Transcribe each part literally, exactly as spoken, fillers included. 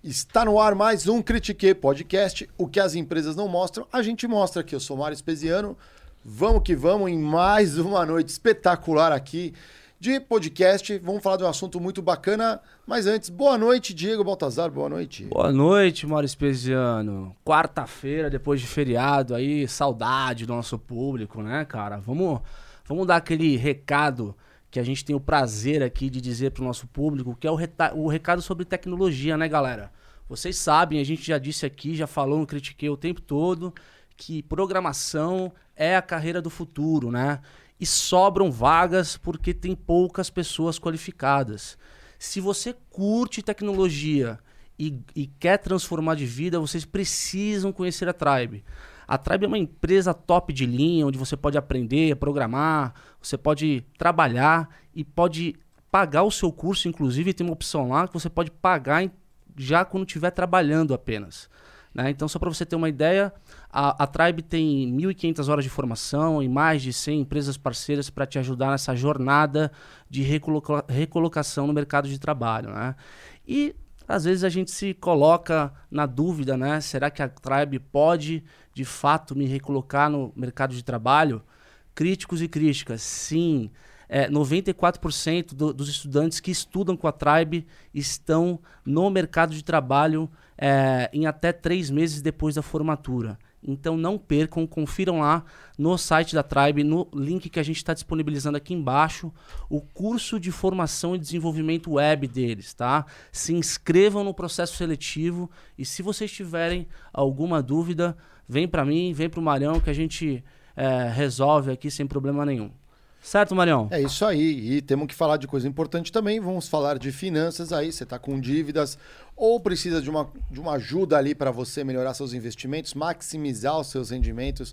Está no ar mais um Critique Podcast. O que as empresas não mostram, a gente mostra aqui. Eu sou Mário Espesiano. Vamos que vamos em mais uma noite espetacular aqui de podcast. Vamos falar de um assunto muito bacana. Mas antes, boa noite, Diego Baltazar. Boa noite. Boa noite, Mário Espesiano. Quarta-feira, depois de feriado aí, saudade do nosso público, né, cara? Vamos, vamos dar aquele recado que a gente tem o prazer aqui de dizer para o nosso público, que é o, reta- o recado sobre tecnologia, né, galera? Vocês sabem, a gente já disse aqui, já falou no Critique o tempo todo, que programação é a carreira do futuro, né? E sobram vagas porque tem poucas pessoas qualificadas. Se você curte tecnologia e, e quer transformar de vida, vocês precisam conhecer a Tribe. A Tribe é uma empresa top de linha, onde você pode aprender a programar, você pode trabalhar e pode pagar o seu curso, inclusive tem uma opção lá que você pode pagar em, já quando estiver trabalhando apenas. Né? Então, só para você ter uma ideia, a, a Tribe tem mil e quinhentas horas de formação e mais de cem empresas parceiras para te ajudar nessa jornada de recoloca- recolocação no mercado de trabalho. Né? E às vezes a gente se coloca na dúvida, né? Será que a Tribe pode, de fato, me recolocar no mercado de trabalho? Críticos e críticas, sim. É, noventa e quatro por cento do, dos estudantes que estudam com a Tribe estão no mercado de trabalho é, em até três meses depois da formatura. Então não percam, confiram lá no site da Tribe, no link que a gente está disponibilizando aqui embaixo, o curso de formação e desenvolvimento web deles, tá? Se inscrevam no processo seletivo e se vocês tiverem alguma dúvida, vem para mim, vem para o Marião que a gente é, resolve aqui sem problema nenhum. Certo, Marião? É isso aí. E temos que falar de coisa importante também. Vamos falar de finanças aí. Você está com dívidas ou precisa de uma, de uma ajuda ali para você melhorar seus investimentos, maximizar os seus rendimentos.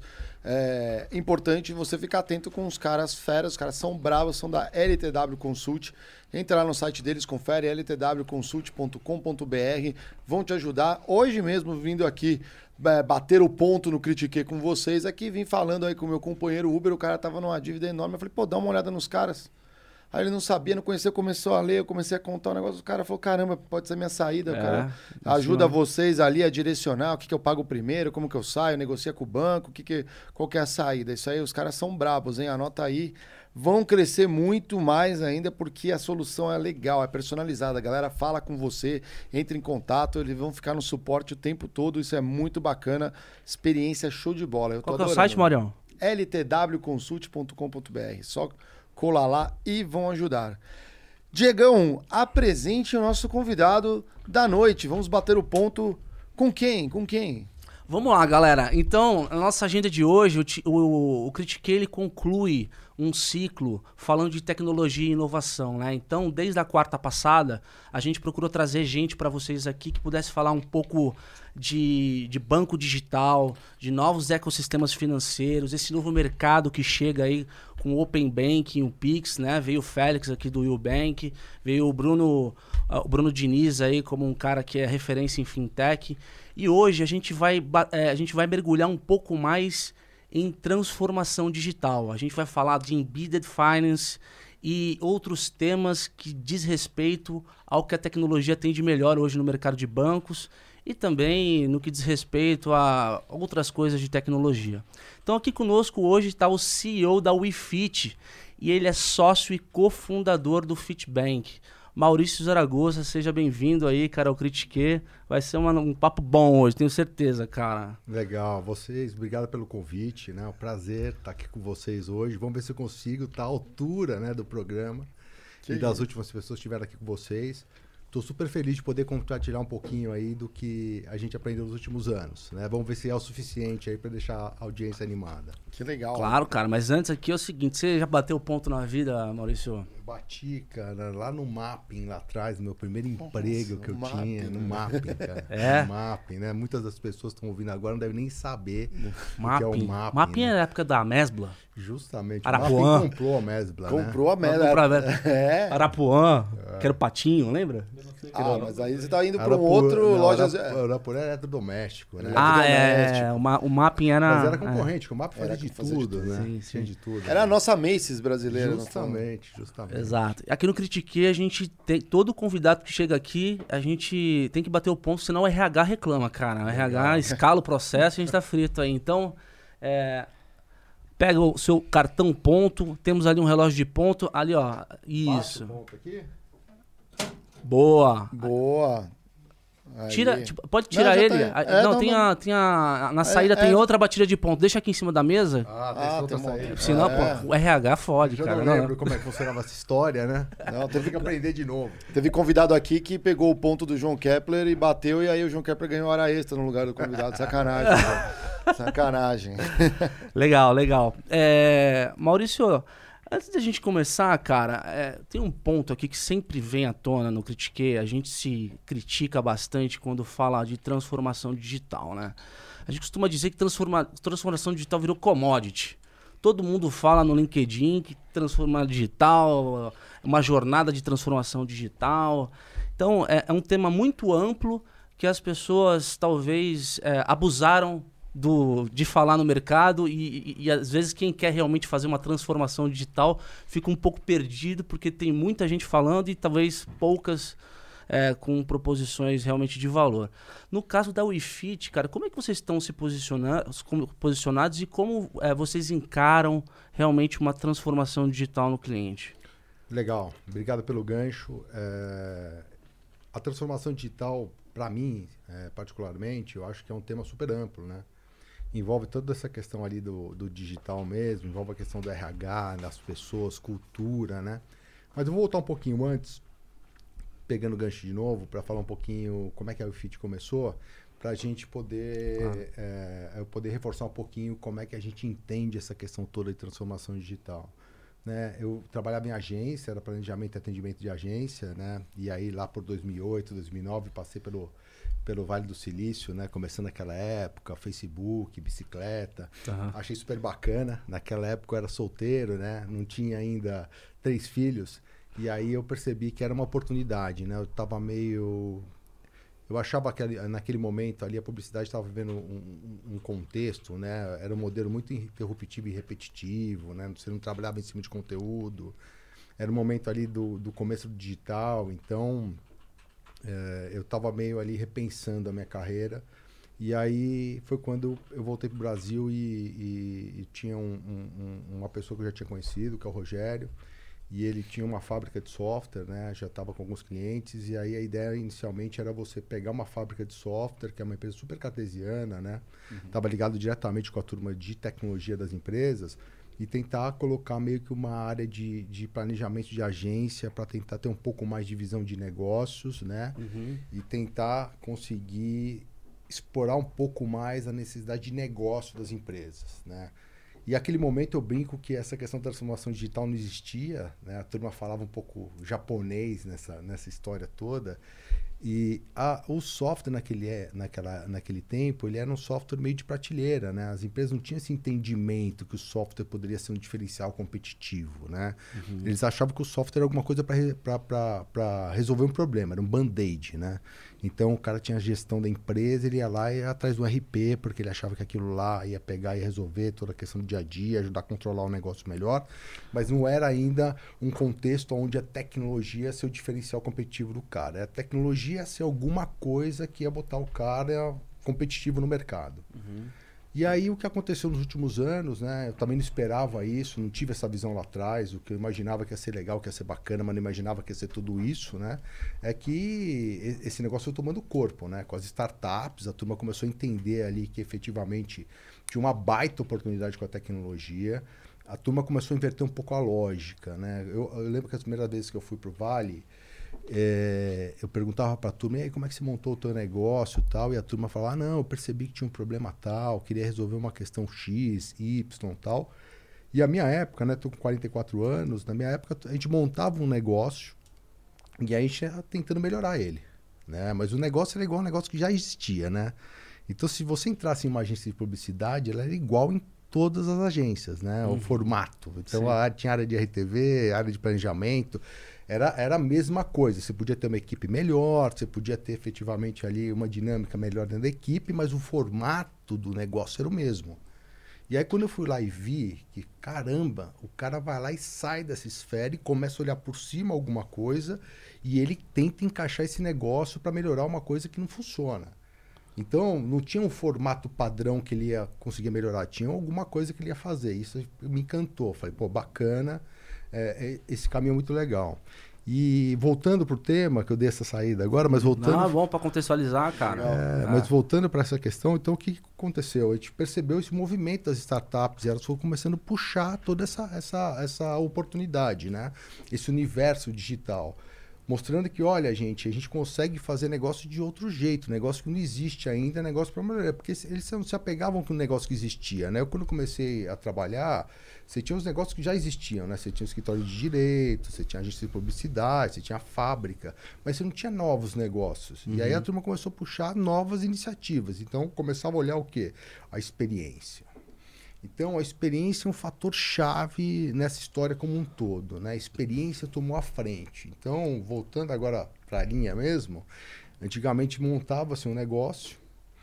É importante você ficar atento com os caras feras. Os caras são bravos, são da L T W Consult. Entra lá no site deles, confere l t w consult ponto com ponto b r. Vão te ajudar. Hoje mesmo, vindo aqui é, bater o ponto no Critique com vocês, aqui vim falando aí com o meu companheiro Uber, o cara tava numa dívida enorme. Eu falei, pô, dá uma olhada nos caras. Aí ele não sabia, não conhecia, começou a ler, eu comecei a contar o negócio. O cara falou, caramba, pode ser minha saída. É, cara ajuda vocês ali a direcionar o que, que eu pago primeiro, como que eu saio, negocia com o banco, o que que, qual que é a saída. Isso aí, os caras são brabos, hein? Anota aí. Vão crescer muito mais ainda porque a solução é legal, é personalizada. A galera fala com você, entra em contato, eles vão ficar no suporte o tempo todo. Isso é muito bacana. Experiência show de bola. Eu tô Qual que é o adorando. site, Marião? l t w consult ponto com ponto b r. Só colar lá e vão ajudar. Diegão, apresente o nosso convidado da noite. Vamos bater o ponto com quem? Com quem? Vamos lá, galera. Então, a nossa agenda de hoje, o, o, o Critique, ele conclui um ciclo falando de tecnologia e inovação, né? Então, desde a quarta passada, a gente procurou trazer gente para vocês aqui que pudesse falar um pouco de, de banco digital, de novos ecossistemas financeiros, esse novo mercado que chega aí com o Open Banking, o Pix, né? Veio o Félix aqui do Ubank, veio o Bruno, o Bruno Diniz aí como um cara que é referência em fintech. E hoje a gente vai, é, a gente vai mergulhar um pouco mais em transformação digital. A gente vai falar de Embedded Finance e outros temas que diz respeito ao que a tecnologia tem de melhor hoje no mercado de bancos e também no que diz respeito a outras coisas de tecnologia. Então aqui conosco hoje está o C E O da WeFit e ele é sócio e cofundador do Fitbank. Maurício Zaragoza, seja bem-vindo aí, cara, ao Critique. Vai ser uma, um papo bom hoje, tenho certeza, cara. Legal, vocês, obrigado pelo convite, né? É um prazer estar aqui com vocês hoje. Vamos ver se eu consigo estar à altura, né, do programa que e das últimas pessoas que estiveram aqui com vocês. Estou super feliz de poder compartilhar um pouquinho aí do que a gente aprendeu nos últimos anos, né? Vamos ver se é o suficiente aí para deixar a audiência animada. Que legal. Claro, cara, mas antes aqui é o seguinte, você já bateu o ponto na vida, Maurício? Eu bati, cara, lá no Mapping, lá atrás, no meu primeiro emprego Nossa, que eu mapping, tinha, no né? Mapping, cara. É? No Mapping, né? Muitas das pessoas que estão ouvindo agora não devem nem saber Mapping. o que é o Mapping. Mapping né? é a época da Mesbla. Justamente. Arapuã. O Mapping comprou a Mesbla, Comprou né? a merda. Comprou a Mesbla. É. Arapuã. Que era o Patinho, lembra? Ah, mas aí você tá indo para um por, outro não, loja... Era, era por eletrodoméstico, né? Ah, Eletrodoméstico. é. O, ma o mapping era... Mas era concorrente, que o Map Era fazia de que fazia de tudo, tudo. né? Sim, Tinha sim. de tudo. Era a nossa Macy's brasileira. no fundo. Justamente, justamente. Exato. Aqui no Critique, a gente tem... Todo convidado que chega aqui, a gente tem que bater o ponto, senão o R H reclama, cara. O R H escala o processo e a gente tá frito aí. Então, é... Pega o seu cartão ponto, temos ali um relógio de ponto, ali ó, isso. Ponto aqui? Boa. Boa. Aí. Tira, tipo, pode tirar Não, já ele? tá- Ah, é, não, não, tem, não. A, tem a. Na saída é. tem outra batida de ponto. Deixa aqui em cima da mesa. Ah, tem Ah, outra tem uma- saída. Senão, é. pô, o R H fode, Eu já cara. não Não, lembro não. como é que funcionava essa história, né? Não, Teve teve, que aprender de novo. teve convidado aqui que pegou o ponto do João Kepler e bateu, e aí o João Kepler ganhou hora extra no lugar do convidado. Sacanagem. velho. Sacanagem. Legal, legal. É, Maurício, antes da gente começar, cara, é, tem um ponto aqui que sempre vem à tona no Critique. A gente se critica bastante quando fala de transformação digital, né? A gente costuma dizer que transforma, transformação digital virou commodity. Todo mundo fala no LinkedIn que transformar digital, uma jornada de transformação digital. Então, é, é um tema muito amplo que as pessoas talvez é, abusaram do, de falar no mercado e, e, e às vezes quem quer realmente fazer uma transformação digital fica um pouco perdido porque tem muita gente falando e talvez poucas é, com proposições realmente de valor. No caso da WeFit, cara, como é que vocês estão se posicionando, como- posicionados e como é, vocês encaram realmente uma transformação digital no cliente? Legal, obrigado pelo gancho. É, A transformação digital, para mim, é, particularmente, eu acho que é um tema super amplo, né? Envolve toda essa questão ali do, do digital mesmo, envolve a questão do R H, das pessoas, cultura, né? Mas eu vou voltar um pouquinho antes, pegando o gancho de novo, para falar um pouquinho como é que a WeFit começou, para a gente poder, Ah. é, eu poder reforçar um pouquinho como é que a gente entende essa questão toda de transformação digital. Né? Eu trabalhava em agência, era planejamento e atendimento de agência, né? E aí lá por dois mil e oito, dois mil e nove, passei pelo, pelo Vale do Silício, né? Começando naquela época, Facebook, bicicleta. Aham. Achei super bacana. Naquela época eu era solteiro, né? Não tinha ainda três filhos. E aí eu percebi que era uma oportunidade, né? Eu tava meio... Eu achava que ali, naquele momento ali a publicidade estava vivendo um, um, um contexto, né? Era um modelo muito interruptivo e repetitivo, né? Você não trabalhava em cima de conteúdo. Era um momento ali do, do começo do digital, então é, eu estava meio ali repensando a minha carreira. E aí foi quando eu voltei para o Brasil e, e, e tinha um, um, uma pessoa que eu já tinha conhecido, que é o Rogério. E ele tinha uma fábrica de software, né? Já estava com alguns clientes. E aí a ideia inicialmente era você pegar uma fábrica de software, que é uma empresa super cartesiana, né? Estava ligado diretamente com a turma de tecnologia das empresas e tentar colocar meio que uma área de, de planejamento de agência para tentar ter um pouco mais de visão de negócios, né? Uhum. E tentar conseguir explorar um pouco mais a necessidade de negócio das empresas, né? E aquele momento eu brinco que essa questão da transformação digital não existia, né? A turma falava um pouco japonês nessa, nessa história toda. E a, o software naquele, naquela, naquele tempo, ele era um software meio de prateleira, né? As empresas não tinham esse entendimento que o software poderia ser um diferencial competitivo, né? Uhum. Eles achavam que o software era alguma coisa para resolver um problema, era um band-aid, né? Então o cara tinha a gestão da empresa, ele ia lá e ia atrás do R P, porque ele achava que aquilo lá ia pegar e resolver toda a questão do dia a dia, ajudar a controlar o negócio melhor, mas não era ainda um contexto onde a tecnologia ia ser o diferencial competitivo do cara. A tecnologia ia ser alguma coisa que ia botar o cara competitivo no mercado. Uhum. E aí o que aconteceu nos últimos anos, né? Eu também não esperava isso, não tive essa visão lá atrás, o que eu imaginava que ia ser legal, que ia ser bacana, mas não imaginava que ia ser tudo isso, né? É que esse negócio foi tomando corpo, né? Com as startups, a turma começou a entender ali que efetivamente tinha uma baita oportunidade com a tecnologia. A turma começou a inverter um pouco a lógica, né? Eu, eu lembro que as primeiras vezes que eu fui pro Vale, É, eu perguntava para a turma, e aí, como é que você montou o teu negócio e tal? E a turma falava, ah, não, eu percebi que tinha um problema tal, queria resolver uma questão X, Y e tal. E a minha época, né, tô com quarenta e quatro anos, na minha época a gente montava um negócio e aí a gente ia tentando melhorar ele, né? Mas o negócio era igual a um negócio que já existia, né? Então, se você entrasse em uma agência de publicidade, ela era igual em todas as agências, né? Uhum. O formato. Então, a, tinha área de R T V, área de planejamento. Era, era a mesma coisa. Você podia ter uma equipe melhor, você podia ter efetivamente ali uma dinâmica melhor dentro da equipe, mas o formato do negócio era o mesmo. E aí quando eu fui lá e vi que, caramba, o cara vai lá e sai dessa esfera e começa a olhar por cima alguma coisa e ele tenta encaixar esse negócio para melhorar uma coisa que não funciona. Então, não tinha um formato padrão que ele ia conseguir melhorar, tinha alguma coisa que ele ia fazer. Isso me encantou. Falei, pô, bacana, é, é, esse caminho é muito legal. E voltando pro tema, que eu dei essa saída agora, mas voltando... Não, é bom para contextualizar, cara. É, é. Mas voltando para essa questão, então o que, que aconteceu? A gente percebeu esse movimento das startups e elas foram começando a puxar toda essa, essa, essa oportunidade, né? Esse universo digital. Mostrando que, olha, gente, a gente consegue fazer negócio de outro jeito, negócio que não existe ainda, negócio para melhorar. Porque eles não se apegavam com o negócio que existia, né? Eu, quando comecei a trabalhar, você tinha os negócios que já existiam, né? Você tinha o escritório de direito, você tinha agência de publicidade, você tinha a fábrica, mas você não tinha novos negócios. Uhum. E aí a turma começou a puxar novas iniciativas. Então, começava a olhar o quê? A experiência. Então, a experiência é um fator chave nessa história como um todo, né? A experiência tomou a frente. Então, voltando agora para a linha mesmo, antigamente montava-se um negócio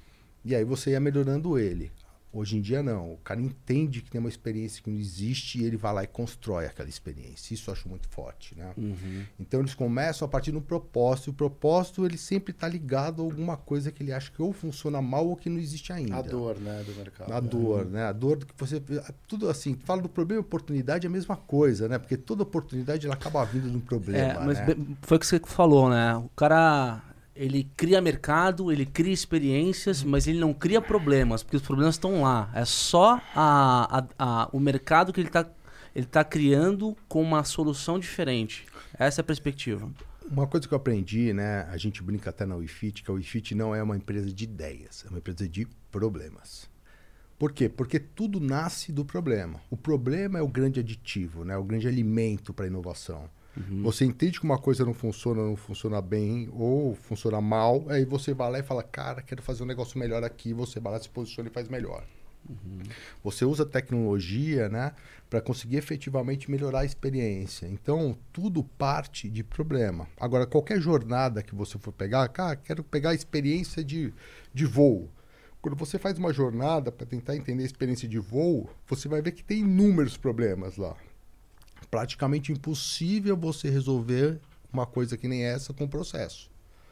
e aí você ia melhorando ele. Hoje em dia, não. O cara entende que tem uma experiência que não existe e ele vai lá e constrói aquela experiência. Isso eu acho muito forte, né? Uhum. Então, eles começam a partir do propósito. O propósito, ele sempre está ligado a alguma coisa que ele acha que ou funciona mal ou que não existe ainda. A dor, né, do mercado. A dor, né? A dor que você... Tudo assim, fala do problema e oportunidade é a mesma coisa, né? Porque toda oportunidade, ela acaba vindo de um problema, é, mas né? Foi o que você falou, né? O cara... Ele cria mercado, ele cria experiências, mas ele não cria problemas, porque os problemas estão lá. É só a, a, a, o mercado que ele está ele tá criando com uma solução diferente. Essa é a perspectiva. Uma coisa que eu aprendi, né? A gente brinca até na WeFit, que a WeFit não é uma empresa de ideias, é uma empresa de problemas. Por quê? Porque tudo nasce do problema. O problema é o grande aditivo, né? O grande alimento para a inovação. Uhum. Você entende que uma coisa não funciona, não funciona bem ou funciona mal, aí você vai lá e fala, cara, quero fazer um negócio melhor aqui, você vai lá, se posiciona e faz melhor. Uhum. Você usa tecnologia, né, para conseguir efetivamente melhorar a experiência. Então, tudo parte de problema. Agora, qualquer jornada que você for pegar, cara, quero pegar a experiência de, de voo. Quando você faz uma jornada para tentar entender a experiência de voo, você vai ver que tem inúmeros problemas lá. Praticamente impossível você resolver uma coisa que nem essa com um processo.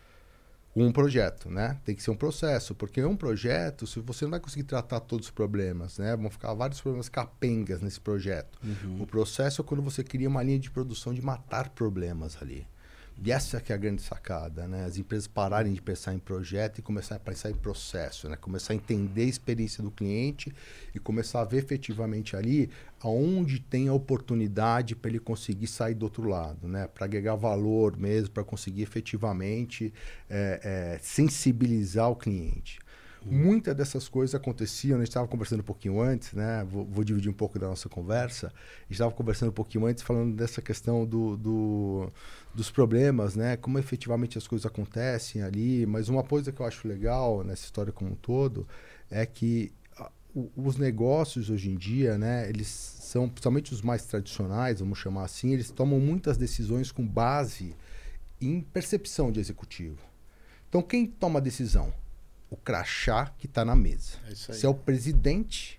Um projeto, né? Tem que ser um processo, porque um projeto, se você não vai conseguir tratar todos os problemas, né? Vão ficar vários problemas capengas nesse projeto. Uhum. O processo é quando você cria uma linha de produção de matar problemas ali. E essa que é a grande sacada, né? As empresas pararem de pensar em projeto e começar a pensar em processo, né? Começar a entender a experiência do cliente e começar a ver efetivamente ali aonde tem a oportunidade para ele conseguir sair do outro lado, né? Para agregar valor mesmo, para conseguir efetivamente é, é, sensibilizar o cliente. Hum. Muitas dessas coisas aconteciam, a gente estava conversando um pouquinho antes, né? Vou, vou dividir um pouco da nossa conversa. A gente estava conversando um pouquinho antes, falando dessa questão do, do, dos problemas, né? Como efetivamente as coisas acontecem ali. Mas uma coisa que eu acho legal nessa história como um todo é que a, o, os negócios hoje em dia, né? Eles são, principalmente os mais tradicionais, vamos chamar assim, eles tomam muitas decisões com base em percepção de executivo. Então, quem toma a decisão? O crachá que está na mesa. É isso aí. Se é o presidente,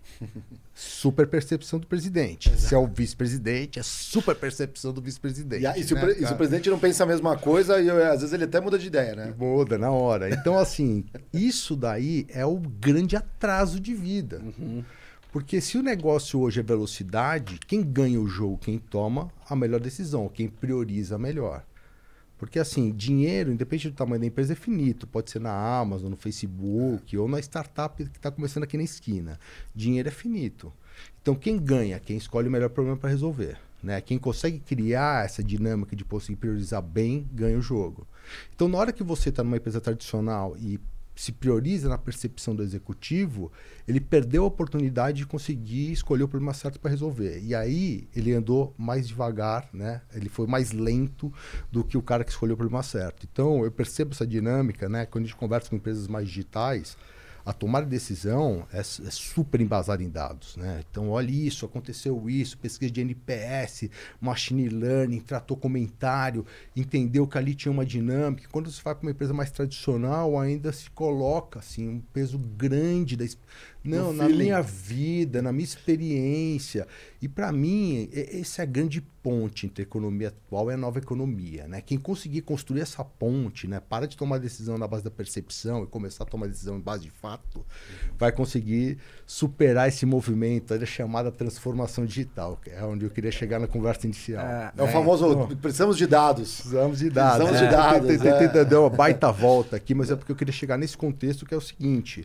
super percepção do presidente. Exato. Se é o vice-presidente, é super percepção do vice-presidente. E, e, se, né, o, e se o presidente não pensa a mesma coisa, e, às vezes ele até muda de ideia, né? Muda na hora. Então, assim, isso daí é o grande atraso de vida. Uhum. Porque se o negócio hoje é velocidade, quem ganha o jogo, quem toma a melhor decisão, quem prioriza melhor. Porque, assim, dinheiro, independente do tamanho da empresa, é finito. Pode ser na Amazon, no Facebook ou na startup que está começando aqui na esquina. Dinheiro é finito. Então, quem ganha? Quem escolhe o melhor problema para resolver. Né? Quem consegue criar essa dinâmica de conseguir priorizar bem, ganha o jogo. Então, na hora que você está numa empresa tradicional e se prioriza na percepção do executivo, ele perdeu a oportunidade de conseguir escolher o problema certo para resolver. E aí ele andou mais devagar, né? Ele foi mais lento do que o cara que escolheu o problema certo. Então eu percebo essa dinâmica, né? Quando a gente conversa com empresas mais digitais, a tomada de decisão é, é super embasada em dados, né? Então, olha isso, aconteceu isso, pesquisa de N P S, machine learning, tratou comentário, entendeu que ali tinha uma dinâmica. Quando você vai para uma empresa mais tradicional, ainda se coloca assim, um peso grande da não, na minha vida, na minha experiência. E para mim, essa é a grande ponte entre a economia atual e a nova economia, né? Quem conseguir construir essa ponte, né? Para de tomar decisão na base da percepção e começar a tomar decisão em base de fato, vai conseguir superar esse movimento, a chamada transformação digital, que é onde eu queria chegar na conversa inicial. É, é o famoso, então, precisamos de dados. Precisamos de dados. Precisamos é. de dados. Tentei é. dar uma baita volta aqui, mas é porque eu queria chegar nesse contexto que é o seguinte...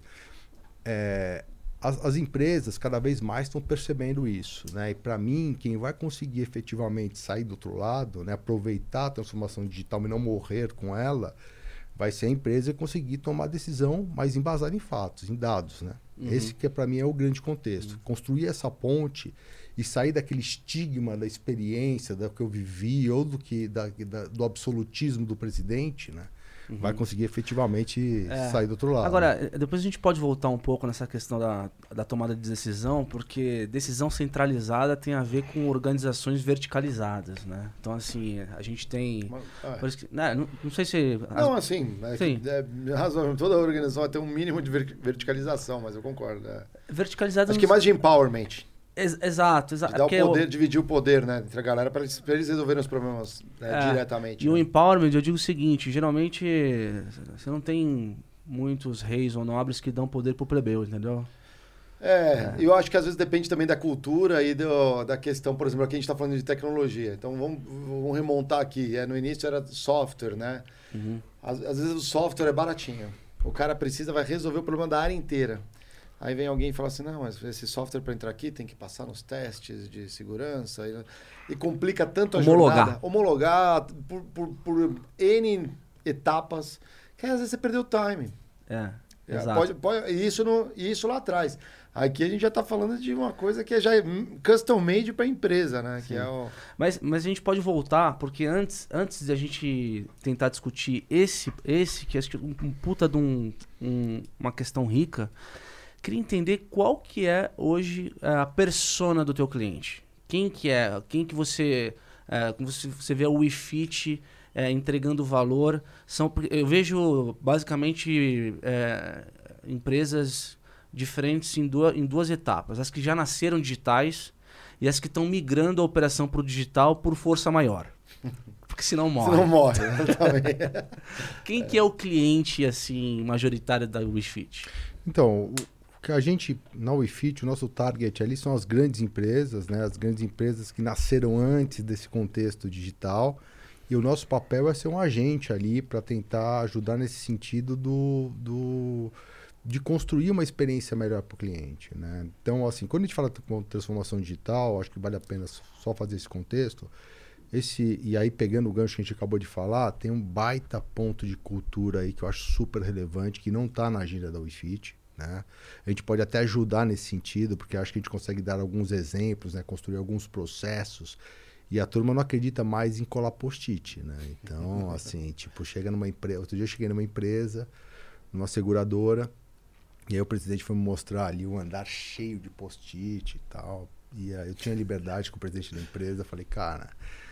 É, as, as empresas cada vez mais estão percebendo isso, né? E para mim, quem vai conseguir efetivamente sair do outro lado, né? Aproveitar a transformação digital e não morrer com ela, vai ser a empresa conseguir tomar decisão mais embasada em fatos, em dados, né? Uhum. Esse que para mim é o grande contexto. Uhum. Construir essa ponte e sair daquele estigma da experiência, do que eu vivi ou do, que, da, da, do absolutismo do presidente, né? Uhum. Vai conseguir efetivamente é. sair do outro lado. Agora, depois a gente pode voltar um pouco nessa questão da, da tomada de decisão, porque decisão centralizada tem a ver com organizações verticalizadas, né? Então, assim, a gente tem... Mas, é. né, não, não sei se... Não, as... assim, é Sim. Que, é, razão, toda organização vai ter um mínimo de verticalização, mas eu concordo. É. Verticalizada... Acho que é mais de empowerment. Ex exato, exato. De dar o poder, eu... dividir o poder, né, entre a galera para eles, eles resolverem os problemas né, é, diretamente. E né? o empowerment, eu digo o seguinte, geralmente você não tem muitos reis ou nobres que dão poder pro plebeu, entendeu? É, é, eu acho que às vezes depende também da cultura e do, da questão, por exemplo, aqui a gente está falando de tecnologia. Então vamos, vamos remontar aqui. É, no início era software, né? Uhum. Às, às vezes o software é baratinho. O cara precisa, vai resolver o problema da área inteira. Aí vem alguém e fala assim, não, mas esse software para entrar aqui tem que passar nos testes de segurança e, e complica tanto a homologar. jornada. Homologar por, por, por N etapas, que às vezes você perdeu o time. É, é exato. Pode, pode, isso, no, isso lá atrás. Aqui a gente já está falando de uma coisa que é já custom made para a empresa, né? Que é o... mas, mas a gente pode voltar, porque antes, antes de a gente tentar discutir esse, esse que acho que um, um puta de um, um, uma questão rica, queria entender qual que é hoje a persona do teu cliente. Quem que é? Quem que você... É, você, você vê o WeFit é, entregando valor. São, eu vejo basicamente é, empresas diferentes em duas, em duas etapas. As que já nasceram digitais e as que estão migrando a operação para o digital por força maior. Porque senão morre. Senão morre, exatamente. Quem que é o cliente assim majoritário da WeFit? Então... que a gente, na WeFit, o nosso target ali são as grandes empresas, né? As grandes empresas que nasceram antes desse contexto digital. E o nosso papel é ser um agente ali para tentar ajudar nesse sentido do, do, de construir uma experiência melhor para o cliente, né? Então, assim, quando a gente fala de transformação digital, acho que vale a pena só fazer esse contexto. Esse, e aí, pegando o gancho que a gente acabou de falar, tem um baita ponto de cultura aí que eu acho super relevante, que não está na agenda da WeFit. Né? A gente pode até ajudar nesse sentido, porque acho que a gente consegue dar alguns exemplos, né? Construir alguns processos, e a turma não acredita mais em colar post-it, né? Então, assim, tipo, chega numa empresa... Outro dia eu cheguei numa empresa, numa seguradora, e aí o presidente foi me mostrar ali um andar cheio de post-it e tal, e aí eu tinha liberdade com o presidente da empresa, falei, cara...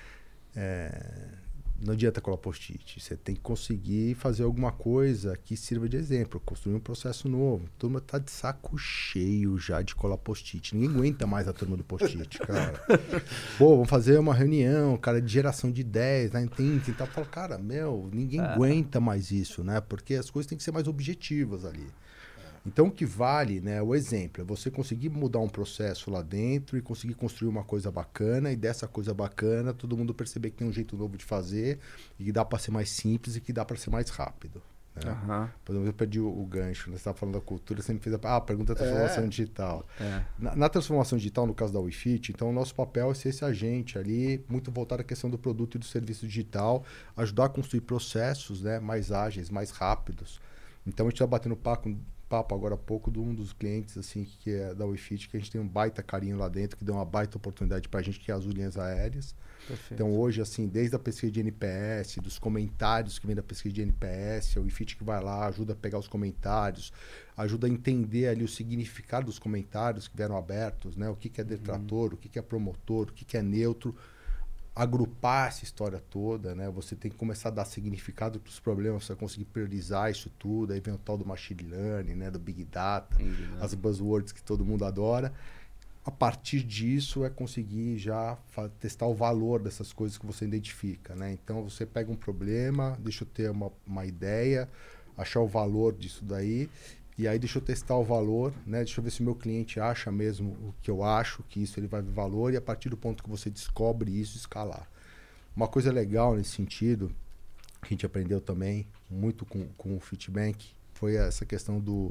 É... Não adianta colar post-it, você tem que conseguir fazer alguma coisa que sirva de exemplo, construir um processo novo. A turma tá de saco cheio já de colar post-it. Ninguém aguenta mais a turma do post-it, cara. Pô, vamos fazer uma reunião, cara, de geração de ideias, né? Tem, tem tal. Fala, cara, meu, ninguém é. aguenta mais isso, né? Porque as coisas têm que ser mais objetivas ali. Então, o que vale, né, o exemplo, é você conseguir mudar um processo lá dentro e conseguir construir uma coisa bacana, e dessa coisa bacana todo mundo perceber que tem um jeito novo de fazer e que dá para ser mais simples e que dá para ser mais rápido. Né? Uhum. Por exemplo, eu perdi o, o gancho, né? Você estava falando da cultura, você me fez a, ah, a pergunta da transformação é. digital. É. Na, na transformação digital, no caso da WeFit, então o nosso papel é ser esse agente ali, muito voltado à questão do produto e do serviço digital, ajudar a construir processos, né, mais ágeis, mais rápidos. Então a gente está batendo papo, papo agora há pouco de um dos clientes assim, que é da WeFit, que a gente tem um baita carinho lá dentro, que deu uma baita oportunidade para a gente, que é as linhas aéreas. Perfeito. Então hoje, assim, desde a pesquisa de N P S, dos comentários que vem da pesquisa de N P S, a WeFit que vai lá, ajuda a pegar os comentários, ajuda a entender ali o significado dos comentários que vieram abertos, né? O que, que é detrator, uhum. o que, que é promotor, o que, que é neutro. Agrupar essa história toda, né? Você tem que começar a dar significado para os problemas, você vai conseguir priorizar isso tudo. Aí vem o tal do machine learning, né? Do big data, uhum. as buzzwords que todo mundo adora. A partir disso é conseguir já testar o valor dessas coisas que você identifica, né? Então você pega um problema, deixa eu ter uma, uma ideia, achar o valor disso daí, e aí deixa eu testar o valor, né? Deixa eu ver se o meu cliente acha mesmo o que eu acho, que isso ele vai ver valor, e a partir do ponto que você descobre isso, escalar. Uma coisa legal nesse sentido, que a gente aprendeu também muito com, com o Fitbank, foi essa questão do,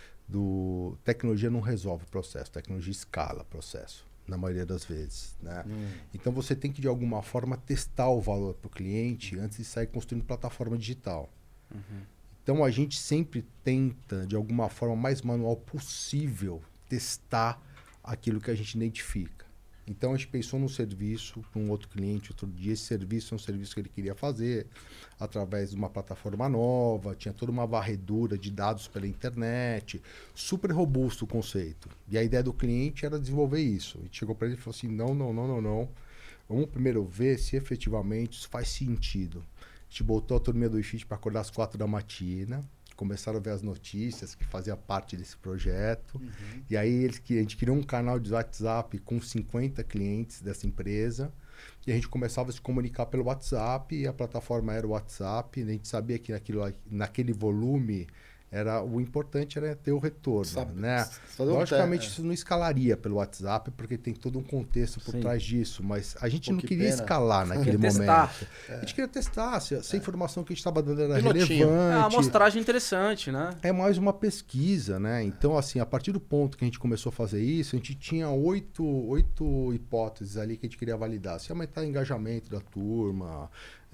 do... Tecnologia não resolve o processo, tecnologia escala o processo, na maioria das vezes, né? Hum. Então você tem que, de alguma forma, testar o valor para o cliente antes de sair construindo plataforma digital. Uhum. Então, a gente sempre tenta, de alguma forma mais manual possível, testar aquilo que a gente identifica. Então, a gente pensou num serviço para um outro cliente outro dia. Esse serviço é um serviço que ele queria fazer através de uma plataforma nova, tinha toda uma varredura de dados pela internet, super robusto o conceito. E a ideia do cliente era desenvolver isso. A gente chegou para ele e falou assim, não, não, não, não, não. Vamos primeiro ver se efetivamente isso faz sentido. A gente botou a turminha do WeFit para acordar às quatro da matina, começaram a ver as notícias que fazia parte desse projeto. Uhum. E aí eles, a gente criou um canal de WhatsApp com cinquenta clientes dessa empresa. E a gente começava a se comunicar pelo WhatsApp, e a plataforma era o WhatsApp. A gente sabia que naquilo, naquele volume... Era, o importante era ter o retorno, Sabe, né? Logicamente, é. isso não escalaria pelo WhatsApp, porque tem todo um contexto por Sim. trás disso, mas a gente Pô, não que queria pena. escalar naquele momento. Testar. É. A gente queria testar se, se a informação que a gente estava dando era Pilotinho. relevante. É uma amostragem interessante, né? É mais uma pesquisa, né? Então, assim, a partir do ponto que a gente começou a fazer isso, a gente tinha oito, oito hipóteses ali que a gente queria validar. Se aumentar o engajamento da turma...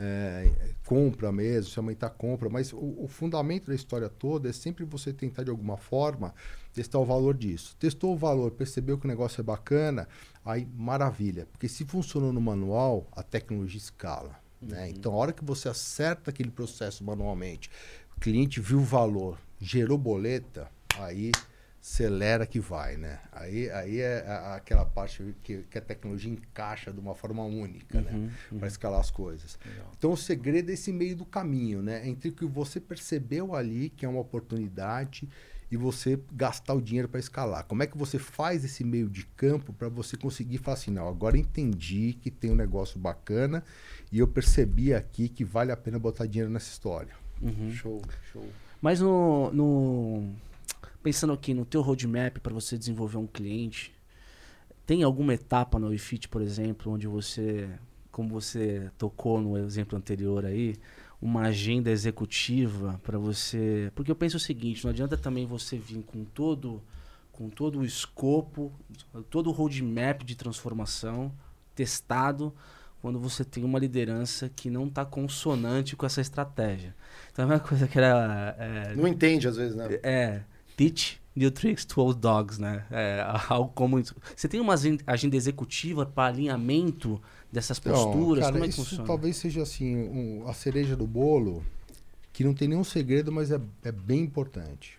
É, compra mesmo, se aumentar a compra, mas o, o fundamento da história toda é sempre você tentar de alguma forma testar o valor disso. Testou o valor, percebeu que o negócio é bacana, aí maravilha, porque se funcionou no manual, a tecnologia escala. Uhum. Né? Então a hora que você acerta aquele processo manualmente, o cliente viu o valor, gerou boleta, aí... acelera que vai, né? Aí, aí é aquela parte que, que a tecnologia encaixa de uma forma única, uhum, né? Uhum. Para escalar as coisas. Legal. Então, o segredo é esse meio do caminho, né? Entre o que você percebeu ali, que é uma oportunidade, e você gastar o dinheiro para escalar. Como é que você faz esse meio de campo para você conseguir falar assim, não, agora entendi que tem um negócio bacana e eu percebi aqui que vale a pena botar dinheiro nessa história. Uhum. Show, show. Mas no... no... Pensando aqui no teu roadmap para você desenvolver um cliente, tem alguma etapa no WeFit, por exemplo, onde você, como você tocou no exemplo anterior aí, uma agenda executiva para você... Porque eu penso o seguinte, não adianta também você vir com todo, com todo o escopo, todo o roadmap de transformação testado, quando você tem uma liderança que não está consonante com essa estratégia. Então é uma coisa que era... É, não entende às vezes, né? É... Teach new tricks to old dogs, né? É algo como isso. Você tem uma agenda executiva para alinhamento dessas posturas? Não, cara, como é que isso funciona? Talvez seja assim, um, a cereja do bolo, que não tem nenhum segredo, mas é, é bem importante.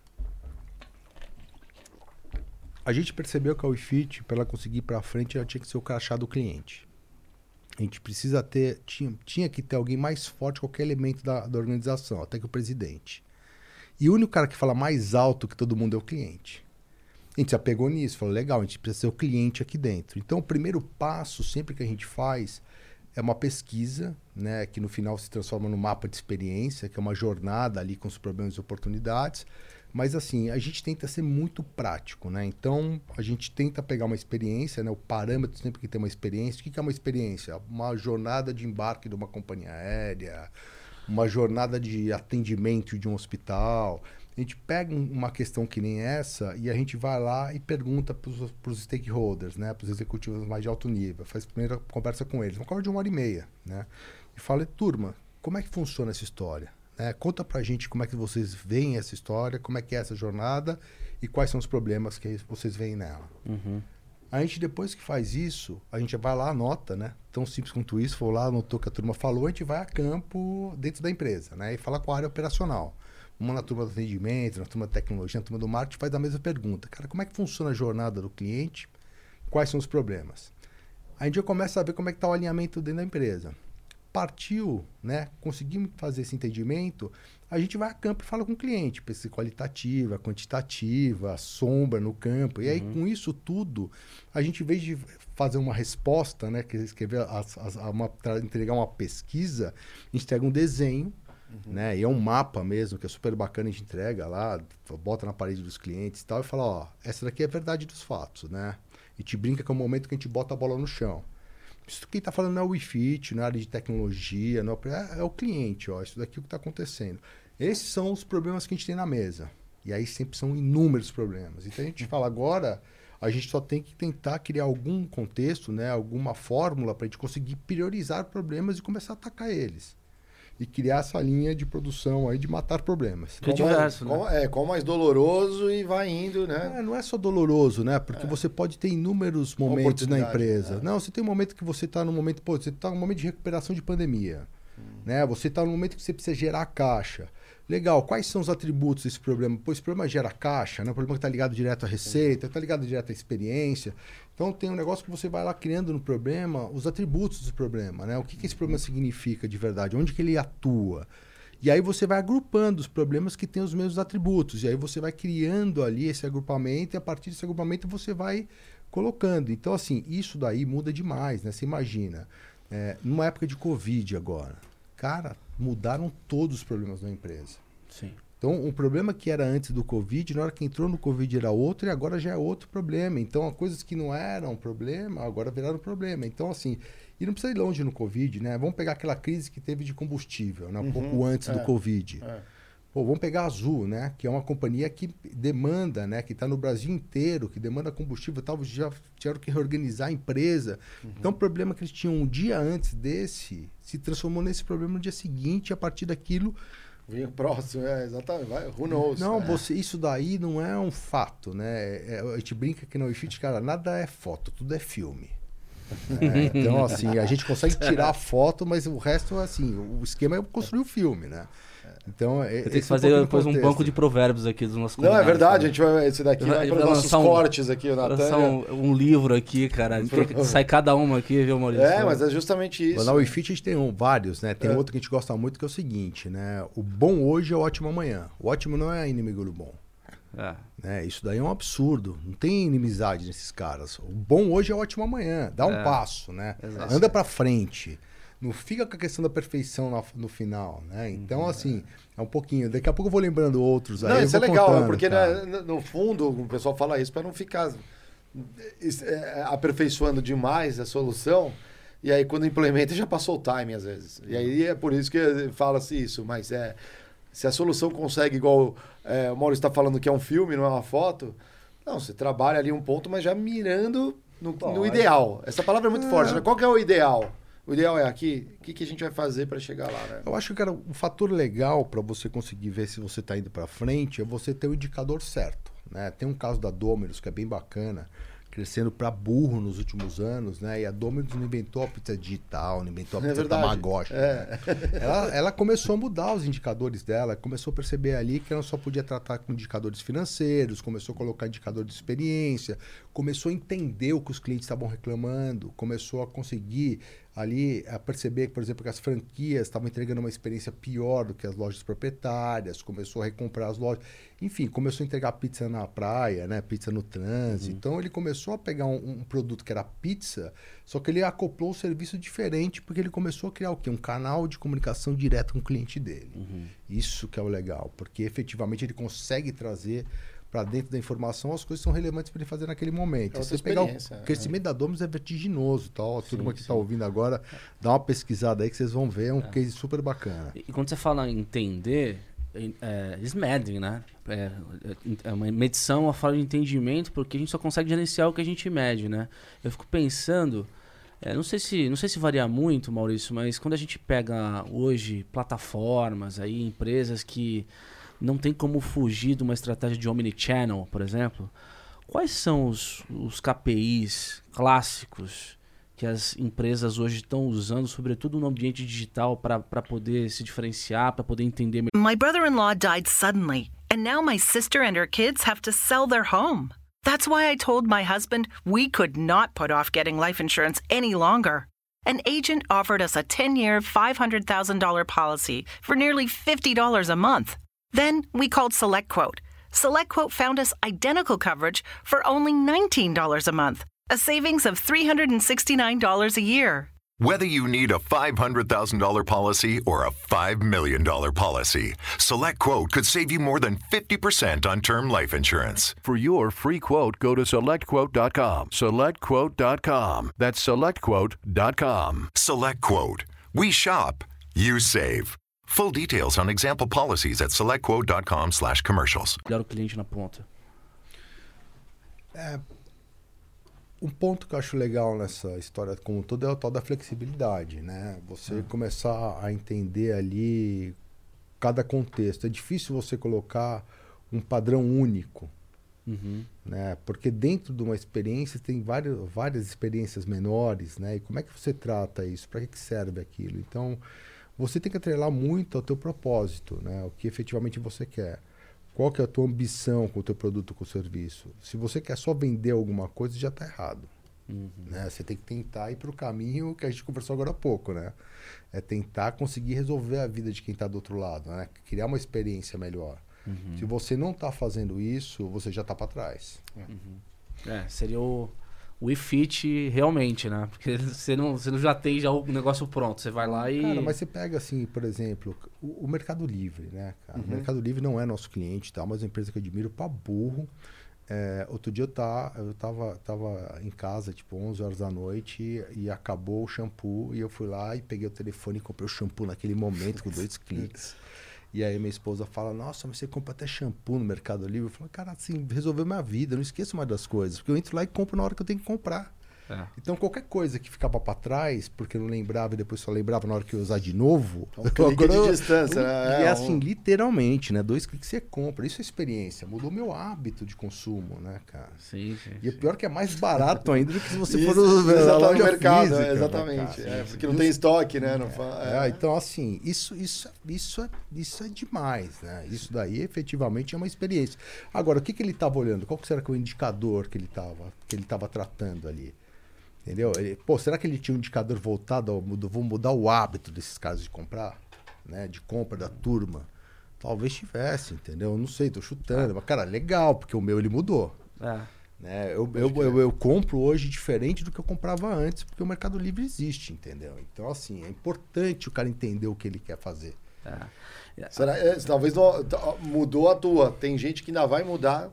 A gente percebeu que a WeFit, para ela conseguir ir para frente, ela tinha que ser o crachá do cliente. A gente precisa ter, tinha, tinha que ter alguém mais forte que qualquer elemento da, da organização, até que o presidente. E o único cara que fala mais alto que todo mundo é o cliente. A gente se apegou nisso, falou, legal, a gente precisa ser o cliente aqui dentro. Então, o primeiro passo, sempre que a gente faz, é uma pesquisa, né, que no final se transforma num mapa de experiência, que é uma jornada ali com os problemas e oportunidades. Mas, assim, a gente tenta ser muito prático, né? Então, a gente tenta pegar uma experiência, né? O parâmetro sempre que tem uma experiência. O que é uma experiência? Uma jornada de embarque de uma companhia aérea, uma jornada de atendimento de um hospital. A gente pega uma questão que nem essa e a gente vai lá e pergunta para os stakeholders, né, para os executivos mais de alto nível. Faz a primeira conversa com eles, uma conversa de uma hora e meia. Né, e fala, turma, como é que funciona essa história? né? Conta pra gente como é que vocês veem essa história, como é que é essa jornada e quais são os problemas que vocês veem nela. Uhum. A gente, depois que faz isso, a gente vai lá, anota, né? Tão simples quanto isso, for lá, anotou o que a turma falou, a gente vai a campo dentro da empresa, né? E fala com a área operacional. Uma na turma do atendimento, na turma da tecnologia, na turma do marketing, faz a mesma pergunta. Cara, como é que funciona a jornada do cliente? Quais são os problemas? A gente já começa a ver como é que está o alinhamento dentro da empresa. Partiu, né? Conseguimos fazer esse entendimento, a gente vai a campo e fala com o cliente, pesquisa qualitativa, quantitativa, sombra no campo. E aí, uhum. com isso tudo, a gente, em vez de fazer uma resposta, né? Que escrever as, as, uma, entregar uma pesquisa, a gente entrega um desenho, uhum. né? E é um mapa mesmo, que é super bacana, a gente entrega lá, bota na parede dos clientes e tal, e fala, ó, essa daqui é a verdade dos fatos, né? E te brinca que é o momento que a gente bota a bola no chão. Isso quem está falando não é o WeFit, não é a área de tecnologia, não é, é o cliente, ó, isso daqui é o que está acontecendo. Esses são os problemas que a gente tem na mesa. E aí sempre são inúmeros problemas. Então a gente fala agora, a gente só tem que tentar criar algum contexto, né, alguma fórmula para a gente conseguir priorizar problemas e começar a atacar eles. E criar essa linha de produção aí de matar problemas. Qual diverso, mais, né? qual, é, qual mais doloroso e vai indo, né? É, não é só doloroso, né? Porque é. você pode ter inúmeros momentos na empresa. É. Não, você tem um momento que você está no momento, pô, você está num momento de recuperação de pandemia. Hum. Né? Você está no momento que você precisa gerar caixa. Legal, quais são os atributos desse problema? Pô, esse problema gera caixa, né? O problema que está ligado direto à receita, está ligado direto à experiência. Então tem um negócio que você vai lá criando no problema, os atributos do problema, né? O que, que esse problema significa de verdade? Onde que ele atua? E aí você vai agrupando os problemas que têm os mesmos atributos. E aí você vai criando ali esse agrupamento e a partir desse agrupamento você vai colocando. Então, assim, isso daí muda demais, né? Você imagina, é, numa época de Covid agora, cara, mudaram todos os problemas da empresa. Sim. Então, o problema que era antes do Covid, na hora que entrou no Covid era outro e agora já é outro problema. Então, coisas que não eram problema, agora viraram problema. Então, assim, e não precisa ir longe no Covid, né? Vamos pegar aquela crise que teve de combustível, né? Um uhum, pouco antes é, do Covid. É. Pô, vamos pegar a Azul, né? Que é uma companhia que demanda, né? Que está no Brasil inteiro, que demanda combustível e tal. Já tiveram que reorganizar a empresa. Uhum. Então, o problema que eles tinham um dia antes desse se transformou nesse problema no dia seguinte. E a partir daquilo... Vinha próximo, é, exatamente. Vai, who knows? Não, é. você, isso daí não é um fato, né? É, a gente brinca que no WeFit, cara, nada é foto, tudo é filme. É, então, assim, a gente consegue tirar a foto, mas o resto, assim, o esquema é construir o filme, né? Então, eu tenho que fazer um depois um banco de provérbios aqui dos nossos Não, é verdade, a gente vai, esse daqui vai, vai para os nossos um, cortes aqui, o Natan. Um, um livro aqui, cara, que sai cada uma aqui, viu, Maurício? É, mas é justamente isso. Na WeFit a gente tem um, vários, né? Tem é. outro que a gente gosta muito que é o seguinte, né? O bom hoje é o ótimo amanhã. O ótimo não é inimigo do bom. É. Né? Isso daí é um absurdo. Não tem inimizade nesses caras. O bom hoje é o ótimo amanhã. Dá um é. passo, né? Exato. Anda para frente. Não fica com a questão da perfeição no, no final, né? Então, uhum, assim, é um pouquinho. Daqui a pouco eu vou lembrando outros aí. Não, isso é legal, contando, porque né, no fundo o pessoal fala isso para não ficar aperfeiçoando demais a solução. E aí, quando implementa, já passou o time, às vezes. E aí é por isso que fala-se isso. Mas é, se a solução consegue, igual é, o Maurício está falando que é um filme, não é uma foto, não, você trabalha ali um ponto, mas já mirando no, no ideal. Essa palavra é muito é. forte, né? Qual que é o ideal? O ideal é aqui, o que, que a gente vai fazer para chegar lá, né? Eu acho que, cara, um fator legal para você conseguir ver se você está indo para frente é você ter o indicador certo, né? Tem um caso da Domino's que é bem bacana, crescendo para burro nos últimos anos, né? E a Domino's não inventou a pizza digital, não inventou a pizza é Tamagotchi. É. Né? Ela, ela começou a mudar os indicadores dela, começou a perceber ali que ela só podia tratar com indicadores financeiros, começou a colocar indicadores de experiência, começou a entender o que os clientes estavam reclamando, começou a conseguir ali a perceber, por exemplo, que as franquias estavam entregando uma experiência pior do que as lojas proprietárias, começou a recomprar as lojas, enfim, começou a entregar pizza na praia, né? Pizza no trânsito. Uhum. Então ele começou a pegar um, um produto que era pizza, só que ele acoplou um serviço diferente porque ele começou a criar o quê? Um canal de comunicação direto com o cliente dele. Uhum. Isso que é o legal, porque efetivamente ele consegue trazer para dentro da informação as coisas que são relevantes para ele fazer naquele momento. É Se você pegar o crescimento é. da Domino's é vertiginoso, tal. A turma que está ouvindo agora, dá uma pesquisada aí que vocês vão ver, é um é. case super bacana. E quando você fala em entender, é, eles medem, né? É, é uma medição, uma forma de entendimento, porque a gente só consegue gerenciar o que a gente mede, né? Eu fico pensando, É, não sei se, não sei se varia muito, Maurício, mas quando a gente pega hoje plataformas, aí, empresas que não tem como fugir de uma estratégia de omnichannel, por exemplo, quais são os, os K P Is clássicos que as empresas hoje estão usando, sobretudo no ambiente digital, para poder se diferenciar, para poder entender melhor? My brother-in-law died suddenly, and now my sister and her kids have to sell their home. That's why I told my husband we could not put off getting life insurance any longer. An agent offered us a ten-year, five hundred thousand dollars policy for nearly fifty dollars a month. Then we called SelectQuote. SelectQuote found us identical coverage for only nineteen dollars a month, a savings of three hundred sixty-nine dollars a year. Whether you need a five hundred thousand dollars policy or a five million dollars policy, SelectQuote could save you more than fifty percent on term life insurance. For your free quote, go to select quote dot com. select quote dot com. That's select quote dot com. SelectQuote. We shop, you save. Full details on example policies at select quote dot com slash commercials. Olhar o cliente na ponta. É, um ponto que eu acho legal nessa história como um todo é o tal da flexibilidade, né? Você ah. começar a entender ali cada contexto. É difícil você colocar um padrão único, uhum. né? Porque dentro de uma experiência tem várias, várias experiências menores, né? E como é que você trata isso? Para que, que serve aquilo? Então, você tem que atrelar muito ao teu propósito, né? O que efetivamente você quer. Qual que é a tua ambição com o teu produto, com o serviço? Se você quer só vender alguma coisa, já está errado. Uhum. Né? Você tem que tentar ir para o caminho que a gente conversou agora há pouco, né? É tentar conseguir resolver a vida de quem está do outro lado, né? Criar uma experiência melhor. Uhum. Se você não está fazendo isso, você já está para trás. Uhum. É, seria o, o e-fit realmente, né? Porque você não, você não já tem já o negócio pronto. Você vai lá e... Cara, mas você pega assim, por exemplo, o, o Mercado Livre, né? Cara? Uhum. O Mercado Livre não é nosso cliente, tá? Mas é uma empresa que eu admiro pra burro. É, outro dia eu, tá, eu tava, tava em casa, tipo onze horas da noite, e, e acabou o shampoo. E eu fui lá e peguei o telefone e comprei o shampoo naquele momento, com dois cliques. E aí minha esposa fala, nossa, mas você compra até shampoo no Mercado Livre. Eu falo, cara, assim, resolveu minha vida, eu não esqueço mais das coisas. Porque eu entro lá e compro na hora que eu tenho que comprar. É. Então qualquer coisa que ficava para trás, porque eu não lembrava e depois só lembrava na hora que eu ia usar de novo. Um clique de eu, distância, eu, né? E é, é assim, um... literalmente, né? Dois cliques você compra. Isso é experiência. Mudou meu hábito de consumo, né, cara? Sim, sim. E o pior é que é mais barato ainda do que se você Isso, for no mercado. Física, é, exatamente. Né, é, porque não tem estoque, né? Não é, fa... é. Então, assim, isso, isso, isso, é, isso é demais, né? Isso daí, efetivamente, é uma experiência. Agora, o que, que ele estava olhando? Qual que será que é o indicador que ele estava que ele estava tratando ali? Entendeu? Ele, pô, será que ele tinha um indicador voltado ao vou mudar o hábito desses caras de comprar, né? De compra da turma? Talvez tivesse, entendeu? Eu não sei, tô chutando. Mas, cara, legal, porque o meu ele mudou. É. Né? Eu, eu, eu, eu compro hoje diferente do que eu comprava antes, porque o Mercado Livre existe, entendeu? Então, assim, é importante o cara entender o que ele quer fazer. É. Será, é, talvez não, mudou a tua. Tem gente que ainda vai mudar.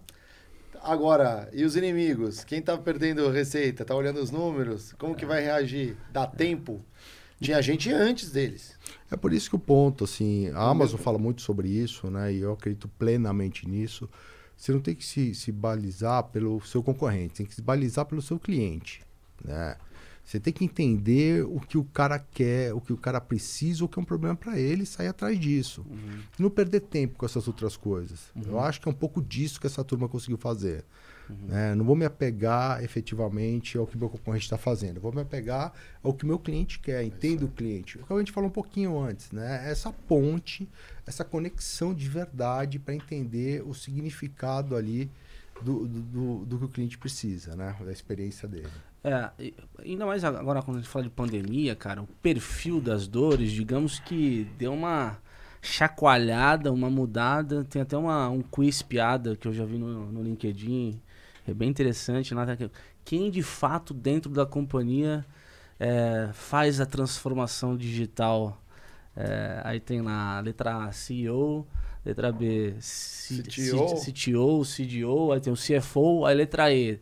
Agora, e os inimigos? Quem tá perdendo receita? Tá olhando os números? Como que vai reagir? Dá tempo? Tinha gente antes deles. É por isso que o ponto, assim, a Amazon fala muito sobre isso, né? E eu acredito plenamente nisso. Você não tem que se, se balizar pelo seu concorrente, tem que se balizar pelo seu cliente, né? Você tem que entender o que o cara quer, o que o cara precisa, o que é um problema para ele e sair atrás disso. Uhum. Não perder tempo com essas outras coisas. Uhum. Eu acho que é um pouco disso que essa turma conseguiu fazer. Uhum. Né? Não vou me apegar efetivamente ao que meu concorrente está fazendo. Eu vou me apegar ao que meu cliente quer. Entenda o cliente. Como a gente falou um pouquinho antes, né? Essa ponte, essa conexão de verdade para entender o significado ali do, do, do, do que o cliente precisa, né? Da experiência dele. É, ainda mais agora quando a gente fala de pandemia, cara, o perfil das dores, digamos que deu uma chacoalhada, uma mudada. Tem até uma, um quiz piada que eu já vi no, no LinkedIn, é bem interessante. Né? Quem de fato dentro da companhia é, faz a transformação digital? É, aí tem lá a letra A, C E O, letra B, C T O, C T O, C D O, aí tem o C F O, aí letra E.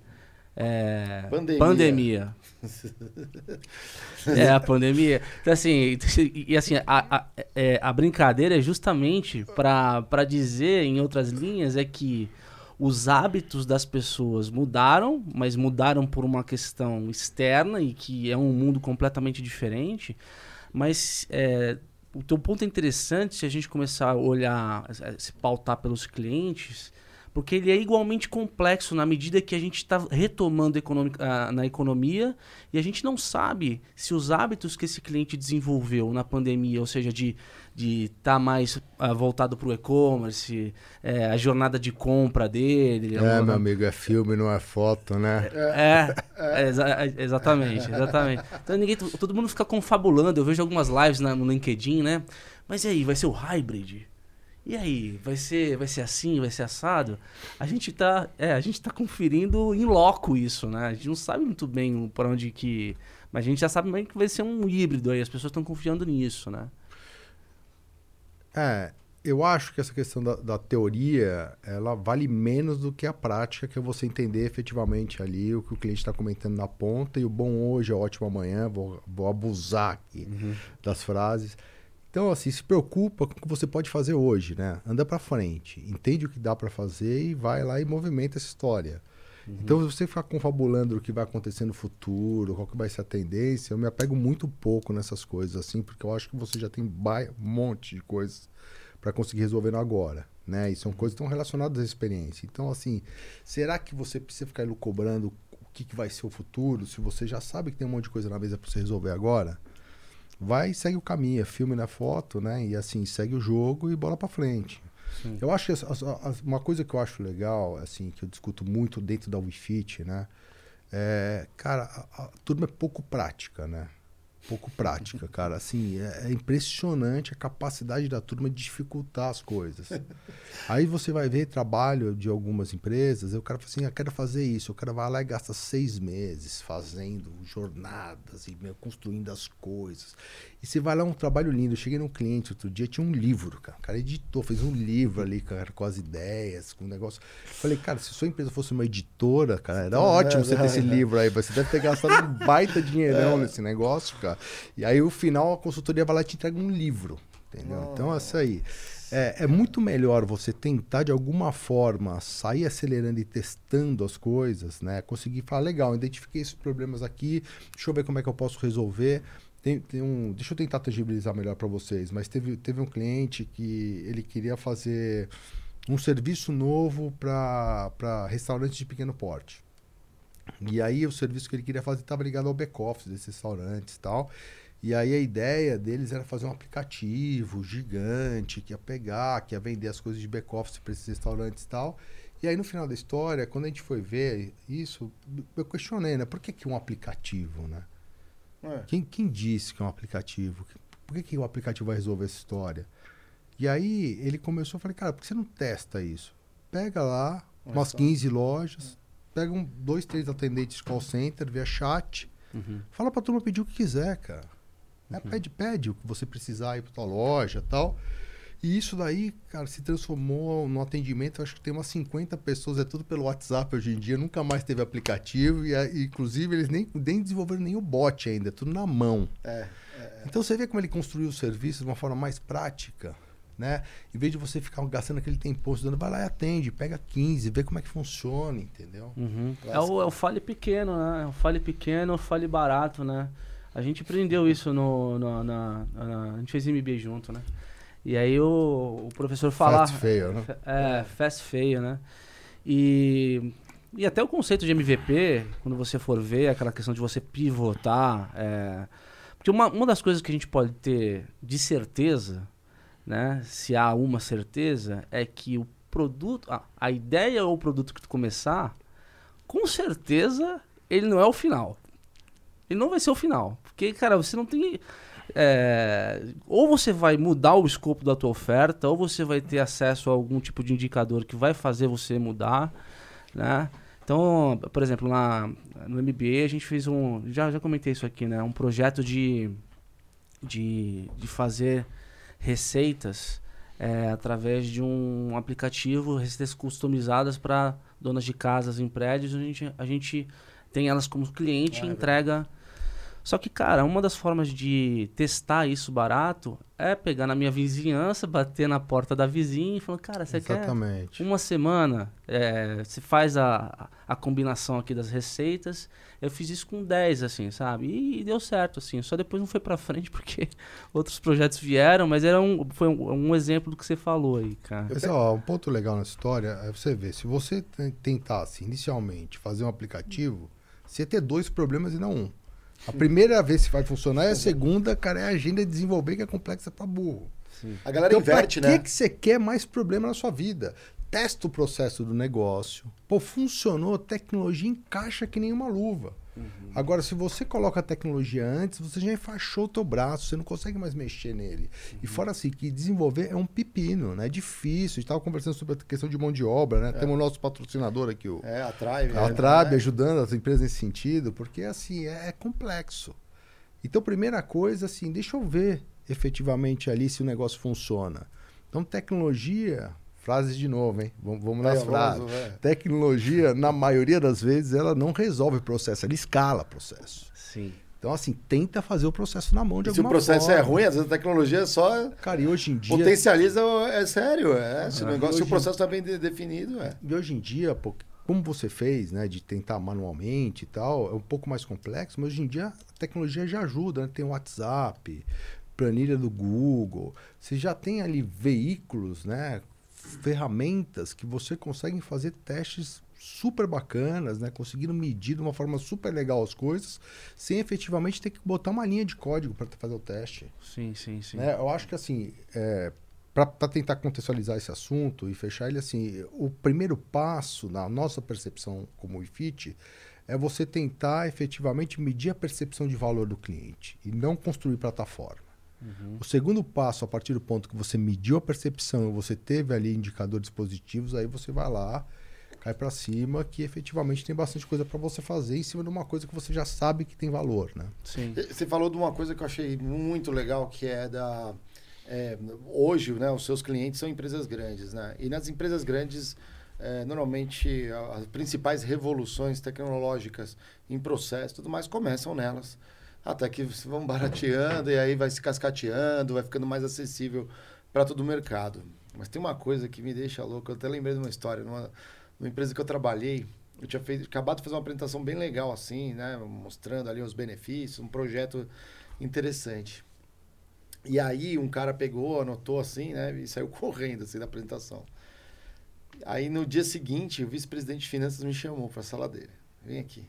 É, pandemia. pandemia. É, a pandemia. Então, assim, e, assim a, a, é, a brincadeira é justamente para dizer, em outras linhas, é que os hábitos das pessoas mudaram, mas mudaram por uma questão externa e que é um mundo completamente diferente. Mas é, o teu ponto é interessante se a gente começar a olhar, a se pautar pelos clientes, porque ele é igualmente complexo na medida que a gente está retomando economic, uh, na economia e a gente não sabe se os hábitos que esse cliente desenvolveu na pandemia, ou seja, de de estar tá mais uh, voltado para o e-commerce, é, a jornada de compra dele... É, uma... meu amigo, é filme, não é foto, né? É, é, é exa exatamente, exatamente. Então ninguém, todo mundo fica confabulando, eu vejo algumas lives na, no LinkedIn, né? Mas e aí, vai ser o hybrid? E aí, vai ser, vai ser assim, vai ser assado? A gente tá, é, a gente tá conferindo em loco isso, né? A gente não sabe muito bem para onde que... Mas a gente já sabe bem que vai ser um híbrido aí, as pessoas estão confiando nisso, né? É, eu acho que essa questão da, da teoria, ela vale menos do que a prática, que é você entender efetivamente ali o que o cliente está comentando na ponta, e o bom hoje é ótimo amanhã, vou, vou abusar aqui uhum. das frases. Então, assim, se preocupa com o que você pode fazer hoje, né? Anda para frente, entende o que dá para fazer e vai lá e movimenta essa história. Uhum. Então, se você ficar confabulando o que vai acontecer no futuro, qual que vai ser a tendência, eu me apego muito pouco nessas coisas, assim, porque eu acho que você já tem um monte de coisas para conseguir resolver no agora, né? E são uhum. coisas que estão relacionadas à experiência. Então, assim, será que você precisa ficar cobrando o que, que vai ser o futuro, se você já sabe que tem um monte de coisa na mesa para você resolver agora? Vai e segue o caminho, é filme na foto, né? E assim, segue o jogo e bola para frente. Sim. Eu acho que as, as, as, uma coisa que eu acho legal, assim, que eu discuto muito dentro da WeFit, né? É, cara, a, a turma é pouco prática, né? Pouco prática, cara. Assim, é, é impressionante a capacidade da turma de dificultar as coisas. Aí você vai ver trabalho de algumas empresas, e o cara fala assim, eu quero fazer isso. O cara vai lá e gasta seis meses fazendo jornadas e meu, construindo as coisas. E você vai lá, um trabalho lindo. Eu cheguei num cliente outro dia, tinha um livro, cara. O cara editou, fez um livro ali, cara, com as ideias, com o negócio. Falei, cara, se sua empresa fosse uma editora, cara, era ótimo é, você ter é, esse é. livro aí. Você deve ter gastado um baita dinheirão é. nesse negócio, cara. E aí, no final, a consultoria vai lá e te entrega um livro, entendeu? Oh. Então, é isso aí. É, é muito melhor você tentar, de alguma forma, sair acelerando e testando as coisas, né? Conseguir falar, legal, identifiquei esses problemas aqui, deixa eu ver como é que eu posso resolver. Tem, tem um, deixa eu tentar tangibilizar melhor para vocês, mas teve, teve um cliente que ele queria fazer um serviço novo para restaurantes de pequeno porte. E aí o serviço que ele queria fazer estava ligado ao back-office desses restaurantes e tal. E aí a ideia deles era fazer um aplicativo gigante que ia pegar, que ia vender as coisas de back-office para esses restaurantes e tal. E aí no final da história, quando a gente foi ver isso, eu questionei, né? Por que que um aplicativo, né? É. Quem, quem disse que é um aplicativo? Por que que o aplicativo vai resolver essa história? E aí ele começou a falar, cara, por que você não testa isso? Pega lá Olha umas só. quinze lojas, é. pega um, dois, três atendentes de call center, via chat, uhum. fala pra turma pedir o que quiser, cara. Uhum. É, pede, pede o que você precisar ir pra tua loja e tal. E isso daí, cara, se transformou no atendimento, acho que tem umas cinquenta pessoas, é tudo pelo WhatsApp hoje em dia, nunca mais teve aplicativo, e, e inclusive eles nem, nem desenvolveram nem o bot ainda, é tudo na mão. É, é, então você vê como ele construiu o serviço de uma forma mais prática, né? Em vez de você ficar gastando aquele tempo, dando, vai lá e atende, pega quinze, vê como é que funciona, entendeu? Uhum. É, o, é o fale pequeno, né? É o fale pequeno, o fale barato, né? A gente aprendeu isso no, no, na, na... A gente fez M B A junto, né? E aí o, o professor fala... Fast fail, né? É, fast fail, né? E, e até o conceito de M V P, quando você for ver, aquela questão de você pivotar... É, porque uma, uma das coisas que a gente pode ter de certeza, né? Se há uma certeza, é que o produto... A, a ideia ou o produto que tu começar, com certeza, ele não é o final. Ele não vai ser o final. Porque, cara, você não tem... É, ou você vai mudar o escopo da tua oferta, ou você vai ter acesso a algum tipo de indicador que vai fazer você mudar, né? Então, por exemplo, na, no M B A a gente fez um... Já, já comentei isso aqui, né? Um projeto de, de, de fazer receitas é, através de um aplicativo, receitas customizadas para donas de casas em prédios. A gente, a gente tem elas como cliente ah, e entrega... Só que, cara, uma das formas de testar isso barato é pegar na minha vizinhança, bater na porta da vizinha e falar, cara, você Exatamente. quer uma semana? É, você faz a, a combinação aqui das receitas. Eu fiz isso com dez, assim, sabe? E, e deu certo, assim. Só depois não foi pra frente porque outros projetos vieram, mas era um, foi um, um exemplo do que você falou aí, cara. Mas, ó, um ponto legal nessa história é você ver, se você tentasse inicialmente fazer um aplicativo, você ia ter dois problemas e não um. A primeira vez que vai funcionar e a segunda, cara, é a agenda de desenvolver que é complexa pra burro. Sim. A galera então, inverte, pra né? que que você quer mais problema na sua vida? Testa o processo do negócio. Pô, funcionou, tecnologia encaixa que nem uma luva. Uhum. Agora, se você coloca a tecnologia antes, você já enfaixou o teu braço, você não consegue mais mexer nele. Uhum. E fora assim, que desenvolver é um pepino, né? É difícil. A gente estava conversando sobre a questão de mão de obra, né? É. Temos o nosso patrocinador aqui, o... É, a Tribe. A é, Tribe é. ajudando as empresas nesse sentido, porque assim, é, é complexo. Então, primeira coisa, assim, deixa eu ver efetivamente ali se o negócio funciona. Então, tecnologia... Frases de novo, hein? Vamos, vamos nas é, frases. Vamos, é. Tecnologia, na maioria das vezes, ela não resolve o processo, ela escala o processo. Sim. Então, assim, tenta fazer o processo na mão de e alguma forma. Se o processo forma. é ruim, às vezes a tecnologia é só... Cara, e hoje em dia... Potencializa, é sério. É. Se, Ah, o negócio, se o hoje... processo está bem de, definido, é. E hoje em dia, pô, como você fez, né? De tentar manualmente e tal, é um pouco mais complexo, mas hoje em dia a tecnologia já ajuda, né? Tem o WhatsApp, planilha do Google. Você já tem ali veículos, né? Ferramentas que você consegue fazer testes super bacanas, né? Conseguindo medir de uma forma super legal as coisas, sem efetivamente ter que botar uma linha de código para fazer o teste. Sim, sim, sim. Né? Eu acho que assim, é, para tentar contextualizar esse assunto e fechar ele assim, o primeiro passo na nossa percepção como I F I T é você tentar efetivamente medir a percepção de valor do cliente e não construir plataforma. Uhum. O segundo passo, a partir do ponto que você mediu a percepção, você teve ali indicadores positivos, aí você vai lá, cai para cima, que efetivamente tem bastante coisa para você fazer em cima de uma coisa que você já sabe que tem valor, né? Sim. Você falou de uma coisa que eu achei muito legal, que é da... É, hoje, né, os seus clientes são empresas grandes, né? E nas empresas grandes, é, normalmente, as principais revoluções tecnológicas em processo e tudo mais começam nelas. Até que vão barateando e aí vai se cascateando, vai ficando mais acessível para todo o mercado. Mas tem uma coisa que me deixa louco, eu até lembrei de uma história. Numa, numa empresa que eu trabalhei, eu tinha feito, acabado de fazer uma apresentação bem legal assim, né? Mostrando ali os benefícios, um projeto interessante. E aí um cara pegou, anotou assim, né? E saiu correndo assim da apresentação. Aí no dia seguinte, o vice-presidente de finanças me chamou para a sala dele. Vem aqui.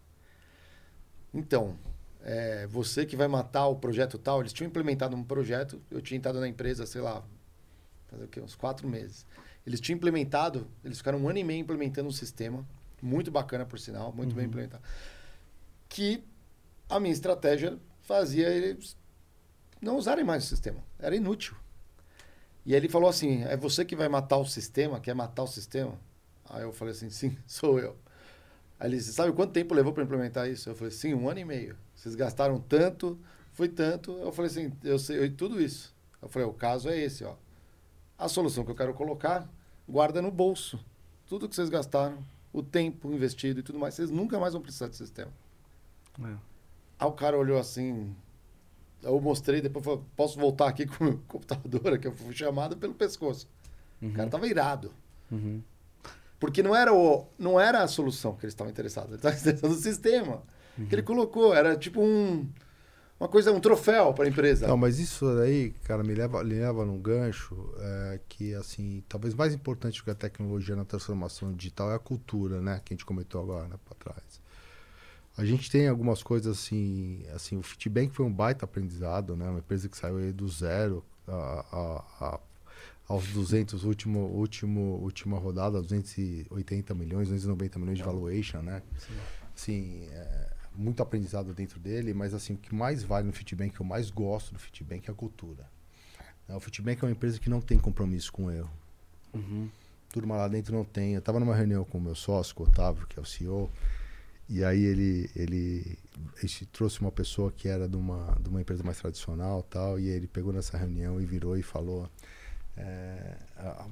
Então... É, você que vai matar o projeto tal, eles tinham implementado um projeto, eu tinha entrado na empresa, sei lá, fazer o quê? Uns quatro meses. Eles tinham implementado, eles ficaram um ano e meio implementando um sistema, muito bacana por sinal, muito uhum. bem implementado, que a minha estratégia fazia eles não usarem mais o sistema, era inútil. E aí ele falou assim, é você que vai matar o sistema, quer matar o sistema? Aí eu falei assim, sim, sou eu. Aí ele disse, sabe quanto tempo levou para implementar isso? Eu falei, sim, um ano e meio. Vocês gastaram tanto, foi tanto. Eu falei assim, eu sei tudo isso. Eu falei, o caso é esse, ó. A solução que eu quero colocar, guarda no bolso. Tudo que vocês gastaram, o tempo investido e tudo mais, vocês nunca mais vão precisar de sistema. É. Aí o cara olhou assim, eu mostrei, depois falei, posso voltar aqui com o meu computador, que eu fui chamado pelo pescoço. Uhum. O cara tava irado. Uhum. Porque não era, o, não era a solução que eles estavam interessados, eles estavam interessados no sistema uhum. que ele colocou. Era tipo um, uma coisa, um troféu para a empresa. Não, mas isso aí, cara, me leva, me leva num gancho é, que, assim, talvez mais importante do que a tecnologia na transformação digital é a cultura, né? Que a gente comentou agora, né, para trás. A gente tem algumas coisas assim, assim, o Fitbank foi um baita aprendizado, né? Uma empresa que saiu aí do zero a... a, a aos duzentos, último, último, última rodada, duzentos e oitenta milhões, duzentos e noventa milhões de valuation, né? Sim. Assim, é, muito aprendizado dentro dele, mas assim, o que mais vale no Fitbank, que eu mais gosto do Fitbank é a cultura. O Fitbank é uma empresa que não tem compromisso com o erro. Uhum. Turma lá dentro não tem. Eu estava numa reunião com o meu sócio, com o Otávio, que é o C E O, e aí ele, ele, ele trouxe uma pessoa que era de uma, de uma empresa mais tradicional, tal, e ele pegou nessa reunião e virou e falou... É, a,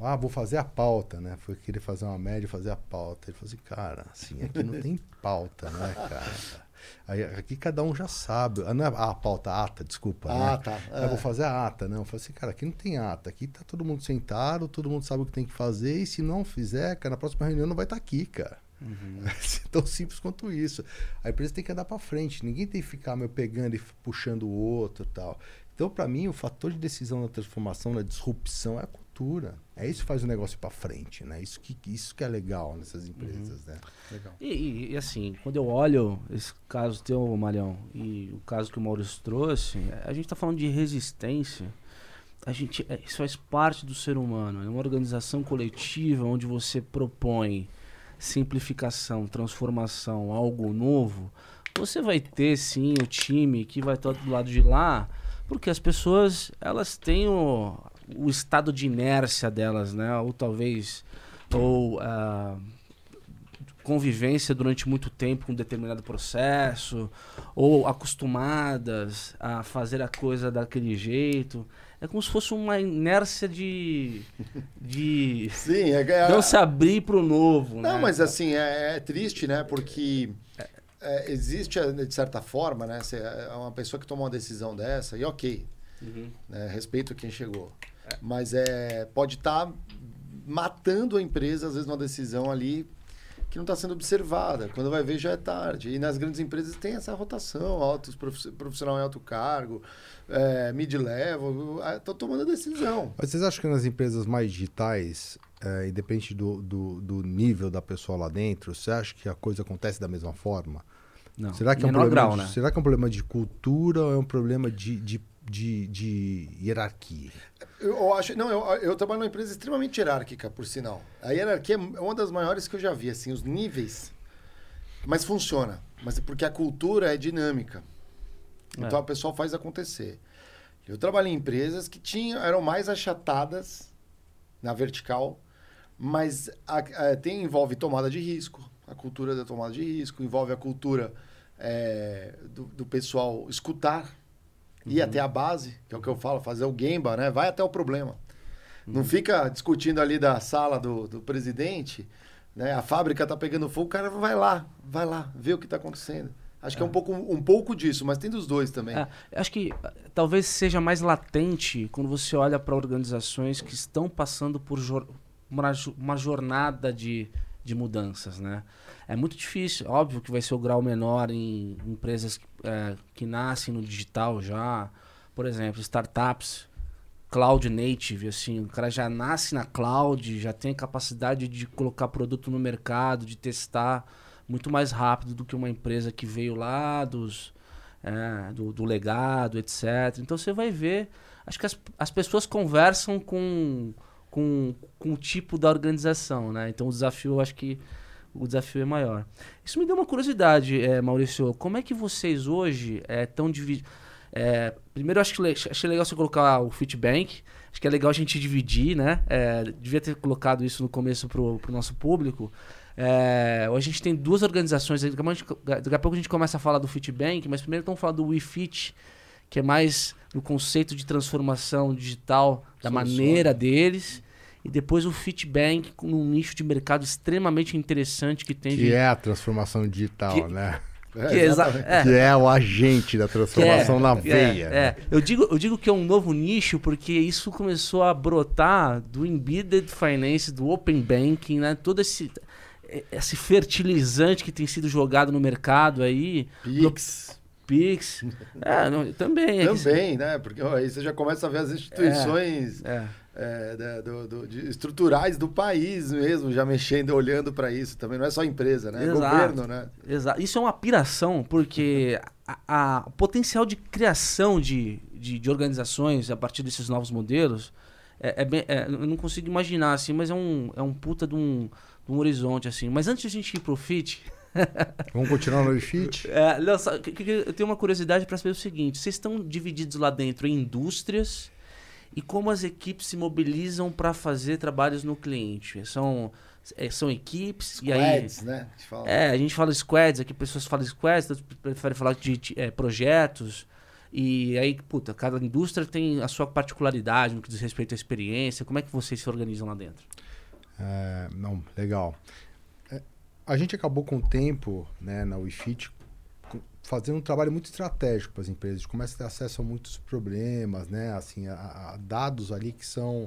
ah, vou fazer a pauta, né? Foi querer fazer uma média, fazer a pauta. Ele falou assim, cara, assim, aqui não tem pauta, né, cara? Aí, aqui cada um já sabe. Ah, não é a pauta, a ata, desculpa. Ah, né? tá. É. Eu vou fazer a ata, não. Eu falei assim, cara, aqui não tem ata. Aqui tá todo mundo sentado, todo mundo sabe o que tem que fazer. E se não fizer, cara, na próxima reunião não vai estar aqui, cara. Uhum. É tão simples quanto isso. A empresa tem que andar para frente. Ninguém tem que ficar meu, pegando e puxando o outro e tal. Então, para mim, o fator de decisão na transformação, na disrupção, é a cultura. É isso que faz o negócio ir para frente, né? Isso que, isso que é legal nessas empresas, uhum. né? Legal. E, e, e assim, quando eu olho esse caso teu, Malhão, e o caso que o Maurício trouxe, a gente está falando de resistência. A gente, isso faz parte do ser humano. É uma organização coletiva onde você propõe simplificação, transformação, algo novo. Você vai ter, sim, o time que vai estar do lado de lá, porque as pessoas, elas têm o, o estado de inércia delas, né? Ou talvez, ou a convivência durante muito tempo com um determinado processo, ou acostumadas a fazer a coisa daquele jeito. É como se fosse uma inércia de, de Sim, é, é, não se abrir para o novo. Não, né? mas assim, é, é triste, né? Porque é, existe, de certa forma, né? Você é uma pessoa que toma uma decisão dessa, e ok, uhum. né, respeito quem chegou. É. Mas é, pode estar tá matando a empresa, às vezes, numa decisão ali que não está sendo observada. Quando vai ver, já é tarde. E nas grandes empresas tem essa rotação, altos profissional em alto cargo, é, mid-level, estão tomando a decisão. Mas vocês acham que nas empresas mais digitais, é, independente do, do, do nível da pessoa lá dentro, você acha que a coisa acontece da mesma forma? Não. Será que, é um grau, problema né? de, será que é um problema de cultura ou é um problema de, de, de, de hierarquia? Eu acho, não, eu, eu trabalho numa empresa extremamente hierárquica, por sinal. A hierarquia é uma das maiores que eu já vi, assim, os níveis. Mas funciona. Mas porque a cultura é dinâmica. É. Então a pessoa faz acontecer. Eu trabalhei em empresas que tinham, eram mais achatadas na vertical, mas a, a, tem, envolve tomada de risco. A cultura da tomada de risco, envolve a cultura é, do, do pessoal escutar, ir uhum. até a base, que é o que eu falo, fazer o Gemba, né? Vai até o problema. Uhum. Não fica discutindo ali da sala do, do presidente, né? A fábrica tá pegando fogo, o cara vai lá, vai lá, ver o que tá acontecendo. Acho que é, é um, pouco, um pouco disso, mas tem dos dois também. É, acho que talvez seja mais latente quando você olha para organizações que estão passando por jor uma, uma jornada de, de mudanças, né? É muito difícil, óbvio que vai ser o grau menor em empresas é, que nascem no digital já, por exemplo, startups, cloud native, assim, o cara já nasce na cloud, já tem a capacidade de colocar produto no mercado, de testar muito mais rápido do que uma empresa que veio lá dos, é, do, do legado, etcétera. Então você vai ver, acho que as, as pessoas conversam com, com, com o tipo da organização, né? Então o desafio, eu acho que o desafio é maior. Isso me deu uma curiosidade, é, Maurício. Como é que vocês hoje estão é, dividindo? É, primeiro, eu acho que le achei legal você colocar o Fitbank. Acho que é legal a gente dividir, né? É, devia ter colocado isso no começo para o nosso público. É, hoje a gente tem duas organizações. Daqui a, gente, daqui a pouco a gente começa a falar do Fitbank, mas primeiro estamos falando do WeFit, que é mais no conceito de transformação digital da Sou maneira só. deles. E depois o Fitbank com um nicho de mercado extremamente interessante que tem... Que de... é a transformação digital, que... né? É, que, é, é. que é o agente da transformação é, na veia. É, né? é. Eu, digo, eu digo que é um novo nicho porque isso começou a brotar do Embedded Finance, do Open Banking, né? Todo esse, esse fertilizante que tem sido jogado no mercado aí. Pix. No, Pix. É, não, também. Também, né? Porque ó, aí você já começa a ver as instituições... É, é. É, da, do, do, de, estruturais do país mesmo, já mexendo, olhando para isso também. Não é só empresa, né? É governo, né? Exato. Isso é uma piração, porque a, a, o potencial de criação de, de, de organizações a partir desses novos modelos é, é bem, é, eu não consigo imaginar, assim, mas é um, é um puta de um, de um horizonte, assim. Mas antes de a gente ir pro Fit... Vamos continuar no Fit? É, não, só, que, que, eu tenho uma curiosidade para saber o seguinte. Vocês estão divididos lá dentro em indústrias... E como as equipes se mobilizam para fazer trabalhos no cliente? São, é, são equipes... Squads, e aí, né? A gente fala. É, a gente fala squads, aqui pessoas falam squads, outras preferem falar de é, projetos. E aí, puta, cada indústria tem a sua particularidade no que diz respeito à experiência. Como é que vocês se organizam lá dentro? É, não, legal. É, a gente acabou com o tempo, né, na WeFit, fazendo um trabalho muito estratégico para as empresas. A gente começa a ter acesso a muitos problemas, né, assim, a, a dados ali que são...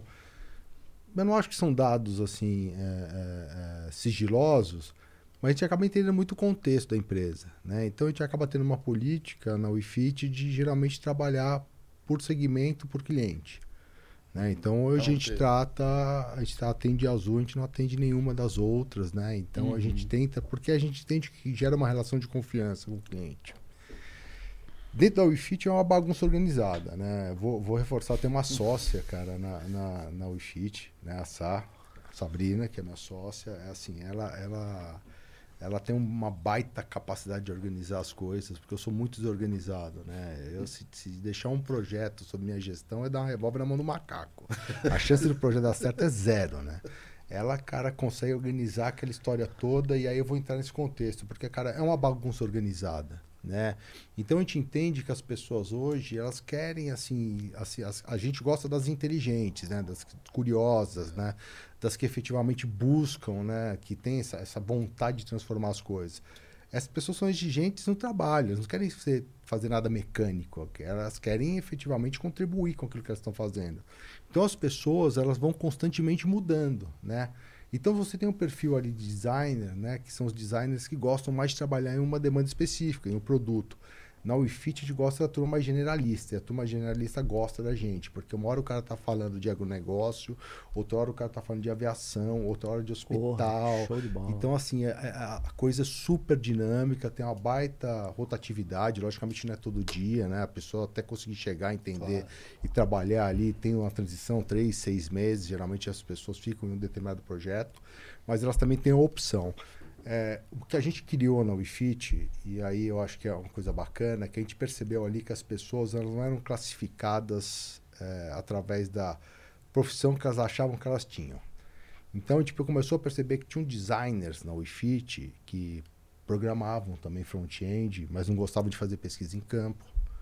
Eu não acho que são dados assim, é, é, é, sigilosos, mas a gente acaba entendendo muito o contexto da empresa, né? Então a gente acaba tendo uma política na WeFit de geralmente trabalhar por segmento, por cliente. Né? Então hoje não, a gente okay. trata, a gente atende a Azul, a gente não atende nenhuma das outras, né? Então uhum. a gente tenta, porque a gente entende que gera uma relação de confiança com o cliente. Dentro da WeFit é uma bagunça organizada, né? Vou, vou reforçar, tem uma sócia, cara, na, na, na WeFit, né? A Sá, Sabrina, que é minha sócia, é assim, ela, ela, ela tem uma baita capacidade de organizar as coisas, porque eu sou muito desorganizado, né? Eu, se, se deixar um projeto sob minha gestão, é dar um revólver na mão do macaco. A chance do projeto dar certo é zero, né? Ela, cara, consegue organizar aquela história toda, e aí eu vou entrar nesse contexto, porque, cara, é uma bagunça organizada. Né? Então a gente entende que as pessoas hoje elas querem assim, assim as, a gente gosta das inteligentes, né? Das curiosas, né? Das que efetivamente buscam, né? Que tem essa, essa vontade de transformar as coisas. Essas pessoas são exigentes no trabalho, elas não querem ser, fazer nada mecânico, elas querem efetivamente contribuir com aquilo que elas estão fazendo. Então as pessoas elas vão constantemente mudando, né? Então você tem um perfil ali de designer, né, que são os designers que gostam mais de trabalhar em uma demanda específica, em um produto. Na WeFit a gente gosta da turma mais generalista, e a turma generalista gosta da gente, porque uma hora o cara tá falando de agronegócio, outra hora o cara tá falando de aviação, outra hora de hospital. Porra, show de bola. Então, assim, a, a coisa é super dinâmica, tem uma baita rotatividade, logicamente não é todo dia, né? A pessoa até conseguir chegar, entender claro. E trabalhar ali, tem uma transição, três, seis meses, geralmente as pessoas ficam em um determinado projeto, mas elas também têm a opção. É, o que a gente criou na WeFit, e aí eu acho que é uma coisa bacana, que a gente percebeu ali que as pessoas elas não eram classificadas é, através da profissão que elas achavam que elas tinham. Então a gente começou a perceber que tinham designers na WeFit que programavam também front-end, mas não gostavam de fazer pesquisa em campo.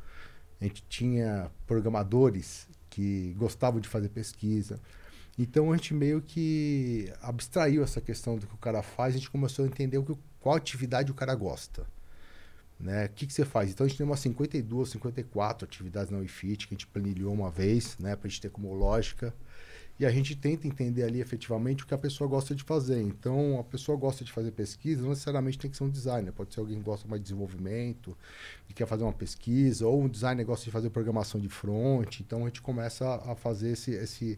A gente tinha programadores que gostavam de fazer pesquisa. Então a gente meio que abstraiu essa questão do que o cara faz, a gente começou a entender o que, qual atividade o cara gosta. Né? O que, que você faz? Então a gente tem umas cinquenta e duas, cinquenta e quatro atividades na WeFit que a gente planilhou uma vez, né? Para a gente ter como lógica. E a gente tenta entender ali efetivamente o que a pessoa gosta de fazer. Então a pessoa gosta de fazer pesquisa, não necessariamente tem que ser um designer, pode ser alguém que gosta mais de desenvolvimento e quer fazer uma pesquisa, ou um designer que gosta de fazer programação de front. Então a gente começa a fazer esse... esse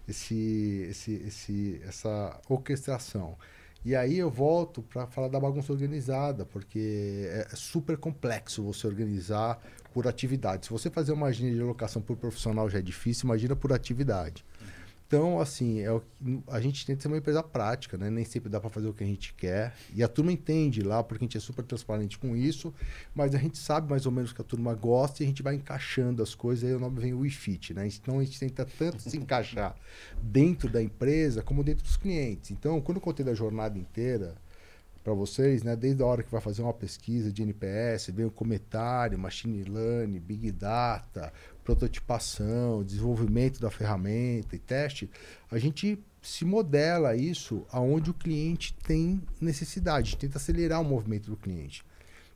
Esse, esse, esse, essa orquestração. E aí eu volto para falar da bagunça organizada, porque é super complexo você organizar por atividade. Se você fazer uma agenda de alocação por profissional já é difícil, imagina por atividade. Então, assim, é o, a gente tenta ser uma empresa prática, né? Nem sempre dá para fazer o que a gente quer. E a turma entende lá, porque a gente é super transparente com isso, mas a gente sabe mais ou menos o que a turma gosta e a gente vai encaixando as coisas, aí o nome vem o WeFit, né? Então a gente tenta tanto se encaixar dentro da empresa como dentro dos clientes. Então, quando eu contei da jornada inteira para vocês, né? Desde a hora que vai fazer uma pesquisa de N P S, vem o comentário, machine learning, big data, prototipação, desenvolvimento da ferramenta e teste, a gente se modela isso aonde o cliente tem necessidade, a gente tenta acelerar o movimento do cliente.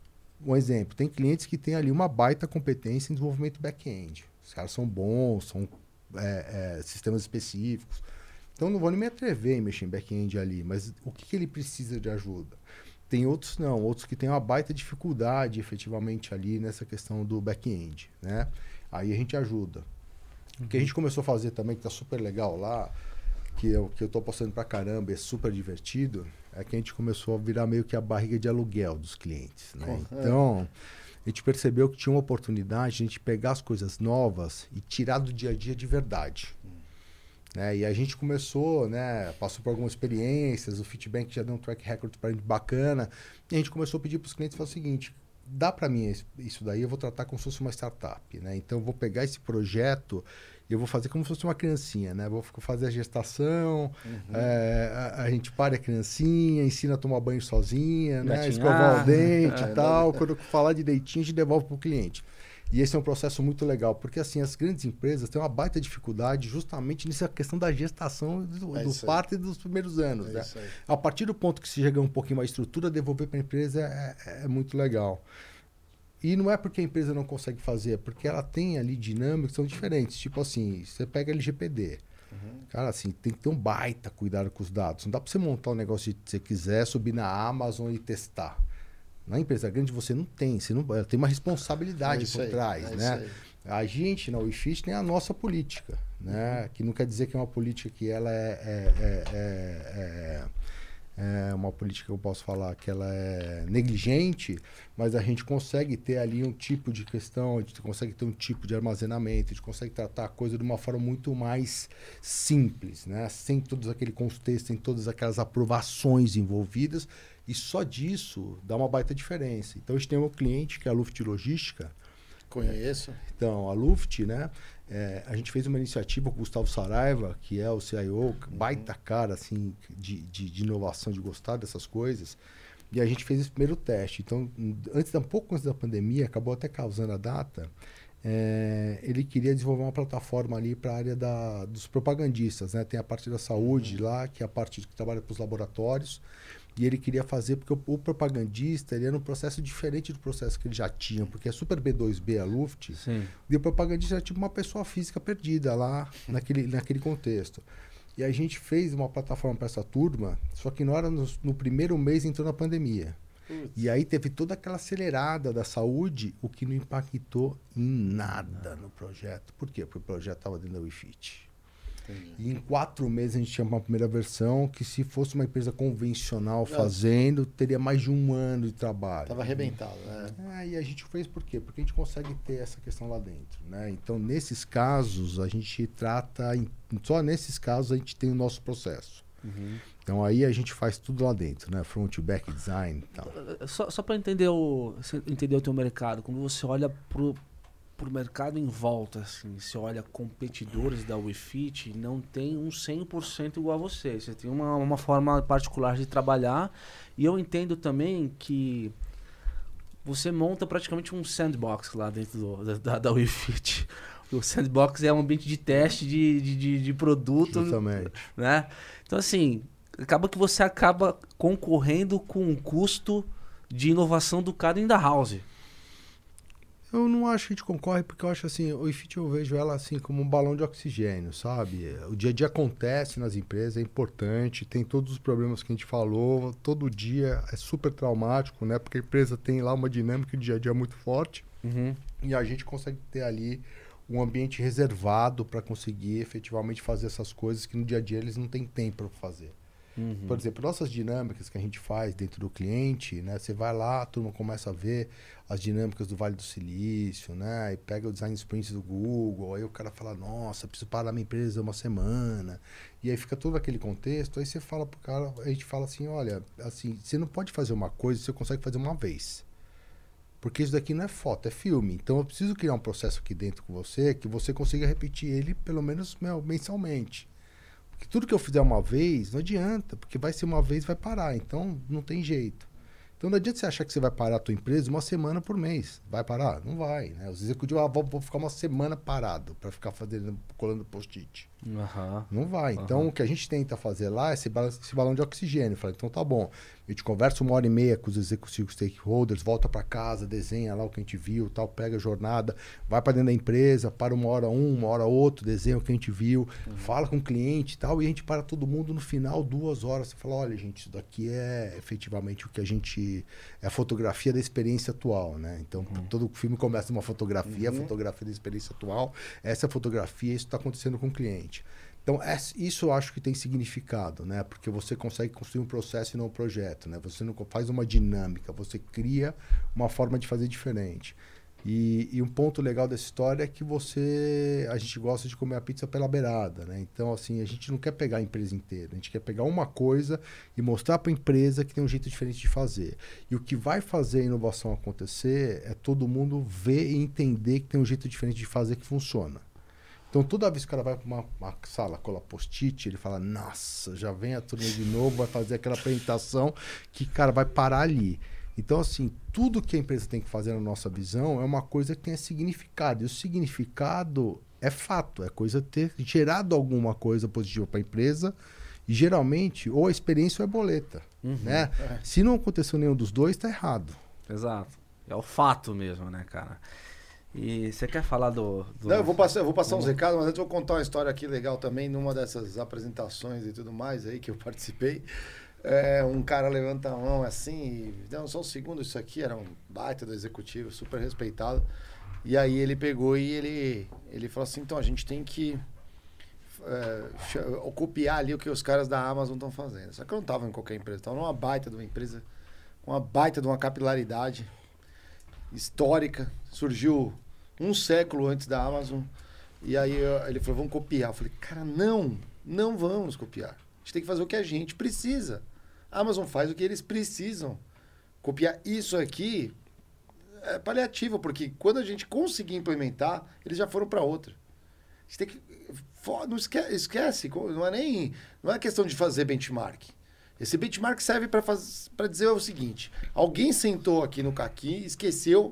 Um exemplo, tem clientes que têm ali uma baita competência em desenvolvimento back-end. Os caras são bons, são é, é, sistemas específicos. Então não vou nem me atrever em mexer em back-end ali, mas o que, que ele precisa de ajuda? Tem outros não, outros que têm uma baita dificuldade efetivamente ali nessa questão do back-end, né? Aí a gente ajuda. Uhum. O que a gente começou a fazer também, que tá super legal lá, que eu, que eu tô postando pra caramba, é super divertido, é que a gente começou a virar meio que a barriga de aluguel dos clientes, né? Uhum. Então, a gente percebeu que tinha uma oportunidade de a gente pegar as coisas novas e tirar do dia a dia de verdade. Né? E a gente começou, né, passou por algumas experiências, o feedback já deu um track record para a gente bacana, e a gente começou a pedir para os clientes, falar o seguinte, dá para mim isso daí, eu vou tratar como se fosse uma startup, né? Então eu vou pegar esse projeto e eu vou fazer como se fosse uma criancinha, né? Vou fazer a gestação, uhum. é, a, a gente para a criancinha, ensina a tomar banho sozinha, né? Escovar o dente é, e tal, quando eu falar direitinho a gente devolve para o cliente. E esse é um processo muito legal, porque assim, as grandes empresas têm uma baita dificuldade justamente nessa questão da gestação do, É do isso aí. parto e dos primeiros anos. É né? isso aí. A partir do ponto que se chega um pouquinho mais estrutura, devolver para a empresa é, é muito legal. E não é porque a empresa não consegue fazer, é porque ela tem ali dinâmicas que são diferentes. Tipo assim, você pega L G P D. Uhum. Cara, assim, tem que ter um baita cuidado com os dados. Não dá para você montar um negócio que você quiser, subir na Amazon e testar. Na empresa grande você não tem, você não, ela tem uma responsabilidade É por aí, trás, é né? A gente na WeFit tem a nossa política, né? Uhum. Que não quer dizer que é uma política que ela é, é, é, é, é, é uma política que eu posso falar que ela é negligente, mas a gente consegue ter ali um tipo de questão, a gente consegue ter um tipo de armazenamento, a gente consegue tratar a coisa de uma forma muito mais simples, né? Sem todos aquele contexto, sem todas aquelas aprovações envolvidas. E só disso dá uma baita diferença. Então, a gente tem um cliente que é a Luft Logística. Conheço. É, então, a Luft, né? É, a gente fez uma iniciativa com o Gustavo Saraiva, que é o C I O, uhum. baita cara, assim, de, de, de inovação, de gostar dessas coisas. E a gente fez esse primeiro teste. Então, antes, um pouco antes da pandemia, acabou até causando a data, é, ele queria desenvolver uma plataforma ali para a área da, dos propagandistas, né? Tem a parte da saúde uhum. lá, que é a parte que trabalha para os laboratórios. E ele queria fazer, porque o, o propagandista ele era um processo diferente do processo que ele já tinha, porque é super B dois B a Luft, Sim. e o propagandista era tipo uma pessoa física perdida lá naquele, naquele contexto. E a gente fez uma plataforma para essa turma, só que na hora, no, no primeiro mês entrou na pandemia. Putz. E aí teve toda aquela acelerada da saúde, o que não impactou em nada no projeto. Por quê? Porque o projeto estava dentro da WeFit. Entendi. E em quatro meses a gente tinha uma primeira versão que, se fosse uma empresa convencional fazendo, teria mais de um ano de trabalho. Estava arrebentado, né? É, e a gente fez por quê? Porque a gente consegue ter essa questão lá dentro, né? Então, nesses casos, a gente trata... Em, só nesses casos a gente tem o nosso processo. Uhum. Então, aí a gente faz tudo lá dentro, né? Front, back, design e tal. Só, só para entender o, entender o teu mercado, quando você olha pro pro mercado em volta, assim, você olha competidores da WeFit, não tem um cem por cento igual a você. Você tem uma, uma forma particular de trabalhar, e eu entendo também que você monta praticamente um sandbox lá dentro do, da, da WeFit. O sandbox é um ambiente de teste de, de, de, de produto. Justamente. Né? Então, assim, acaba que você acaba concorrendo com o custo de inovação do cara in the house. Eu não acho que a gente concorre, porque eu acho assim, o WeFit eu vejo ela assim como um balão de oxigênio, sabe? O dia a dia acontece nas empresas, é importante, tem todos os problemas que a gente falou, todo dia é super traumático, né? Porque a empresa tem lá uma dinâmica de dia a dia muito forte, uhum. e a gente consegue ter ali um ambiente reservado para conseguir efetivamente fazer essas coisas que no dia a dia eles não têm tempo para fazer. Uhum. Por exemplo, nossas dinâmicas que a gente faz dentro do cliente, né? Você vai lá, a turma começa a ver as dinâmicas do Vale do Silício, né? E pega o design sprint do Google, aí o cara fala, nossa, preciso parar minha empresa uma semana. E aí fica todo aquele contexto, aí você fala pro cara, a gente fala assim, olha, assim, você não pode fazer uma coisa, você consegue fazer uma vez. Porque isso daqui não é foto, é filme. Então eu preciso criar um processo aqui dentro com você, que você consiga repetir ele pelo menos meu, mensalmente. Porque tudo que eu fizer uma vez, não adianta, porque vai ser uma vez e vai parar, então não tem jeito. Então não adianta você achar que você vai parar a tua empresa uma semana por mês. Vai parar? Não vai, né? Os executivos ah, vão, vão ficar uma semana parado para ficar fazendo, colando post-it. Uhum. Não vai. Então uhum. o que a gente tenta fazer lá é esse, esse balão de oxigênio. Fala, então tá bom, a gente conversa uma hora e meia com os executivos stakeholders, volta para casa, desenha lá o que a gente viu, tal, pega a jornada, vai para dentro da empresa, para uma hora um, uma hora outro, desenha o que a gente viu, uhum. fala com o cliente e tal, e a gente para todo mundo no final, duas horas. Você fala, olha, gente, isso daqui é efetivamente o que a gente... é a fotografia da experiência atual, né? Então, uhum. todo filme começa uma fotografia, uhum. a fotografia da experiência atual, essa fotografia, isso está acontecendo com o cliente. Então, isso eu acho que tem significado, né? Porque você consegue construir um processo e não um projeto, né? Você não faz uma dinâmica, você cria uma forma de fazer diferente. E, e um ponto legal dessa história é que você... a gente gosta de comer a pizza pela beirada, né? Então, assim, a gente não quer pegar a empresa inteira. A gente quer pegar uma coisa e mostrar para a empresa que tem um jeito diferente de fazer. E o que vai fazer a inovação acontecer é todo mundo ver e entender que tem um jeito diferente de fazer que funciona. Então, toda vez que o cara vai para uma, uma sala, cola post-it, ele fala, nossa, já vem a turma de novo, vai fazer aquela apresentação que, cara, vai parar ali. Então, assim, tudo que a empresa tem que fazer na nossa visão é uma coisa que tem significado. E o significado é fato, é coisa ter gerado alguma coisa positiva para a empresa. E geralmente, ou a experiência ou é boleta. Uhum, né? É. Se não aconteceu nenhum dos dois, está errado. Exato. É o fato mesmo, né, cara? E você quer falar do... do... Não, eu vou passar, eu vou passar uns recados, mas antes eu vou contar uma história aqui legal também, numa dessas apresentações e tudo mais aí que eu participei. É, um cara levanta a mão assim, e, não, só um segundo, isso aqui era um baita do executivo, super respeitado. E aí ele pegou e ele, ele falou assim, então a gente tem que é, copiar ali o que os caras da Amazon estão fazendo. Só que eu não estava em qualquer empresa, estava numa baita de uma empresa, com uma baita de uma capilaridade histórica, surgiu um século antes da Amazon, e aí eu, ele falou, vamos copiar. Eu falei, cara, não, não vamos copiar. A gente tem que fazer o que a gente precisa. A Amazon faz o que eles precisam. Copiar isso aqui é paliativo, porque quando a gente conseguir implementar, eles já foram para outra. A gente tem que... Não esquece, esquece, não é nem... Não é questão de fazer benchmark. Esse benchmark serve para dizer o seguinte, alguém sentou aqui no caqui e esqueceu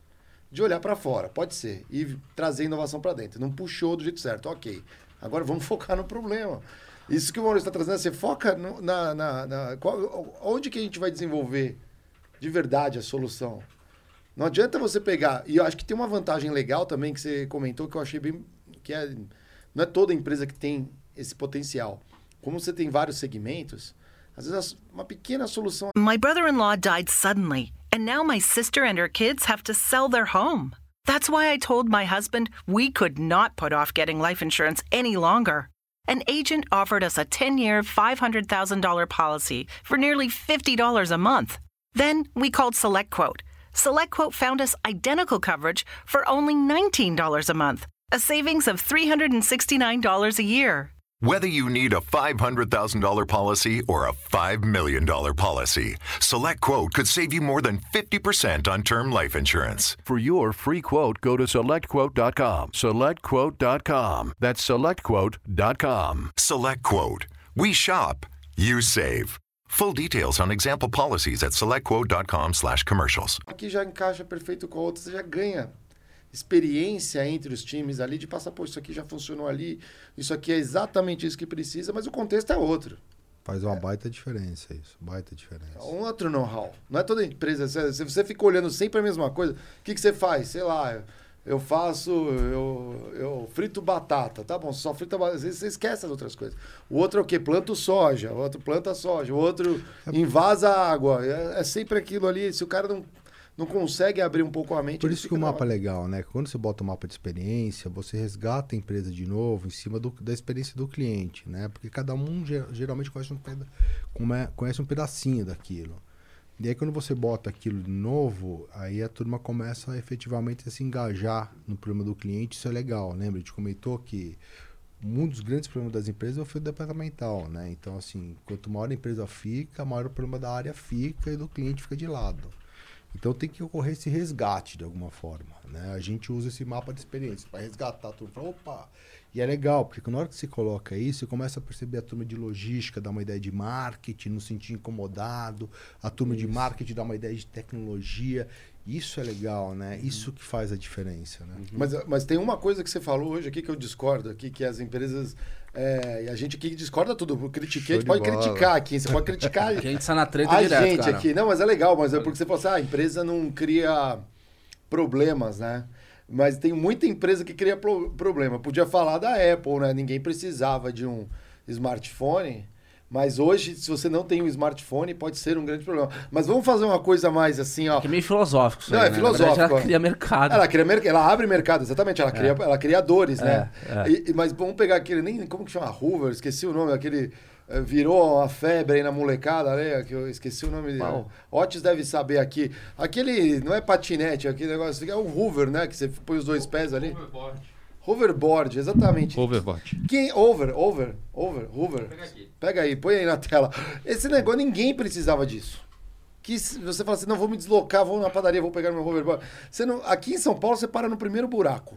de olhar para fora, pode ser, e trazer inovação para dentro. Não puxou do jeito certo, ok. Agora vamos focar no problema. Isso que o Maurício está trazendo, você foca no, na... na, na qual, onde que a gente vai desenvolver de verdade a solução? Não adianta você pegar... E eu acho que tem uma vantagem legal também que você comentou, que eu achei bem... que é, não é toda empresa que tem esse potencial. Como você tem vários segmentos, às vezes uma pequena solução... My brother-in-law died suddenly, and now my sister and her kids have to sell their home. That's why I told my husband we could not put off getting life insurance any longer. An agent offered us a ten-year, five hundred thousand dollars policy for nearly fifty dollars a month. Then we called SelectQuote. SelectQuote found us identical coverage for only nineteen dollars a month, a savings of three hundred sixty-nine dollars a year. Whether you need a five hundred thousand dollars policy or a five million dollars policy, SelectQuote could save you more than fifty percent on term life insurance. For your free quote, go to select quote dot com. select quote dot com. That's select quote dot com. SelectQuote. We shop, you save. Full details on example policies at select quote dot com slash commercials. Aqui já encaixa perfeito com a outra, você já ganha experiência entre os times ali de passar, pô, isso aqui já funcionou ali, isso aqui é exatamente isso que precisa, mas o contexto é outro. Faz uma é. baita diferença isso, baita diferença. Um outro know-how. Não é toda empresa, se você fica olhando sempre a mesma coisa, o que, que você faz? Sei lá, eu faço, eu, eu frito batata, tá bom, só frita batata, você esquece as outras coisas. O outro é o quê? Planta soja, o outro planta soja, o outro invasa água, é, é sempre aquilo ali, se o cara não... não consegue abrir um pouco a mente. Por isso que o mapa é legal, né? Quando você bota o mapa de experiência, você resgata a empresa de novo em cima do, da experiência do cliente, né? Porque cada um geralmente conhece um, peda conhece um pedacinho daquilo. E aí quando você bota aquilo de novo, aí a turma começa a, efetivamente a se engajar no problema do cliente, isso é legal. Lembra? A gente comentou que um dos grandes problemas das empresas é o fio departamental, né? Então, assim, quanto maior a empresa fica, maior o problema da área fica e do cliente fica de lado. Então tem que ocorrer esse resgate de alguma forma, né? A gente usa esse mapa de experiência para resgatar tudo. Fala, opa! E é legal, porque na hora que você coloca isso, você começa a perceber a turma de logística, dá uma ideia de marketing, não se sentir incomodado. A turma isso. de marketing dá uma ideia de tecnologia. Isso é legal, né? Uhum. Isso que faz a diferença, né? Uhum. Mas, mas tem uma coisa que você falou hoje aqui que eu discordo aqui, que as empresas... É, e a gente aqui discorda tudo. Eu critiquei, a gente pode bola. criticar aqui. Você pode criticar. A gente está na treta a direto, gente cara. aqui. Não, mas é legal. Mas é porque você falou assim, ah, a empresa não cria problemas, né? Mas tem muita empresa que cria pro problema. Podia falar da Apple, né? Ninguém precisava de um smartphone. Mas hoje, se você não tem um smartphone, pode ser um grande problema. Mas vamos fazer uma coisa mais assim, ó... É que é meio filosófico isso Não, aí, é né? filosófico. Verdade, ela cria mercado. Ela, cria mer... ela abre mercado, exatamente. Ela cria, é. ela cria dores, é, né? É. E, mas vamos pegar aquele... Nem, como que chama? Hoover, esqueci o nome. Aquele... Virou uma febre aí na molecada, né? Que eu esqueci o nome dele. Qual? Otis deve saber aqui. Aquele... Não é patinete, aquele negócio... É um Hoover, né? Que você põe os dois pés ali. Hoverboard. Hoverboard, exatamente. Hoverboard. Quem... Over, over, over, Hoover. Pega aqui. Pega aí, põe aí na tela. Esse negócio, ninguém precisava disso. Que você fala assim, não, vou me deslocar, vou na padaria, vou pegar meu hoverboard. Você não, aqui em São Paulo, você para no primeiro buraco,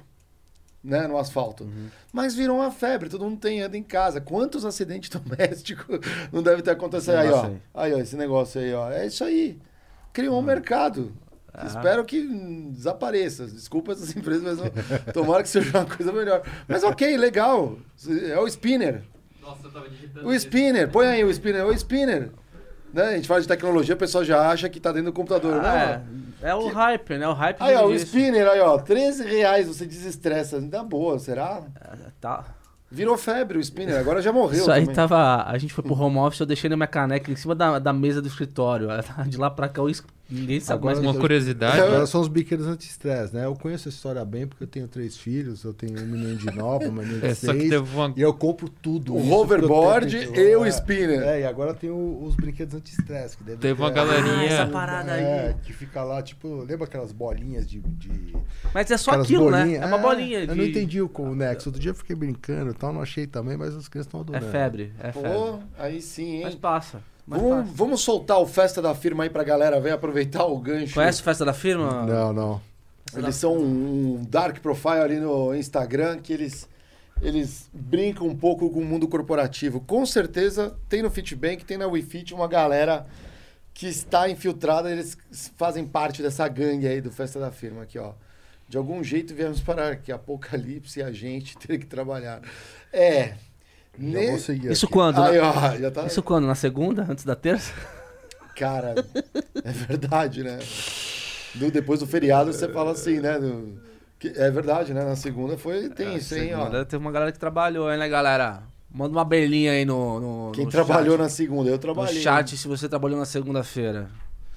né, no asfalto. Uhum. Mas virou uma febre, todo mundo tem, anda em casa. Quantos acidentes domésticos não deve ter acontecido? Aí, ó. Aí. aí, ó, esse negócio aí, ó. É isso aí. criou um Hum. mercado. Ah. Espero que hum, desapareça. Desculpa essas empresas, mas não... tomara que seja uma coisa melhor. Mas ok, legal. É o Spinner. Nossa, eu tava digitando. O Spinner, põe aí o Spinner. O Spinner. Né? A gente fala de tecnologia, o pessoal já acha que tá dentro do computador. Ah, Não, é, é o Que- hype, né? O hype Aí, ó, o disso. Spinner, aí, ó, treze reais, você desestressa. Dá boa, será? É, tá. Virou febre o Spinner, agora já morreu Isso aí também. tava. A gente foi pro home office, eu deixei na minha caneca em cima da, da mesa do escritório. De lá pra cá, eu es- ninguém sabe Agora mais. Uma eu- curiosidade. Agora são os biqueiros anti-estresse, né? Eu conheço essa história bem porque eu tenho três filhos, eu tenho um menino de nove, uma menina de É, só que seis, teve uma. e eu compro tudo. O Isso hoverboard porque eu tento- e o é, spinner. É, e agora tem o- os brinquedos anti-estresse. que deve Teve ter- uma galerinha- Ah, essa parada aí. É, que fica lá, tipo, lembra aquelas bolinhas de... de Mas é só aquelas aquilo, bolinhas? né? É uma bolinha. Eu de... não entendi o, com o Nexo. Outro dia eu fiquei brincando e tal, não achei também, mas as crianças estão É adorando. febre, é febre. Pô, aí sim, Mas hein? passa. Mas Vamos, passa. vamos soltar o Festa da Firma aí pra galera ver, aproveitar o gancho. Conhece a festa da firma? Não, não. Eles são um dark profile ali no Instagram que eles, eles brincam um pouco com o mundo corporativo. Com certeza tem no Fitbank, tem na WeFit uma galera que está infiltrada, eles fazem parte dessa gangue aí do Festa da Firma aqui, ó. De algum jeito viemos parar aqui, Apocalipse e a gente ter que trabalhar. É. Já ne- vou seguir Isso aqui. quando? Aí, Na... ó, já tá. Isso quando? Na segunda? Antes da terça? Cara, é verdade, né? Do- depois do feriado você fala assim, né? Do- que- é verdade, né? Na segunda foi tenso, hein? Ó. Segunda, Tem uma galera que trabalhou, hein, né, galera? Manda uma belinha aí no, no Quem no trabalhou chat. na segunda? Eu No trabalhei. chat se você trabalhou na segunda-feira.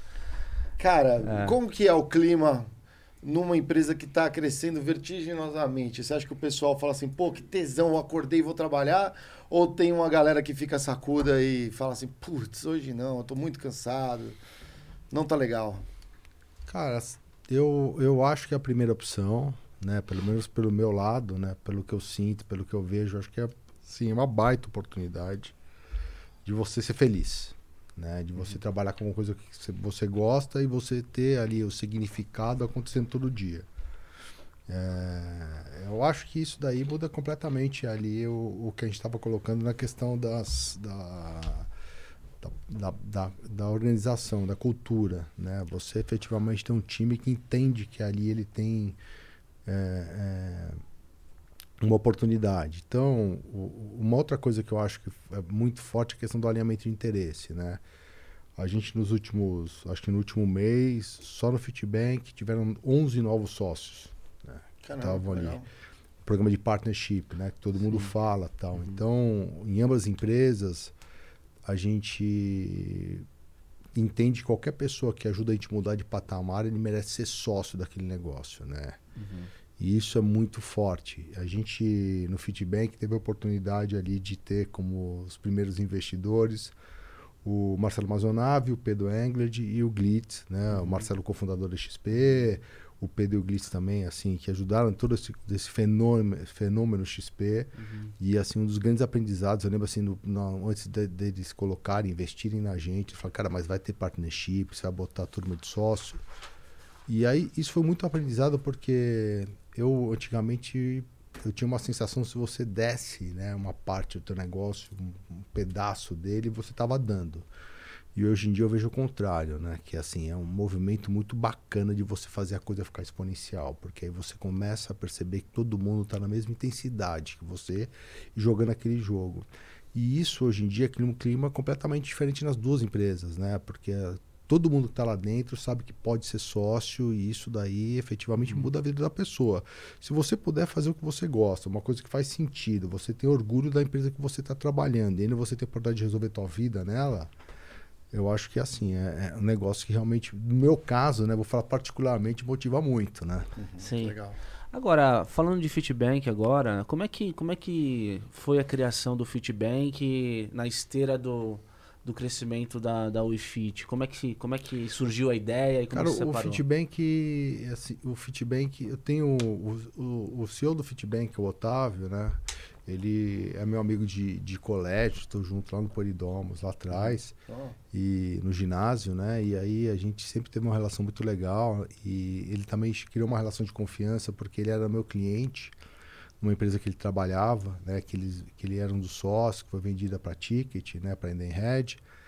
Cara, É. como que é o clima numa empresa que está crescendo vertiginosamente? Você acha que o pessoal fala assim, pô, que tesão, eu acordei e vou trabalhar? Ou tem uma galera que fica sacuda e fala assim, putz, hoje não, eu tô muito cansado, não tá legal. Cara, eu, eu acho que é a primeira opção, né? Pelo menos pelo meu lado, né? Pelo que eu sinto, pelo que eu vejo, acho que é sim, uma baita oportunidade de você ser feliz, né? De você trabalhar com uma coisa que você- você gosta e você ter ali o significado acontecendo todo dia. É, eu acho que isso daí muda completamente ali o, o que a gente estava colocando na questão das, da, da, da, da, da organização, da cultura, né? Você efetivamente tem um time que entende que ali ele tem é, é, uma oportunidade. Então, o- uma outra coisa que eu acho que é muito forte é a questão do alinhamento de interesse, né? A gente nos últimos, acho que no último mês, só no Fitbank tiveram onze novos sócios. Estavam ali. legal. Programa de partnership, né? Que todo mundo fala, tal. Então, em ambas as empresas, a gente entende que qualquer pessoa que ajuda a gente a mudar de patamar, ele merece ser sócio daquele negócio, né? E isso é muito forte. A gente, no Fitbank, teve a oportunidade ali de ter como os primeiros investidores o Marcelo Mazonave, o Pedro Englert e o Glitz, né? O Marcelo, cofundador da X P, o Pedro e o Glitz também, assim, que ajudaram em todo esse, esse fenômeno, fenômeno X P. E, assim, um dos grandes aprendizados, eu lembro, assim, no, no, antes de- deles colocarem, investirem na gente, falaram, cara, mas vai ter partnership, você vai botar a turma de sócio. E aí, isso foi muito aprendizado porque eu, antigamente, eu tinha uma sensação, se você desse, né, uma parte do teu negócio, um, um pedaço dele, você estava dando. E hoje em dia eu vejo o contrário, né? Que assim, é um movimento muito bacana de você fazer a coisa ficar exponencial, porque aí você começa a perceber que todo mundo está na mesma intensidade que você jogando aquele jogo. E isso hoje em dia cria um clima completamente diferente nas duas empresas, né? Porque todo mundo que está lá dentro sabe que pode ser sócio e isso daí efetivamente muda a vida da pessoa. Se você puder fazer o que você gosta, uma coisa que faz sentido, você tem orgulho da empresa que você está trabalhando e ainda você tem a oportunidade de resolver a tua vida nela, eu acho que assim, é, é um negócio que realmente, no meu caso, né, vou falar particularmente, motiva muito, né? Sim. Legal. Agora, falando de Fitbank agora, como é que, como é que foi a criação do Fitbank na esteira do, do crescimento da, da WeFit? Como é que, como é que surgiu a ideia e como Cara, se o separou? Fitbank, assim, o Fitbank, eu tenho o, o, o C E O do Fitbank, o Otávio, né? Ele é meu amigo de, de colégio, estou junto lá no Polidomos, lá atrás, Ó, e no ginásio, né? E aí a gente sempre teve uma relação muito legal e ele também criou uma relação de confiança porque ele era meu cliente numa empresa que ele trabalhava, né? Que ele, que ele era um dos sócios, que foi vendida para Ticket, né? Para Edenred.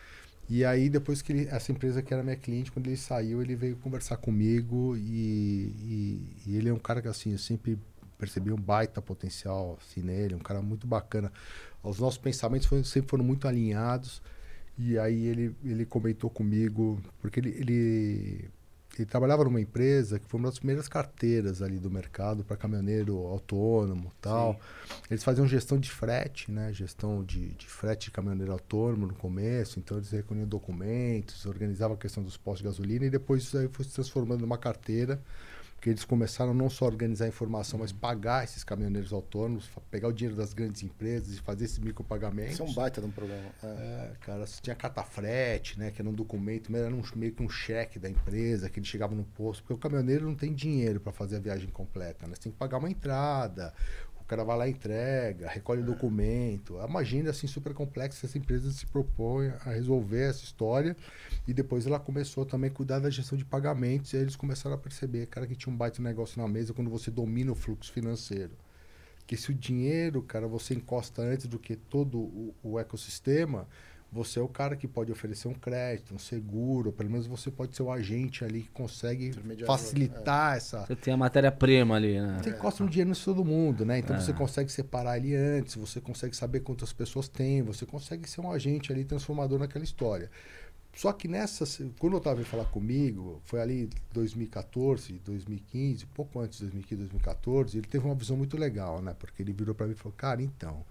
E aí, depois que ele, essa empresa que era minha cliente, quando ele saiu, ele veio conversar comigo e, e, e ele é um cara que, assim, eu sempre percebi um baita potencial assim, nele, um cara muito bacana. Os nossos pensamentos foram, sempre foram muito alinhados. E aí ele, ele comentou comigo, porque ele, ele, ele trabalhava numa empresa que foi uma das primeiras carteiras ali do mercado para caminhoneiro autônomo e tal. Sim. Eles faziam gestão de frete, né? Gestão de, de frete de caminhoneiro autônomo no começo. Então eles recolhiam documentos, organizavam a questão dos postos de gasolina e depois isso aí foi se transformando numa carteira. Porque eles começaram não só a organizar a informação, mas pagar esses caminhoneiros autônomos, pegar o dinheiro das grandes empresas e fazer esses micropagamentos. Isso é um baita de um problema. É, é cara, você tinha carta frete, né, que era um documento, mas era um, meio que um cheque da empresa, que ele chegava no posto, porque o caminhoneiro não tem dinheiro para fazer a viagem completa, né? Você tem que pagar uma entrada, o cara vai lá e entrega, recolhe o documento. É uma agenda assim, super complexa, essa empresa se propõe a resolver essa história. E depois ela começou também a cuidar da gestão de pagamentos. E aí eles começaram a perceber, cara, que tinha um baita negócio na mesa quando você domina o fluxo financeiro. Que se o dinheiro, cara, você encosta antes do que todo o, o ecossistema, você é o cara que pode oferecer um crédito, um seguro, pelo menos você pode ser o agente ali que consegue facilitar é. essa... Você tem a matéria-prima ali, né? Você encosta um dinheiro em todo mundo, né? Então é. você consegue separar ali antes, você consegue saber quantas pessoas tem, você consegue ser um agente ali transformador naquela história. Só que nessa... Quando o Otávio veio falar comigo, foi ali dois mil e quatorze, dois mil e quinze, pouco antes de dois mil e quinze, dois mil e quatorze, ele teve uma visão muito legal, né? Porque ele virou para mim e falou, cara, então,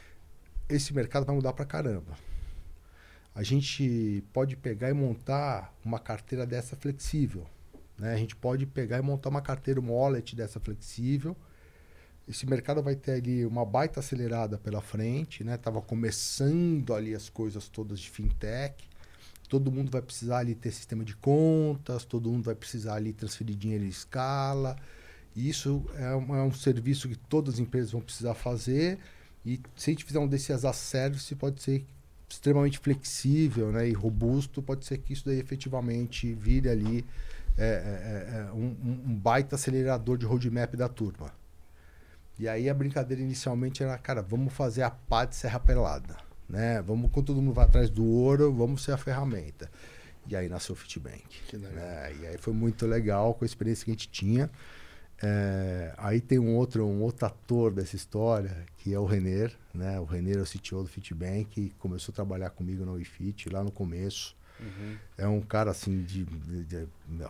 esse mercado vai mudar pra caramba. A gente pode pegar e montar uma carteira dessa flexível, né? A gente pode pegar e montar uma carteira, uma wallet dessa flexível. Esse mercado vai ter ali uma baita acelerada pela frente, né? Tava começando ali as coisas todas de fintech. Todo mundo vai precisar ali ter sistema de contas, todo mundo vai precisar ali transferir dinheiro em escala. E isso é um, é um serviço que todas as empresas vão precisar fazer. E se a gente fizer um desses as a service, pode ser extremamente flexível, né, e robusto, pode ser que isso daí efetivamente vire ali é, é, é, um, um baita acelerador de roadmap da turma. E aí a brincadeira inicialmente era, cara, vamos fazer a pá de serra pelada, né? Vamos, quando todo mundo vai atrás do ouro, vamos ser a ferramenta. E aí nasceu o Fitbank. Que legal. Né? E aí foi muito legal com a experiência que a gente tinha. É, aí tem um outro, um outro ator dessa história, que é o Renner, né? O Renner é o C T O do Fitbank, que começou a trabalhar comigo no WeFit lá no começo. Uhum. É um cara assim, de, de, de,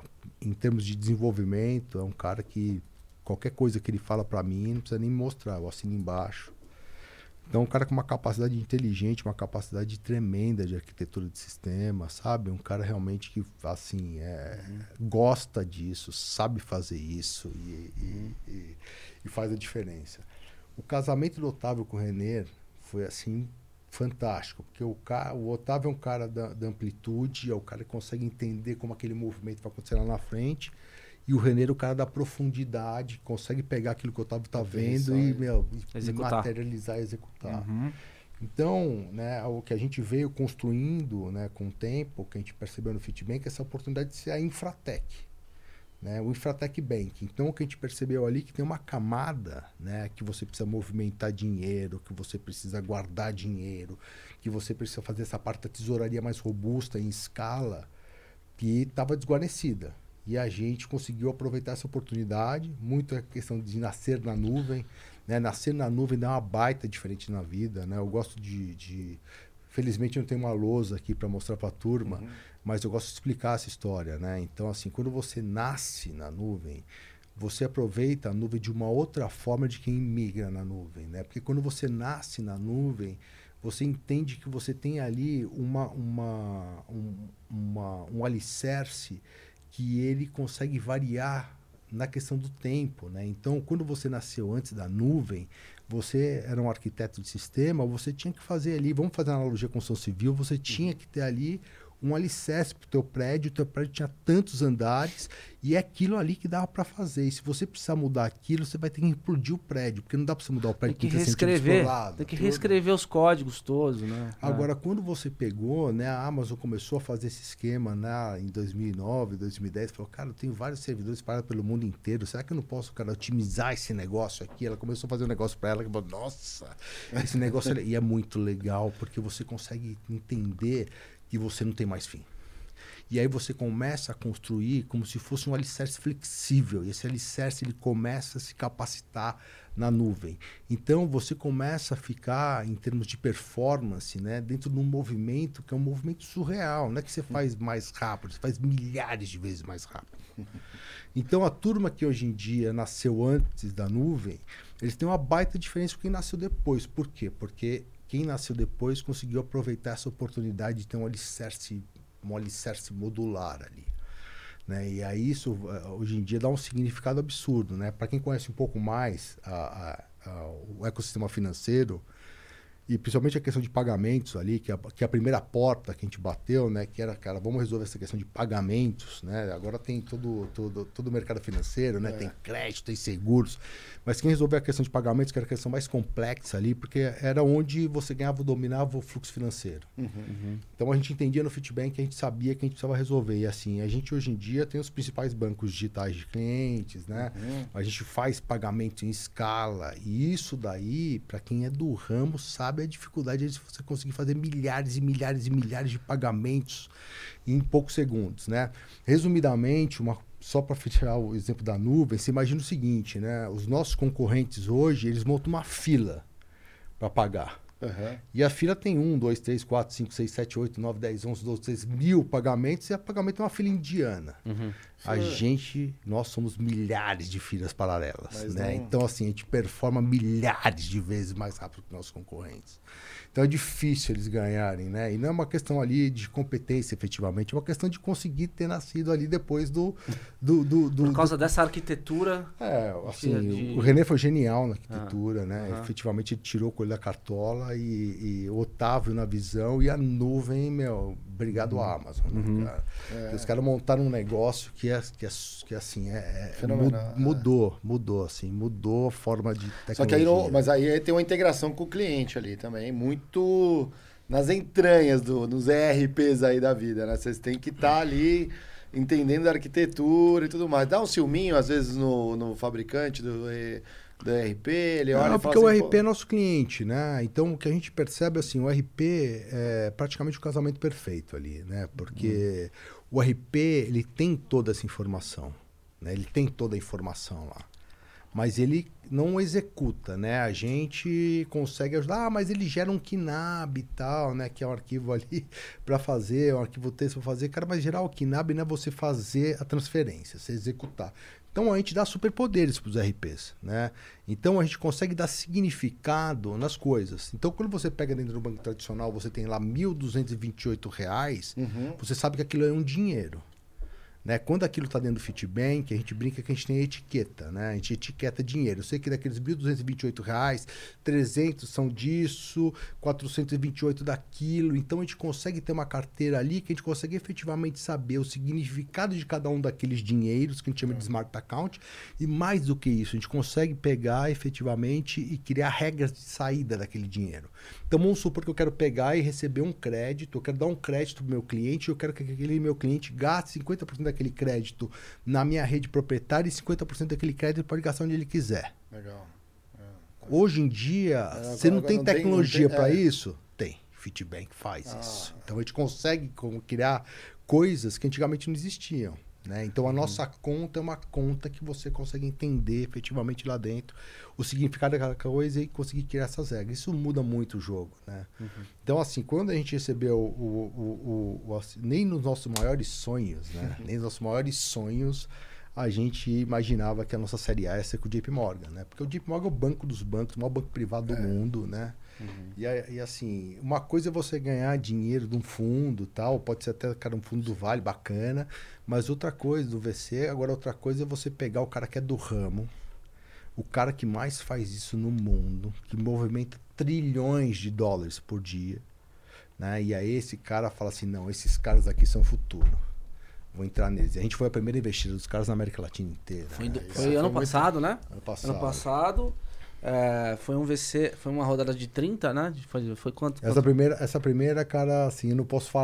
em termos de desenvolvimento, é um cara que qualquer coisa que ele fala para mim, não precisa nem mostrar, eu assino embaixo. Então, um cara com uma capacidade inteligente, uma capacidade tremenda de arquitetura de sistema, sabe? Um cara realmente que, assim, é, uhum. gosta disso, sabe fazer isso e, e, e, e faz a diferença. O casamento do Otávio com o Renner foi, assim, fantástico, porque o, cara, o Otávio é um cara da, da amplitude, é o cara que consegue entender como aquele movimento vai acontecer lá na frente. E o Renner é o cara da profundidade, consegue pegar aquilo que o Otávio está vendo e, meu, e materializar e executar. Uhum. Então, né, o que a gente veio construindo, né, com o tempo, que a gente percebeu no Fitbank, é essa oportunidade de ser a Infratech, né, o Infratech Bank. Então, o que a gente percebeu ali é que tem uma camada, né, que você precisa movimentar dinheiro, que você precisa guardar dinheiro, que você precisa fazer essa parte da tesouraria mais robusta em escala, que estava desguarnecida. E a gente conseguiu aproveitar essa oportunidade, muito a questão de nascer na nuvem, né? Nascer na nuvem dá uma baita diferente na vida, né? Eu gosto de... de... Felizmente eu não tenho uma lousa aqui para mostrar para a turma, uhum. mas eu gosto de explicar essa história, né? Então, assim, quando você nasce na nuvem, você aproveita a nuvem de uma outra forma de quem migra na nuvem, né? Porque quando você nasce na nuvem, você entende que você tem ali uma, uma, um, uma, um alicerce que ele consegue variar na questão do tempo, né? Então, quando você nasceu antes da nuvem, você era um arquiteto de sistema, você tinha que fazer ali, vamos fazer uma analogia com construção civil, você tinha que ter ali um alicerce para o teu prédio, o teu prédio tinha tantos andares e é aquilo ali que dava para fazer. E se você precisar mudar aquilo, você vai ter que implodir o prédio, porque não dá para você mudar o prédio. Tem que reescrever, tem que reescrever os códigos todos, né? Agora, é. quando você pegou, né, a Amazon começou a fazer esse esquema, né, em dois mil e nove, dois mil e dez, falou, cara, eu tenho vários servidores espalhados pelo mundo inteiro, será que eu não posso, cara, otimizar esse negócio aqui? Ela começou a fazer um negócio para ela, que falou, nossa, esse negócio é... E é muito legal, porque você consegue entender e você não tem mais fim. E aí você começa a construir como se fosse um alicerce flexível. E esse alicerce ele começa a se capacitar na nuvem. Então você começa a ficar, em termos de performance, né, dentro de um movimento que é um movimento surreal. Não é que você faz mais rápido, você faz milhares de vezes mais rápido. Então a turma que hoje em dia nasceu antes da nuvem, eles têm uma baita diferença com quem nasceu depois. Por quê? Porque quem nasceu depois conseguiu aproveitar essa oportunidade de ter um alicerce um alicerce modular ali, né? E aí isso hoje em dia dá um significado absurdo, né? Para quem conhece um pouco mais a, a, a, o ecossistema financeiro e principalmente a questão de pagamentos ali, que é, a, que é a primeira porta que a gente bateu, né? Que era, cara, vamos resolver essa questão de pagamentos, né? Agora tem todo, todo, todo o mercado financeiro, né? É. Tem crédito, tem seguros. Mas quem resolveu a questão de pagamentos, que era a questão mais complexa ali, porque era onde você ganhava, dominava o fluxo financeiro. Uhum, uhum. Então a gente entendia no Fitbank, a gente sabia que a gente precisava resolver. E assim, a gente hoje em dia tem os principais bancos digitais de clientes, né? Uhum. A gente faz pagamento em escala. E isso daí, para quem é do ramo, sabe a dificuldade de você conseguir fazer milhares e milhares e milhares de pagamentos em poucos segundos, né? Resumidamente, uma só para fechar o exemplo da nuvem, você imagina o seguinte, né? Os nossos concorrentes hoje, eles montam uma fila para pagar. Uhum. E a fila tem um, dois, três, quatro, cinco, seis, sete, oito, nove, dez, onze, doze, treze mil pagamentos e a pagamento é uma fila indiana. Uhum. A Sim. gente, nós somos milhares de filas paralelas, né? Não... Então, assim, a gente performa milhares de vezes mais rápido que nossos concorrentes. Então é difícil eles ganharem, né? E não é uma questão ali de competência, efetivamente, é uma questão de conseguir ter nascido ali depois do... do, do, do Por causa do... dessa arquitetura... É, assim, de... o René foi genial na arquitetura, ah, né? Ah. Efetivamente ele tirou o coelho da cartola e, e o Otávio na visão e a nuvem, meu, obrigado uhum. Amazon, uhum. né, cara? É. Os caras montaram um negócio que é, que é, que é assim, é, Fenomenal, mudou, é. mudou, assim, mudou a forma de tecnologia. Só que aí, não, mas aí tem uma integração com o cliente ali também, muito nas entranhas do, nos E R Ps aí da vida, né? Vocês têm que estar tá ali entendendo a arquitetura e tudo mais. Dá um ciúminho, às vezes, no, no fabricante do, do E R P, ele olha Não, e fala porque assim, o E R P é nosso cliente, né? Então, o que a gente percebe, assim, o E R P é praticamente o casamento perfeito ali, né? Porque hum. o E R P, ele tem toda essa informação, né? Ele tem toda a informação lá. Mas ele não executa, né? A gente consegue ajudar, ah, mas ele gera um K N A B e tal, né? Que é um arquivo ali para fazer, um arquivo texto para fazer. Cara, mas gerar o K N A B não é você fazer a transferência, você executar. Então a gente dá superpoderes para os R Ps, né? Então a gente consegue dar significado nas coisas. Então quando você pega dentro do banco tradicional, você tem lá mil duzentos e vinte e oito reais, uhum. você sabe que aquilo é um dinheiro. Né? Quando aquilo está dentro do Fitbank, a gente brinca que a gente tem etiqueta, né? A gente etiqueta dinheiro. Eu sei que daqueles mil duzentos e vinte e oito reais, trezentos são disso, quatrocentos e vinte e oito daquilo. Então a gente consegue ter uma carteira ali que a gente consegue efetivamente saber o significado de cada um daqueles dinheiros, que a gente chama de Smart Account. E mais do que isso, a gente consegue pegar efetivamente e criar regras de saída daquele dinheiro. Então vamos supor que eu quero pegar e receber um crédito, eu quero dar um crédito para o meu cliente, eu quero que aquele meu cliente gaste cinquenta por cento daquele crédito na minha rede proprietária e cinquenta por cento daquele crédito pode gastar onde ele quiser. Legal. É. Hoje em dia, é, você não tem não tecnologia para é. isso? Tem. Fitbank faz ah. isso. Então a gente consegue criar coisas que antigamente não existiam. Né? Então a nossa uhum. conta é uma conta que você consegue entender efetivamente lá dentro o significado daquela coisa e conseguir criar essas regras. Isso muda muito o jogo. Né? Uhum. Então, assim, quando a gente recebeu o, o, o, o, o, nem nos nossos maiores sonhos, né? nem nos nossos maiores sonhos, a gente imaginava que a nossa série A ia ser com o J P Morgan. Né? Porque o J P Morgan é o banco dos bancos, o maior banco privado do é. mundo, né? Uhum. E, e assim, uma coisa é você ganhar dinheiro de um fundo, tal, pode ser até cara, um fundo do Vale, bacana, mas outra coisa do V C, agora outra coisa é você pegar o cara que é do ramo, o cara que mais faz isso no mundo, que movimenta trilhões de dólares por dia, né? E aí esse cara fala assim, não, esses caras aqui são o futuro. Vou entrar neles. A gente foi a primeira investida dos caras na América Latina inteira. Foi, né? foi ano foi passado, muito... né? Ano passado. Ano passado. É, foi um V C, foi uma rodada de trinta, né? Foi, foi quanto, quanto? Essa primeira, essa primeira, cara, assim, eu não posso falar.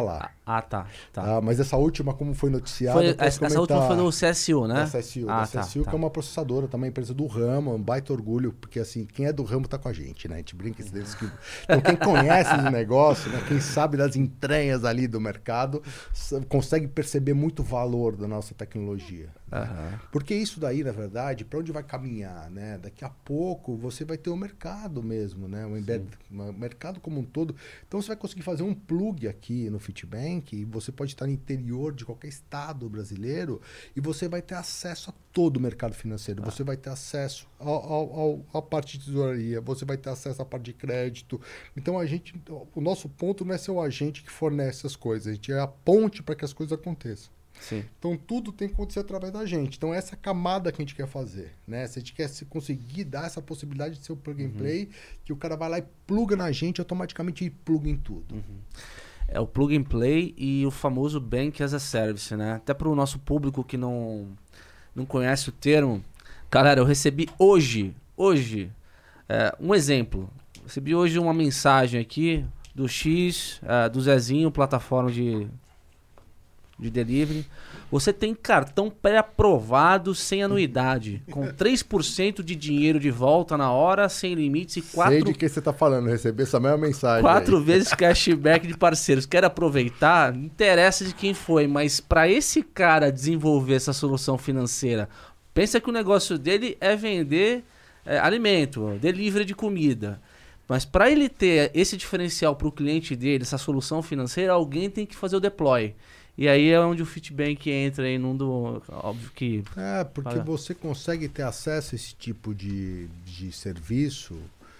Ah, tá. tá. Tá, mas essa última, como foi noticiada... Foi, essa, essa última foi no C S U, né? C S U, ah, da C S U, tá, que tá. é uma processadora também, empresa do ramo, um baita orgulho, porque assim, quem é do ramo tá com a gente, né? A gente brinca deles que... Então, quem conhece o negócio, né? Quem sabe das entranhas ali do mercado, consegue perceber muito valor da nossa tecnologia. Uhum. Porque isso daí, na verdade, para onde vai caminhar, né? Daqui a pouco você vai ter o mercado mesmo, né? O embed... mercado como um todo. Então você vai conseguir fazer um plug aqui no Fitbank e você pode estar no interior de qualquer estado brasileiro e você vai ter acesso a todo o mercado financeiro. Ah. Você vai ter acesso ao, ao, ao, à parte de tesouraria, você vai ter acesso à parte de crédito. Então a gente, o nosso ponto não é ser o agente que fornece as coisas, a gente é a ponte para que as coisas aconteçam. Sim. Então tudo tem que acontecer através da gente. Então essa é a camada que a gente quer fazer, né? Se a gente quer se conseguir dar essa possibilidade de ser o plug and play, uhum. que o cara vai lá e pluga na gente, automaticamente ele pluga em tudo. Uhum. É o plug and play e o famoso Bank as a Service, né? Até para o nosso público que não, não conhece o termo. Galera, eu recebi hoje, hoje, é, um exemplo. Recebi hoje uma mensagem aqui do X, é, do Zezinho, plataforma de... de delivery. Você tem cartão pré-aprovado sem anuidade, com três por cento de dinheiro de volta na hora, sem limites e quatro... Sei de que você está falando, recebi essa mesma mensagem. Quatro aí. vezes cashback de parceiros. Quer aproveitar? Não interessa de quem foi, mas para esse cara desenvolver essa solução financeira, pensa que o negócio dele é vender é, alimento, delivery de comida. Mas para ele ter esse diferencial para o cliente dele, essa solução financeira, alguém tem que fazer o deploy. E aí é onde o Fitbank entra aí num do... Óbvio que... É, porque você consegue ter acesso a esse tipo de, de serviço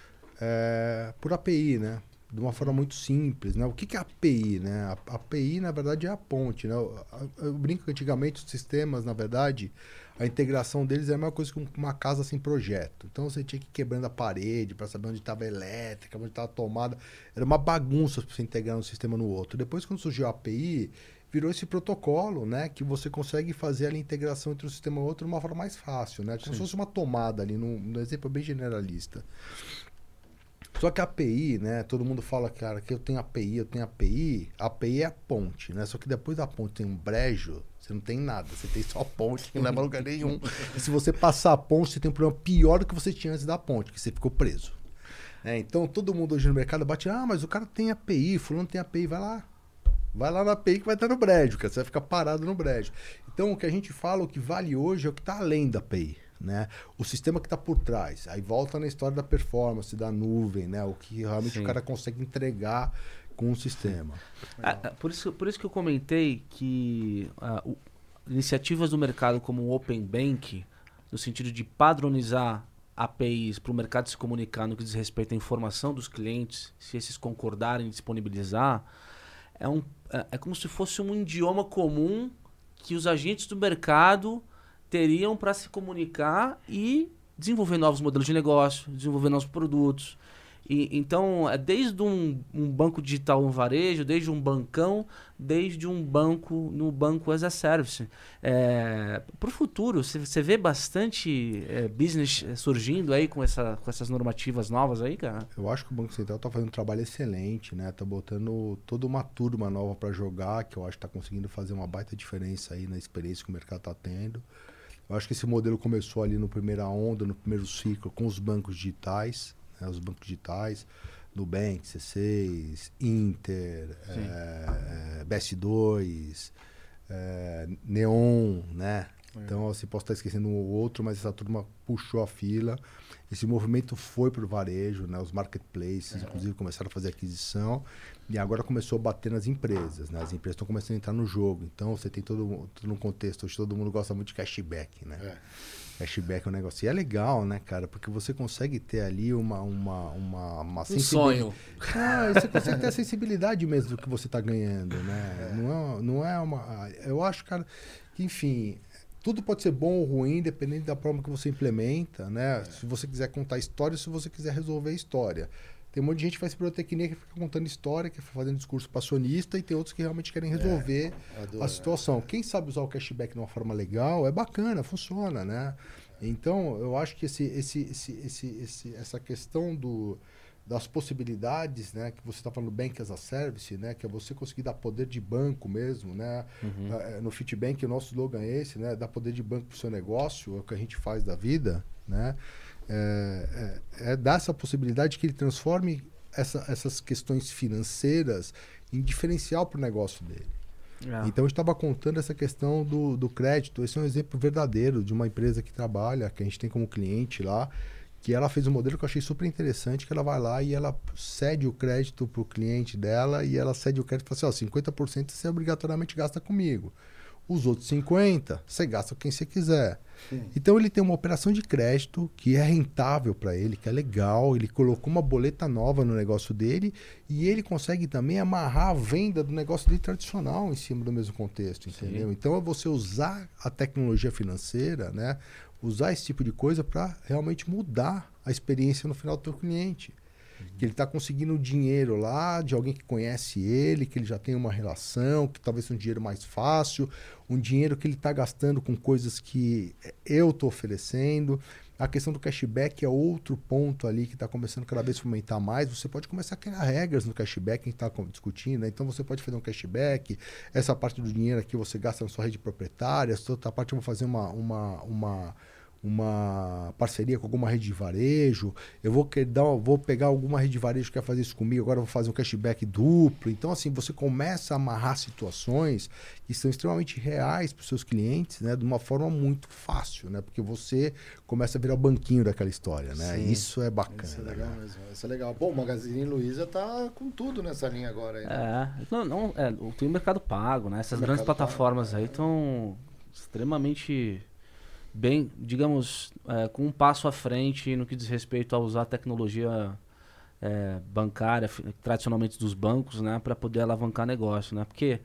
é, por A P I, né? De uma forma muito simples, né? O que, que é A P I, né? A, a API, na verdade, é a ponte, né? Eu, eu brinco que antigamente os sistemas, na verdade, a integração deles é a mesma coisa que uma casa sem projeto. Então você tinha que ir quebrando a parede para saber onde estava a elétrica, onde estava a tomada. Era uma bagunça para você integrar um sistema no outro. Depois, quando surgiu a A P I... virou esse protocolo, né? Que você consegue fazer ali a integração entre um sistema e outro de uma forma mais fácil, né? Como Sim. se fosse uma tomada ali, num, num exemplo bem generalista. Só que a API, né? Todo mundo fala, cara, que eu tenho A P I, eu tenho A P I. A API é a ponte, né? Só que depois da ponte tem um brejo, você não tem nada. Você tem só a ponte, que não leva a lugar nenhum. E se você passar a ponte, você tem um problema pior do que você tinha antes da ponte, que você ficou preso. É, então, todo mundo hoje no mercado bate, ah, mas o cara tem A P I, fulano tem A P I, vai lá. Vai lá na A P I que vai estar no brejo, cara. Você vai ficar parado no brejo. Então, o que a gente fala, o que vale hoje é o que está além da A P I, né? O sistema que está por trás. Aí volta na história da performance, da nuvem, né? O que realmente Sim. o cara consegue entregar com o sistema. Ah, por, isso, por isso que eu comentei que uh, o, iniciativas do mercado como o Open Bank, no sentido de padronizar A P Is para o mercado se comunicar no que diz respeito à informação dos clientes, se esses concordarem em disponibilizar, É, um, é como se fosse um idioma comum que os agentes do mercado teriam para se comunicar e desenvolver novos modelos de negócio, desenvolver novos produtos. E, então, é desde um, um banco digital no varejo, desde um bancão, desde um banco no banco as a service. É, para o futuro, você vê bastante é, business surgindo aí com, essa, com essas normativas novas aí, cara? Eu acho que o Banco Central está fazendo um trabalho excelente, né? Tá botando toda uma turma nova para jogar, que eu acho que está conseguindo fazer uma baita diferença aí na experiência que o mercado está tendo. Eu acho que esse modelo começou ali no primeira onda, no primeiro ciclo, com os bancos digitais, né, os bancos digitais, Nubank, C seis, Inter, é, é, B S dois, é, Neon, né? É. Então, assim, posso estar esquecendo um ou outro, mas essa turma puxou a fila. Esse movimento foi para o varejo, né? Os marketplaces, é. inclusive, começaram a fazer aquisição. E agora começou a bater nas empresas, né? As empresas estão começando a entrar no jogo. Então, você tem todo, todo um contexto. Hoje todo mundo gosta muito de cashback, né? É. Cashback é um negócio. E é legal, né, cara? Porque você consegue ter ali uma... uma, uma, uma um sonho. Ah, você consegue ter a sensibilidade mesmo do que você está ganhando, né? É. Não, é, não é uma... Eu acho, cara, que, enfim... Tudo pode ser bom ou ruim, dependendo da forma que você implementa, né? É. Se você quiser contar história, se você quiser resolver história. Tem um monte de gente que faz pirotecnia que fica contando história, que fica fazendo discurso passionista, e tem outros que realmente querem resolver é, a situação. Quem sabe usar o cashback de uma forma legal, é bacana, funciona, né? Então, eu acho que esse, esse, esse, esse, esse, essa questão do, das possibilidades, né, que você está falando Bank as a Service, né, que é você conseguir dar poder de banco mesmo, né, uhum. uh, no Fitbank o nosso slogan é esse, né, dar poder de banco para o seu negócio, é o que a gente faz da vida, né, é, é, é dar essa possibilidade que ele transforme essa, essas questões financeiras em diferencial para o negócio dele. É. Então, eu estava contando essa questão do, do crédito. Esse é um exemplo verdadeiro de uma empresa que trabalha, que a gente tem como cliente lá, que ela fez um modelo que eu achei super interessante, que ela vai lá e ela cede o crédito para o cliente dela e ela cede o crédito e fala assim, ó, cinquenta por cento você obrigatoriamente gasta comigo. Os outros cinquenta por cento, você gasta com quem você quiser. Sim. Então, ele tem uma operação de crédito que é rentável para ele, que é legal. Ele colocou uma boleta nova no negócio dele e ele consegue também amarrar a venda do negócio dele tradicional em cima do mesmo contexto, entendeu? Sim. Então, é você usar a tecnologia financeira, né? Usar esse tipo de coisa para realmente mudar a experiência no final do teu cliente. Que ele está conseguindo dinheiro lá de alguém que conhece ele, que ele já tem uma relação, que talvez seja um dinheiro mais fácil, um dinheiro que ele está gastando com coisas que eu estou oferecendo. A questão do cashback é outro ponto ali que está começando cada vez a fomentar mais. Você pode começar a criar regras no cashback que a gente está discutindo, né? Então você pode fazer um cashback, essa parte do dinheiro aqui você gasta na sua rede proprietária, essa outra parte eu vou fazer uma... uma, uma uma parceria com alguma rede de varejo, eu vou, dar, vou pegar alguma rede de varejo que quer fazer isso comigo, agora eu vou fazer um cashback duplo. Então, assim, você começa a amarrar situações que são extremamente reais para os seus clientes, né, de uma forma muito fácil, né, porque você começa a virar o banquinho daquela história, né? Sim. Isso é bacana. Isso é legal né? mesmo, isso é legal. Bom, o Magazine Luiza tá com tudo nessa linha agora. Aí, né? É, não, não, é, tem o Mercado Pago, né? Essas grandes plataformas pago, aí estão é. extremamente... bem, digamos, é, com um passo à frente no que diz respeito a usar a tecnologia é, bancária, tradicionalmente dos bancos, né, para poder alavancar negócio, né? Porque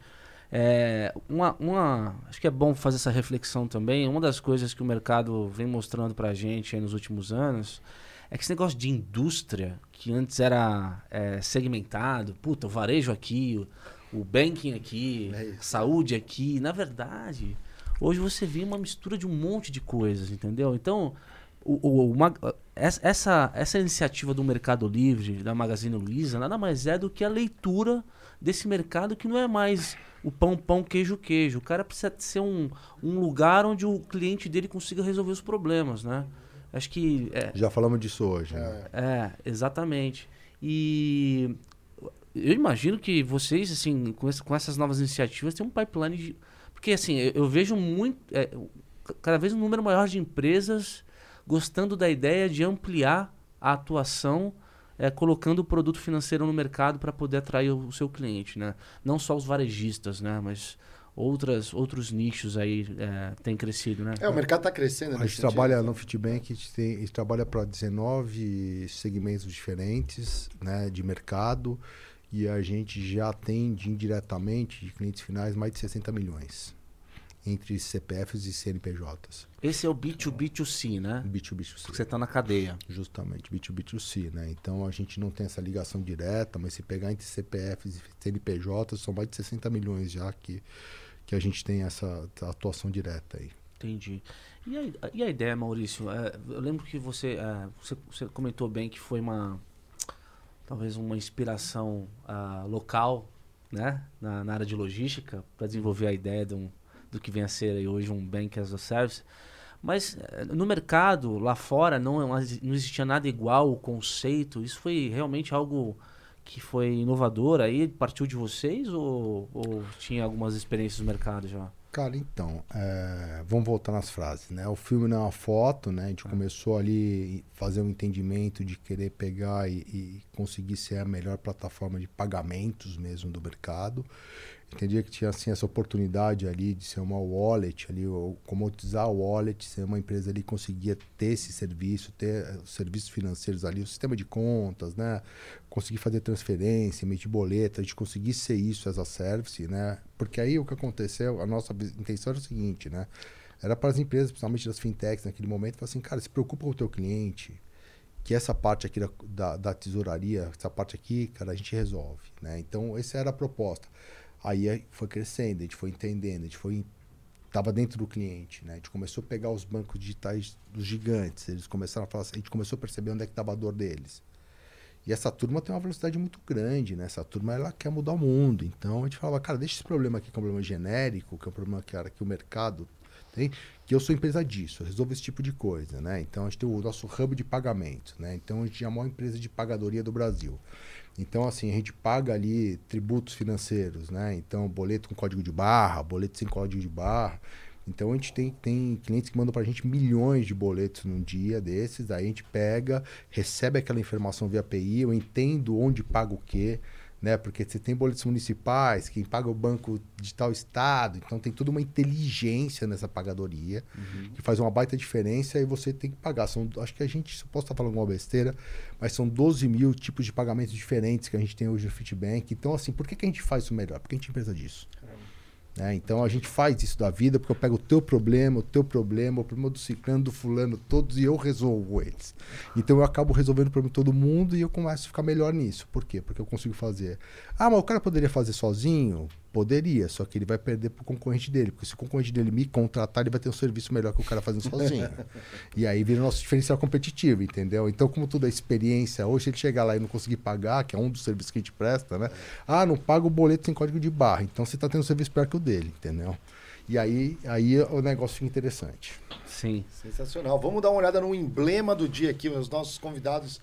é, uma, uma, acho que é bom fazer essa reflexão também. Uma das coisas que o mercado vem mostrando para a gente aí nos últimos anos é que esse negócio de indústria, que antes era é, segmentado, puta, o varejo aqui, o, o banking aqui, é saúde aqui, na verdade... Hoje você vê uma mistura de um monte de coisas, entendeu? Então, o, o, uma, essa, essa iniciativa do Mercado Livre, da Magazine Luiza, nada mais é do que a leitura desse mercado que não é mais o pão, pão, queijo, queijo. O cara precisa ser um, um lugar onde o cliente dele consiga resolver os problemas, né? Acho que... É, já falamos disso hoje, né? É, exatamente. E eu imagino que vocês, assim, com, esse, com essas novas iniciativas, tem um pipeline de... Porque, assim, eu, eu vejo muito, é, cada vez um número maior de empresas gostando da ideia de ampliar a atuação, é, colocando o produto financeiro no mercado para poder atrair o, o seu cliente, né? Não só os varejistas, né? Mas outras, outros nichos aí é, têm crescido, né? É, o mercado está crescendo. A gente trabalha sentido. No Fitbank, a gente, tem, a gente trabalha para dezenove segmentos diferentes, né, de mercado. E a gente já atende indiretamente de clientes finais mais de sessenta milhões entre C P Fs e C N P Js. Esse é o B dois B dois C, né? B dois B dois C. Porque você está na cadeia. Justamente, B dois B dois C, né? Então a gente não tem essa ligação direta, mas se pegar entre C P Fs e C N P Js, são mais de sessenta milhões já que, que a gente tem essa atuação direta aí. Entendi. E a, e a ideia, Maurício? É, eu lembro que você, é, você, você comentou bem que foi uma... talvez uma inspiração uh, local, né, na, na área de logística, para desenvolver a ideia de um, do que vem a ser aí hoje um Bank as a Service. Mas uh, no mercado, lá fora, não, não existia nada igual o conceito. Isso foi realmente algo que foi inovador aí? Partiu de vocês ou, ou tinha algumas experiências no mercado já? Cara, então, é, vamos voltar nas frases, né? O filme não é uma foto, né? A gente ah. começou ali a fazer um entendimento de querer pegar e, e conseguir ser a melhor plataforma de pagamentos mesmo do mercado. Entendia que tinha assim essa oportunidade ali de ser uma wallet, ali, ou comoditizar a wallet, ser uma empresa ali que conseguia ter esse serviço, ter os serviços financeiros ali, o sistema de contas, né? Conseguir fazer transferência, emitir boleto, a gente conseguir ser isso as a service, né? Porque aí o que aconteceu, a nossa intenção era o seguinte, né? Era para as empresas, principalmente das fintechs naquele momento, falar assim, cara, se preocupa com o teu cliente, que essa parte aqui da, da, da tesouraria, essa parte aqui, cara, a gente resolve, né? Então, essa era a proposta. Aí foi crescendo, a gente foi entendendo, a gente foi estava dentro do cliente, né? A gente começou a pegar os bancos digitais dos gigantes, eles começaram a falar assim, a gente começou a perceber onde é que estava a dor deles. E essa turma tem uma velocidade muito grande, né? Essa turma, ela quer mudar o mundo. Então, a gente fala, cara, deixa esse problema aqui, que é um problema genérico, que é um problema, cara, que o mercado tem, que eu sou empresa disso, eu resolvo esse tipo de coisa, né? Então, a gente tem o nosso hub de pagamento, né? Então, a gente é a maior empresa de pagadoria do Brasil. Então, assim, a gente paga ali tributos financeiros, né? Então, boleto com código de barra, boleto sem código de barra. Então, a gente tem, tem clientes que mandam pra gente milhões de boletos num dia desses. Aí a gente pega, recebe aquela informação via A P I, eu entendo onde paga o quê, né? Porque você tem boletos municipais, quem paga o banco de tal estado. Então, tem toda uma inteligência nessa pagadoria, uhum. que faz uma baita diferença e você tem que pagar. São, acho que a gente, posso estar falando alguma besteira, mas são doze mil tipos de pagamentos diferentes que a gente tem hoje no Fitbank. Então, assim, por que, que a gente faz isso melhor? Porque a gente é empresa disso. É, então a gente faz isso da vida porque eu pego o teu problema, o teu problema, o problema do ciclano, do fulano, todos e eu resolvo eles. Então eu acabo resolvendo o problema de todo mundo e eu começo a ficar melhor nisso. Por quê? Porque eu consigo fazer. Ah, mas o cara poderia fazer sozinho? Poderia, só que ele vai perder pro concorrente dele. Porque se o concorrente dele me contratar, ele vai ter um serviço melhor que o cara fazendo sozinho. E aí vira o nosso diferencial competitivo, entendeu? Então, como toda a experiência, hoje se ele chegar lá e não conseguir pagar, que é um dos serviços que a gente presta, né? Ah, não paga o boleto sem código de barra. Então você está tendo um serviço pior que o dele, entendeu? E aí, aí o negócio fica interessante. Sim. Sensacional. Vamos dar uma olhada no emblema do dia aqui. Os nossos convidados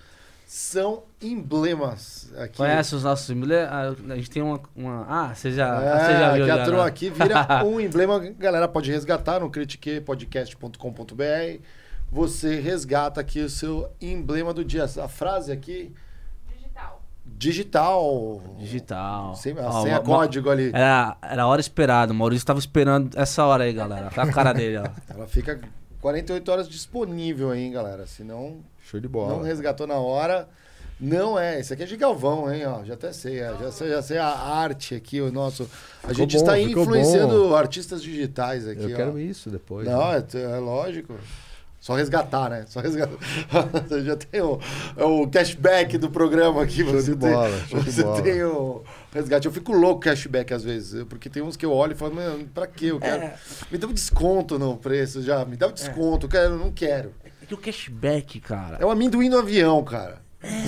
são emblemas. Aqui. Conhece os nossos emblemas? A gente tem uma... uma... Ah, você já, é, você já viu. Que a já, turma né? aqui vira um emblema. A galera pode resgatar no critique podcast ponto com ponto b r. Você resgata aqui o seu emblema do dia. A frase aqui... Digital. Digital. Digital. Sem, ó, sem a uma, código ali. Era, era a hora esperada. O Maurício estava esperando essa hora aí, galera. Tá a cara dele, ó. Ela fica quarenta e oito horas disponível aí, hein, galera. Se não... Show de bola. Não resgatou na hora. Não é. Esse aqui é de Galvão, hein? Ó, já até sei. É, já, sei já sei a arte aqui, o nosso. A gente bom, está influenciando bom. artistas digitais aqui. Eu ó. quero isso depois. Não, né? é, é lógico. Só resgatar, né? Só resgatar. Você já tem o, o cashback do programa aqui. Show você de tem, bola, show de você bola. tem o resgate. Eu fico louco cashback às vezes, porque tem uns que eu olho e falo, mano, pra quê? Eu quero. É. Me dá um desconto no preço já. Me dá um desconto. É. Eu quero, não quero. É que o cashback, cara... É o amendoim no avião, cara.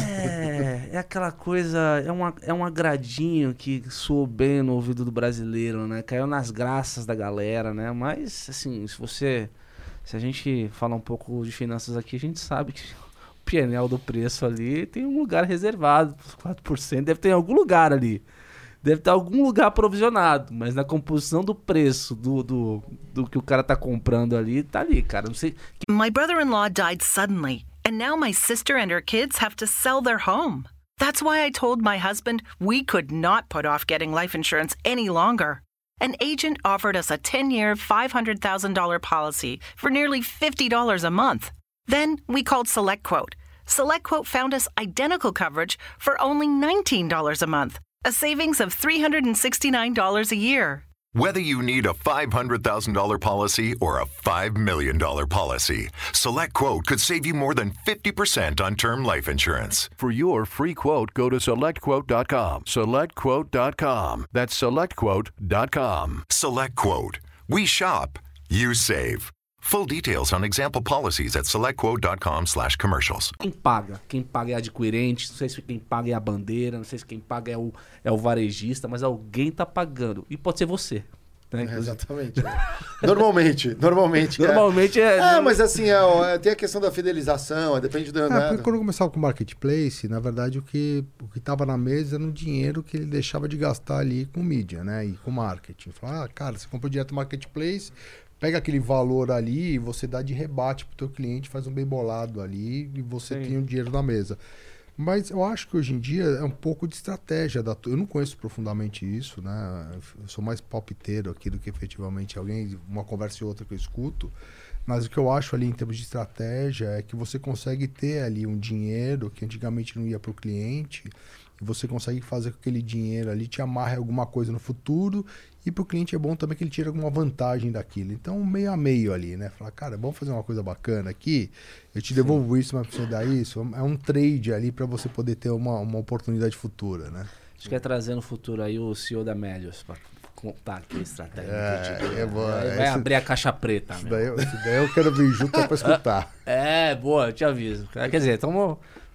É, é aquela coisa, é, uma, é um agradinho que soou bem no ouvido do brasileiro, né? Caiu nas graças da galera, né? Mas, assim, se você... Se a gente falar um pouco de finanças aqui, a gente sabe que o P and L do preço ali tem um lugar reservado, quatro por cento, deve ter em algum lugar ali. Deve ter algum lugar provisionado, mas na composição do preço do, do, do que o cara tá comprando ali, tá ali, cara. Não sei... My brother-in-law died suddenly, and now my sister and her kids have to sell their home. That's why I told my husband we could not put off getting life insurance any longer. An agent offered us a ten-year, five hundred thousand dollars policy for nearly fifty dollars a month. Then we called SelectQuote. SelectQuote found us identical coverage for only nineteen dollars a month, a savings of three hundred sixty-nine dollars a year. Whether you need a five hundred thousand dollars policy or a five million dollars policy, SelectQuote could save you more than fifty percent on term life insurance. For your free quote, go to select quote dot com. select quote dot com. That's select quote dot com. SelectQuote. We shop, you save. Full details on example policies at select quote dot com slash commercials. Quem paga? Quem paga é adquirente, não sei se quem paga é a bandeira, não sei se quem paga é o, é o varejista, mas alguém tá pagando. E pode ser você. Né? É, exatamente. É. Normalmente, normalmente. Normalmente é... é... É, mas assim, é, é, tem a questão da fidelização, é, depende do... É, né? porque quando eu começava com o marketplace, na verdade o que o que estava na mesa era um dinheiro que ele deixava de gastar ali com mídia, né? E com marketing. Falava, ah, cara, você comprou direto no marketplace... Pega aquele valor ali e você dá de rebate pro teu cliente, faz um bem bolado ali e você Sim. tem o dinheiro na mesa. Mas eu acho que hoje em dia é um pouco de estratégia. Da... Eu não conheço profundamente isso, né? Eu sou mais palpiteiro aqui do que efetivamente alguém, uma conversa e outra que eu escuto. Mas o que eu acho ali em termos de estratégia é que você consegue ter ali um dinheiro que antigamente não ia pro cliente e você consegue fazer com que aquele dinheiro ali te amarre alguma coisa no futuro e para o cliente é bom também que ele tire alguma vantagem daquilo. Então, meio a meio ali, né? Falar, cara, vamos fazer uma coisa bacana aqui, eu te devolvo Sim. isso, mas você dá isso. É um trade ali para você poder ter uma, uma oportunidade futura, né? Acho que é trazer no futuro aí o C E O da Medios para contar aqui a estratégia. É, é boa. Vai, esse, vai abrir a caixa preta. Isso daí, isso daí eu quero vir junto para escutar. É, boa, eu te aviso. Quer dizer, estamos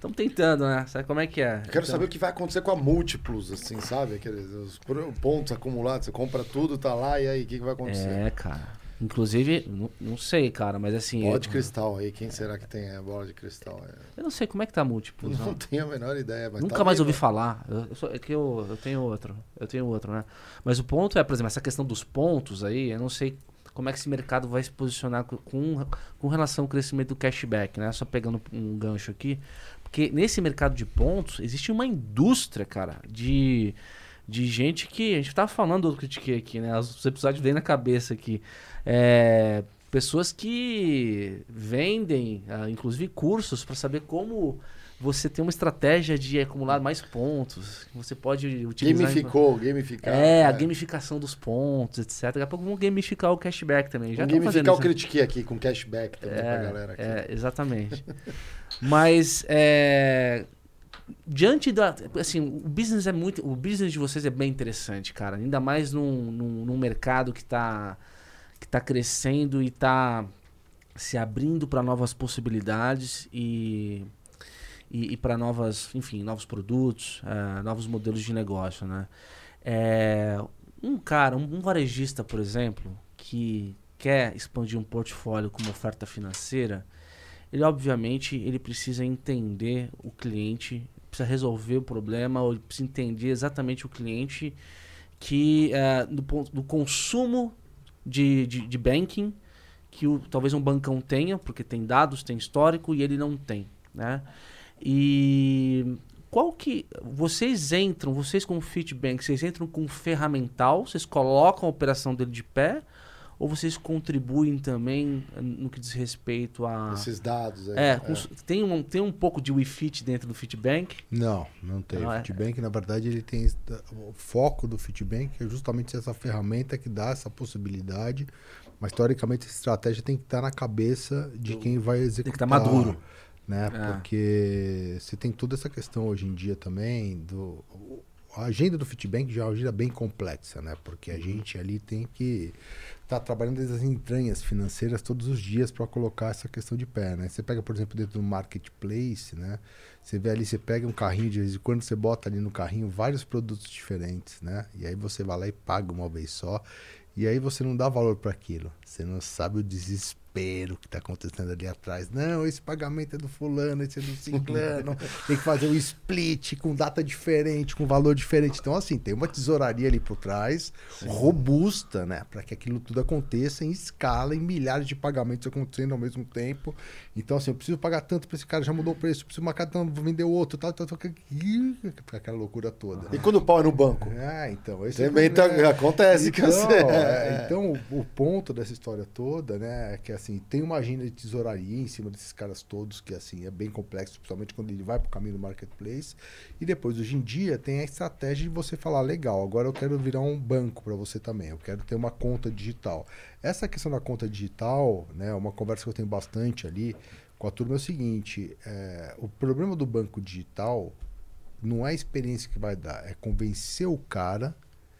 Estamos tentando, né? Sabe como é que é? Eu quero então... saber o que vai acontecer com a Múltiplos, assim, sabe? Aqueles os pontos acumulados, você compra tudo, tá lá, e aí, o que, que vai acontecer? É, cara. Inclusive, não, não sei, cara, mas assim... Bola eu... de cristal aí, quem será que tem a bola de cristal? É... Eu não sei como é que tá Múltiplos. Não, não tenho a menor ideia. Mas Nunca tá mais bem, ouvi né? falar. Eu, eu sou, é que eu, eu tenho outro. Eu tenho outro, né? Mas o ponto é, por exemplo, essa questão dos pontos aí, eu não sei como é que esse mercado vai se posicionar com, com, com relação ao crescimento do cashback, né? Só pegando um gancho aqui. Porque nesse mercado de pontos, existe uma indústria, cara, de... de gente que... A gente tava falando do Critiquei aqui, né? Os episódios vêm na cabeça aqui. É, pessoas que vendem, uh, inclusive, cursos para saber como você tem uma estratégia de acumular mais pontos. Você pode utilizar... Gamificou, gamificar. É, é, a gamificação dos pontos, etcétera. Daqui a pouco vamos gamificar o cashback também. Já vamos gamificar o isso. Critiquei aqui, com cashback também é, pra galera aqui. É, exatamente. Mas... É, diante da... Assim, o business é muito... O business de vocês é bem interessante, cara. Ainda mais num, num, num mercado que tá, que tá crescendo e tá se abrindo para novas possibilidades e, e, e para novas... Enfim, novos produtos, uh, novos modelos de negócio, né? É, um cara, um, um varejista, por exemplo, que quer expandir um portfólio com uma oferta financeira, ele, obviamente, ele precisa entender o cliente... precisa resolver o problema, ou precisa entender exatamente o cliente que uh, do, ponto, do consumo de, de, de banking que o, talvez um bancão tenha, porque tem dados, tem histórico e ele não tem, né? E qual que... Vocês entram, vocês como Fitbank, vocês entram com um ferramental, vocês colocam a operação dele de pé, ou vocês contribuem também no que diz respeito a... Esses dados aí. É, é. Com, tem, um, tem um pouco de WeFit dentro do Fitbank? Não, não tem. Não, o é... Fitbank, na verdade, ele tem... O foco do Fitbank é justamente essa ferramenta que dá essa possibilidade, mas, teoricamente, essa estratégia tem que estar na cabeça de quem vai executar. Tem que estar maduro. Né? É. Porque você tem toda essa questão hoje em dia também do... A agenda do Fitbank já é uma agenda bem complexa, né? Porque a gente ali tem que estar tá trabalhando desde as entranhas financeiras todos os dias para colocar essa questão de pé, né? Você pega, por exemplo, dentro do marketplace, né? Você vê ali, você pega um carrinho, de vez em quando você bota ali no carrinho vários produtos diferentes, né? E aí você vai lá e paga uma vez só. E aí você não dá valor para aquilo. Você não sabe o desespero que está acontecendo ali atrás. Não, esse pagamento é do fulano, esse é do ciclano. Tem que fazer um split com data diferente, com valor diferente. Então, assim, tem uma tesouraria ali por trás, sim, robusta, né? Para que aquilo tudo aconteça em escala, em milhares de pagamentos acontecendo ao mesmo tempo. Então, assim, eu preciso pagar tanto para esse cara, já mudou o preço. Eu preciso marcar tanto, vou vender outro, tal, tal, tal. Aquela loucura toda. E quando o pau é no banco? É, então. Esse também é, tá, né? acontece então, que você... É, então, o, o ponto dessa história toda, né, é que, assim, tem uma agenda de tesouraria em cima desses caras todos, que, assim, é bem complexo, principalmente quando ele vai pro caminho do marketplace. E depois, hoje em dia, tem a estratégia de você falar, legal, agora eu quero virar um banco para você também, eu quero ter uma conta digital. Essa questão da conta digital, né, uma conversa que eu tenho bastante ali com a turma é o seguinte, é, o problema do banco digital não é a experiência que vai dar, é convencer o cara...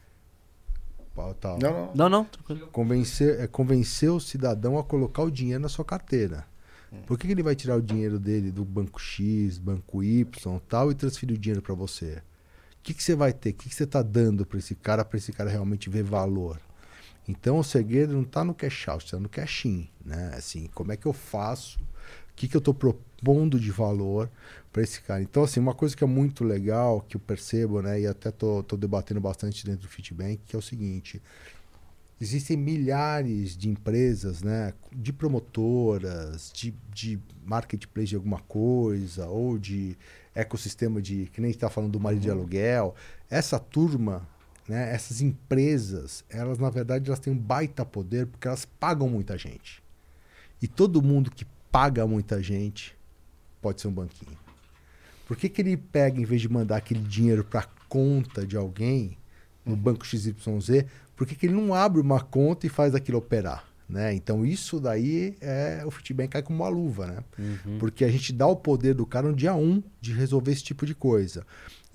Tá. Não, não. não, não. Convencer, é convencer o cidadão a colocar o dinheiro na sua carteira. Hum. Por que, que ele vai tirar o dinheiro dele do banco X, banco Y tal, e transferir o dinheiro para você? O que, que você vai ter? O que, que você está dando para esse cara, para esse cara realmente ver valor? Então, o segredo não está no cash out, está no cash in, né? Assim, como é que eu faço? O que, que eu estou propondo de valor para esse cara? Então, assim, uma coisa que é muito legal, que eu percebo, né, e até tô, tô debatendo bastante dentro do Fitbank, que é o seguinte: existem milhares de empresas, né, de promotoras, de, de marketplace de alguma coisa, ou de ecossistema de, que nem a gente está falando do marido de aluguel. Essa turma, né, essas empresas, elas, na verdade, elas têm um baita poder, porque elas pagam muita gente. E todo mundo que paga muita gente pode ser um banquinho. Por que que ele pega, em vez de mandar aquele dinheiro para a conta de alguém, no banco X Y Z, por que que ele não abre uma conta e faz aquilo operar? Né? Então, isso daí, é, o Fitbank cai como uma luva, né? Uhum. Porque a gente dá o poder do cara no dia um de resolver esse tipo de coisa.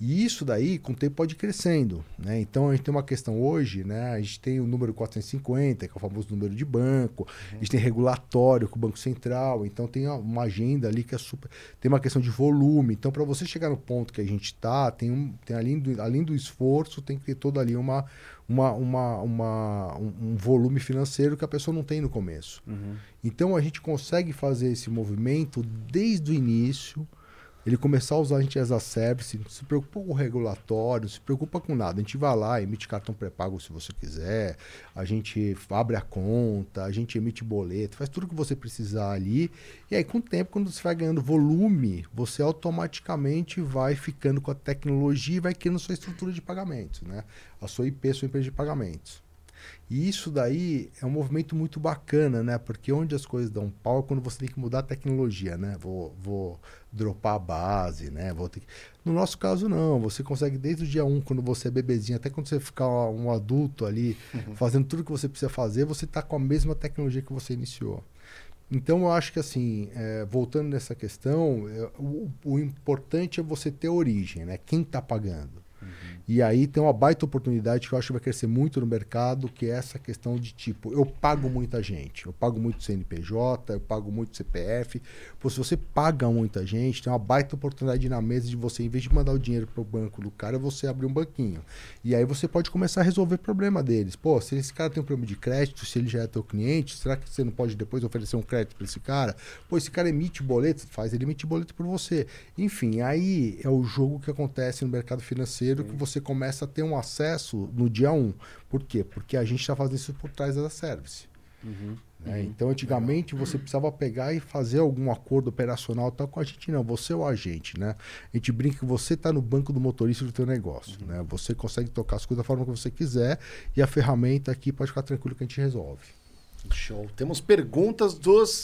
E isso daí, com o tempo, pode ir crescendo, né? Então, a gente tem uma questão hoje, né? A gente tem o número quatrocentos e cinquenta, que é o famoso número de banco. Uhum. A gente tem regulatório com o Banco Central. Então, tem uma agenda ali que é super... Tem uma questão de volume. Então, para você chegar no ponto que a gente está, tem, um, tem além, do, além do esforço, tem que ter todo ali uma, uma, uma, uma, um, um volume financeiro que a pessoa não tem no começo. Uhum. Então, a gente consegue fazer esse movimento desde o início. Ele começar a usar a gente as a service, não se preocupa com o regulatório, não se preocupa com nada. A gente vai lá, emite cartão pré-pago se você quiser, a gente abre a conta, a gente emite boleto, faz tudo que você precisar ali. E aí, com o tempo, quando você vai ganhando volume, você automaticamente vai ficando com a tecnologia e vai criando sua estrutura de pagamentos, né? A sua I P, sua empresa de pagamentos. E isso daí é um movimento muito bacana, né? Porque onde as coisas dão pau é quando você tem que mudar a tecnologia, né? Vou, vou dropar a base, né? Vou ter que... No nosso caso, não. Você consegue desde o dia um, quando você é bebezinho, até quando você ficar um adulto ali, uhum. fazendo tudo que você precisa fazer, você está com a mesma tecnologia que você iniciou. Então, eu acho que, assim, é, voltando nessa questão, é, o, o importante é você ter origem, né? Quem está pagando. Uhum. E aí tem uma baita oportunidade que eu acho que vai crescer muito no mercado, que é essa questão de tipo, eu pago muita gente, eu pago muito C N P J, eu pago muito C P F. Pô, se você paga muita gente, tem uma baita oportunidade na mesa de você, em vez de mandar o dinheiro pro banco do cara, você abrir um banquinho. E aí você pode começar a resolver o problema deles. Pô, se esse cara tem um problema de crédito, se ele já é teu cliente, será que você não pode depois oferecer um crédito para esse cara? Pô, esse cara emite boleto, faz ele emitir boleto por você. Enfim, aí é o jogo que acontece no mercado financeiro. Sim. Que você começa a ter um acesso no dia um. Por quê? Porque a gente está fazendo isso por trás da service. Uhum. Né? Uhum. Então, antigamente, você precisava pegar e fazer algum acordo operacional tal com a gente. Não, você é o agente, né? A gente brinca que você está no banco do motorista do teu negócio. Uhum. Né? Você consegue tocar as coisas da forma que você quiser e a ferramenta aqui pode ficar tranquilo que a gente resolve. Show. Temos perguntas dos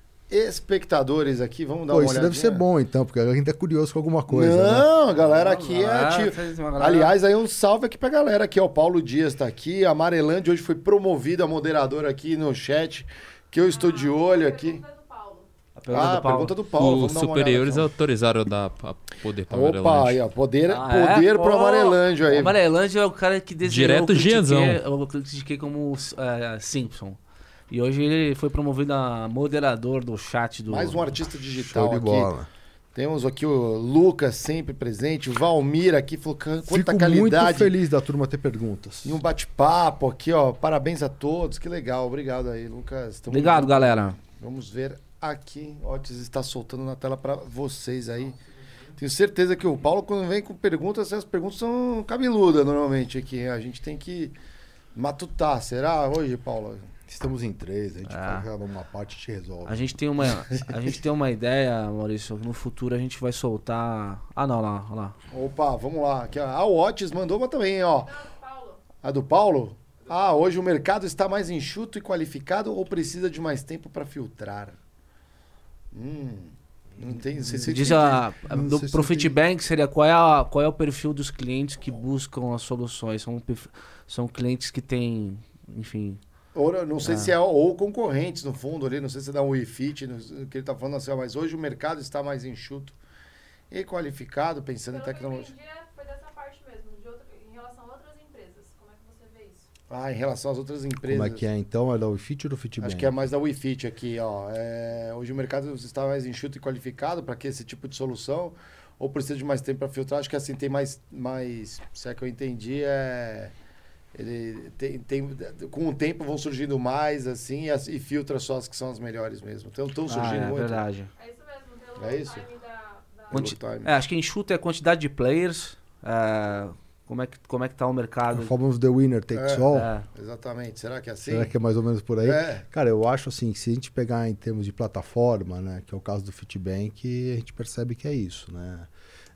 espectadores aqui, vamos dar Pô, uma isso olhadinha. Deve ser bom, então, porque a gente é curioso com alguma coisa. Não, né? a galera aqui ah, é ativa. Aliás, aí um salve aqui pra galera aqui, ó. O Paulo Dias tá aqui, a Amarelândia hoje foi promovida a moderadora aqui no chat, que eu estou de olho aqui. A pergunta ah, do Paulo. pergunta do Paulo. Os superiores autorizaram a dar a poder pra Opa, aí, ó, poder, ah, poder é? pro Pô, Amarelândia aí. O Amarelândia é o cara que desenhou. Direto eu critiquei, Gianzão. eu critiquei como uh, Simpson. E hoje ele foi promovido a moderador do chat do... Mais um artista digital Show de aqui. bola. Temos aqui o Lucas sempre presente, o Valmir aqui, falou quanta Fico qualidade. muito feliz da turma ter perguntas. E um bate-papo aqui, ó. Parabéns a todos, que legal. Obrigado aí, Lucas. Tamo Obrigado, junto. galera. Vamos ver aqui. Otis está soltando na tela para vocês aí. Tenho certeza que o Paulo, quando vem com perguntas, essas perguntas são cabeludas normalmente aqui. A gente tem que matutar. Será hoje, Paulo? Estamos em três, a gente Ah. faz uma parte e te resolve. A gente tem uma, a gente tem uma ideia, Maurício, que no futuro a gente vai soltar... Ah, não, lá, lá. Opa, vamos lá. Aqui, ó. Ah, o Otis mandou uma também, ó. A do Paulo? Ah, hoje o mercado está mais enxuto e qualificado ou precisa de mais tempo para filtrar? Hum, não tem... Não sei se Diz a, a- Não do, sei se pro eu entendi. Fitbank seria qual é, a, qual é o perfil dos clientes que buscam as soluções. São, perf- são clientes que têm, enfim... Ou, não sei Ah. se é ou concorrentes no fundo ali, não sei se dá um WeFit, que ele está falando assim, ó, mas hoje o mercado está mais enxuto e qualificado, pensando em tecnologia. Pelo que eu entendi, foi dessa parte mesmo, de outra, em relação a outras empresas. Como é que você vê isso? Ah, em relação às outras empresas. Como é que é então? É da WeFit ou do Fitbank? Acho que é mais da WeFit aqui, ó. É, hoje o mercado está mais enxuto e qualificado para que esse tipo de solução, ou precisa de mais tempo para filtrar? Acho que assim tem mais, mais, se é que eu entendi, é... Ele tem, tem, com o tempo vão surgindo mais, assim, e, as- e filtra só as que são as melhores mesmo. Então estão Ah, surgindo é muito. verdade. É isso mesmo, pelo É isso? time da... da... Quanti- Pelo time. É, acho que enxuto é a quantidade de players, é, como, é que, como é que tá o mercado. O famoso The Winner Takes É, All. É. Exatamente. Será que é assim? Será que é mais ou menos por aí? É. Cara, eu acho assim, que se a gente pegar em termos de plataforma, né, que é o caso do Fitbank, a gente percebe que é isso, né?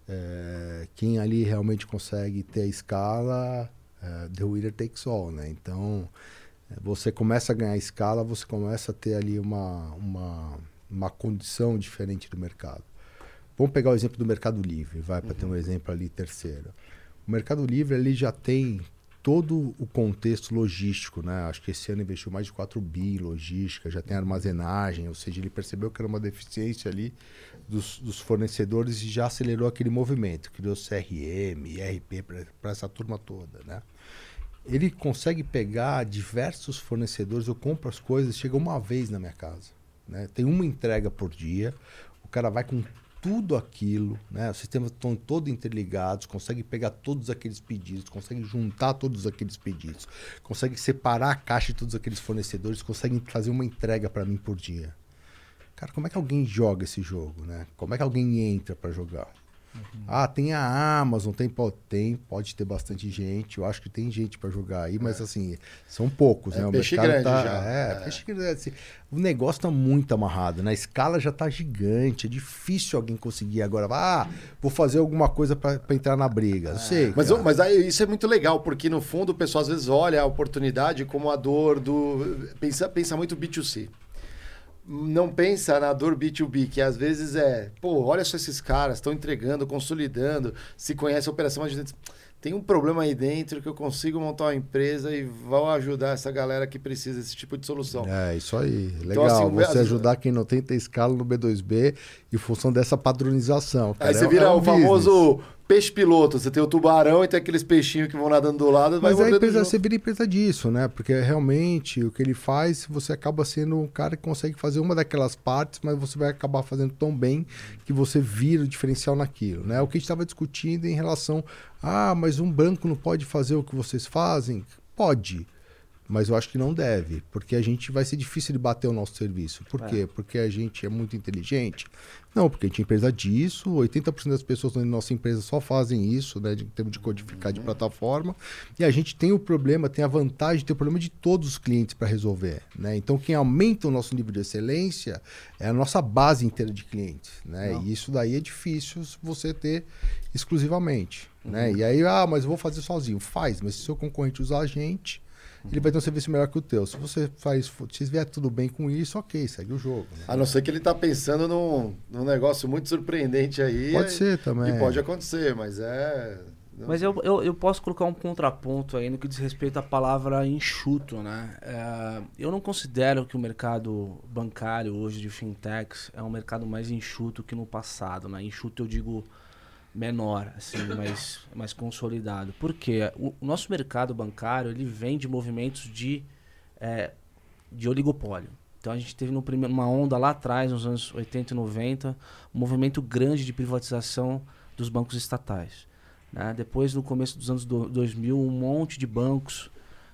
É, quem ali realmente consegue ter a escala, é, the winner takes all, né? Então, é, você começa a ganhar escala, você começa a ter ali uma, uma, uma condição diferente do mercado. Vamos pegar o exemplo do Mercado Livre, vai, para ter um exemplo ali terceiro. O Mercado Livre ele já tem todo o contexto logístico, né? Acho que esse ano investiu mais de quatro bi em logística, já tem armazenagem, ou seja, ele percebeu que era uma deficiência ali dos, dos fornecedores e já acelerou aquele movimento, criou C R M, I R P para essa turma toda, né? Ele consegue pegar diversos fornecedores, eu compro as coisas, chega uma vez na minha casa, né? Tem uma entrega por dia, o cara vai com tudo aquilo, né? Os sistemas estão todos interligados, consegue pegar todos aqueles pedidos, consegue juntar todos aqueles pedidos, consegue separar a caixa de todos aqueles fornecedores, consegue fazer uma entrega para mim por dia. Cara, como é que alguém joga esse jogo, né? Como é que alguém entra para jogar? Uhum. Ah, tem a Amazon, tem, tem, pode ter bastante gente, eu acho que tem gente para jogar aí, mas é. assim, são poucos, é né? O peixe mercado grande tá, já. É, é. peixe grande. Assim, o negócio tá muito amarrado, né? A escala já tá gigante, é difícil alguém conseguir agora, ah, vou fazer alguma coisa para entrar na briga, não sei. Mas, mas aí, isso é muito legal, porque no fundo o pessoal às vezes olha a oportunidade como a dor do... Pensa, pensa muito B dois C. Não pensa na dor B dois B, que às vezes é, pô, olha só esses caras, estão entregando, consolidando, se conhece a operação, mas tem um problema aí dentro que eu consigo montar uma empresa e vou ajudar essa galera que precisa desse tipo de solução. É, isso aí. Legal, então, assim, você ajudar quem não tem ter escala no B dois B em função dessa padronização. Cara. Aí você é, vira é um o business. famoso peixe piloto, você tem o tubarão e tem aqueles peixinhos que vão nadando do lado. Mas vai a empresa, você vira empresa disso, né? Porque realmente o que ele faz, você acaba sendo um cara que consegue fazer uma daquelas partes, mas você vai acabar fazendo tão bem que você vira o diferencial naquilo, né? O que a gente estava discutindo em relação, ah, mas um banco não pode fazer o que vocês fazem? Pode, mas eu acho que não deve, porque a gente vai ser difícil de bater o nosso serviço. Por é. quê? Porque a gente é muito inteligente? Não, porque a gente é empresa disso, oitenta por cento das pessoas na nossa empresa só fazem isso, né, em termos de codificar de plataforma, e a gente tem o problema, tem a vantagem de ter o problema de todos os clientes para resolver, né? Então, quem aumenta o nosso nível de excelência é a nossa base inteira de clientes, né? Não. E isso daí é difícil você ter exclusivamente, uhum. né? E aí, ah, mas eu vou fazer sozinho. Faz, mas se o seu concorrente usar a gente, ele vai ter um serviço melhor que o teu. Se você faz, se vier tudo bem com isso, ok, segue o jogo. Né? A não ser que ele tá pensando num, num negócio muito surpreendente aí. Pode é, ser também. E pode acontecer, mas é... Não... Mas eu, eu, eu posso colocar um contraponto aí no que diz respeito à palavra enxuto, né? É, eu não considero que o mercado bancário hoje de fintechs é um mercado mais enxuto que no passado, né? Enxuto eu digo... menor, assim, mais, mais consolidado. Por quê? O, o nosso mercado bancário, ele vem de movimentos de, é, de oligopólio. Então, a gente teve no primeiro, uma onda lá atrás, nos anos oitenta e noventa, um movimento grande de privatização dos bancos estatais. Né? Depois, no começo dos anos do, dois mil, um monte de bancos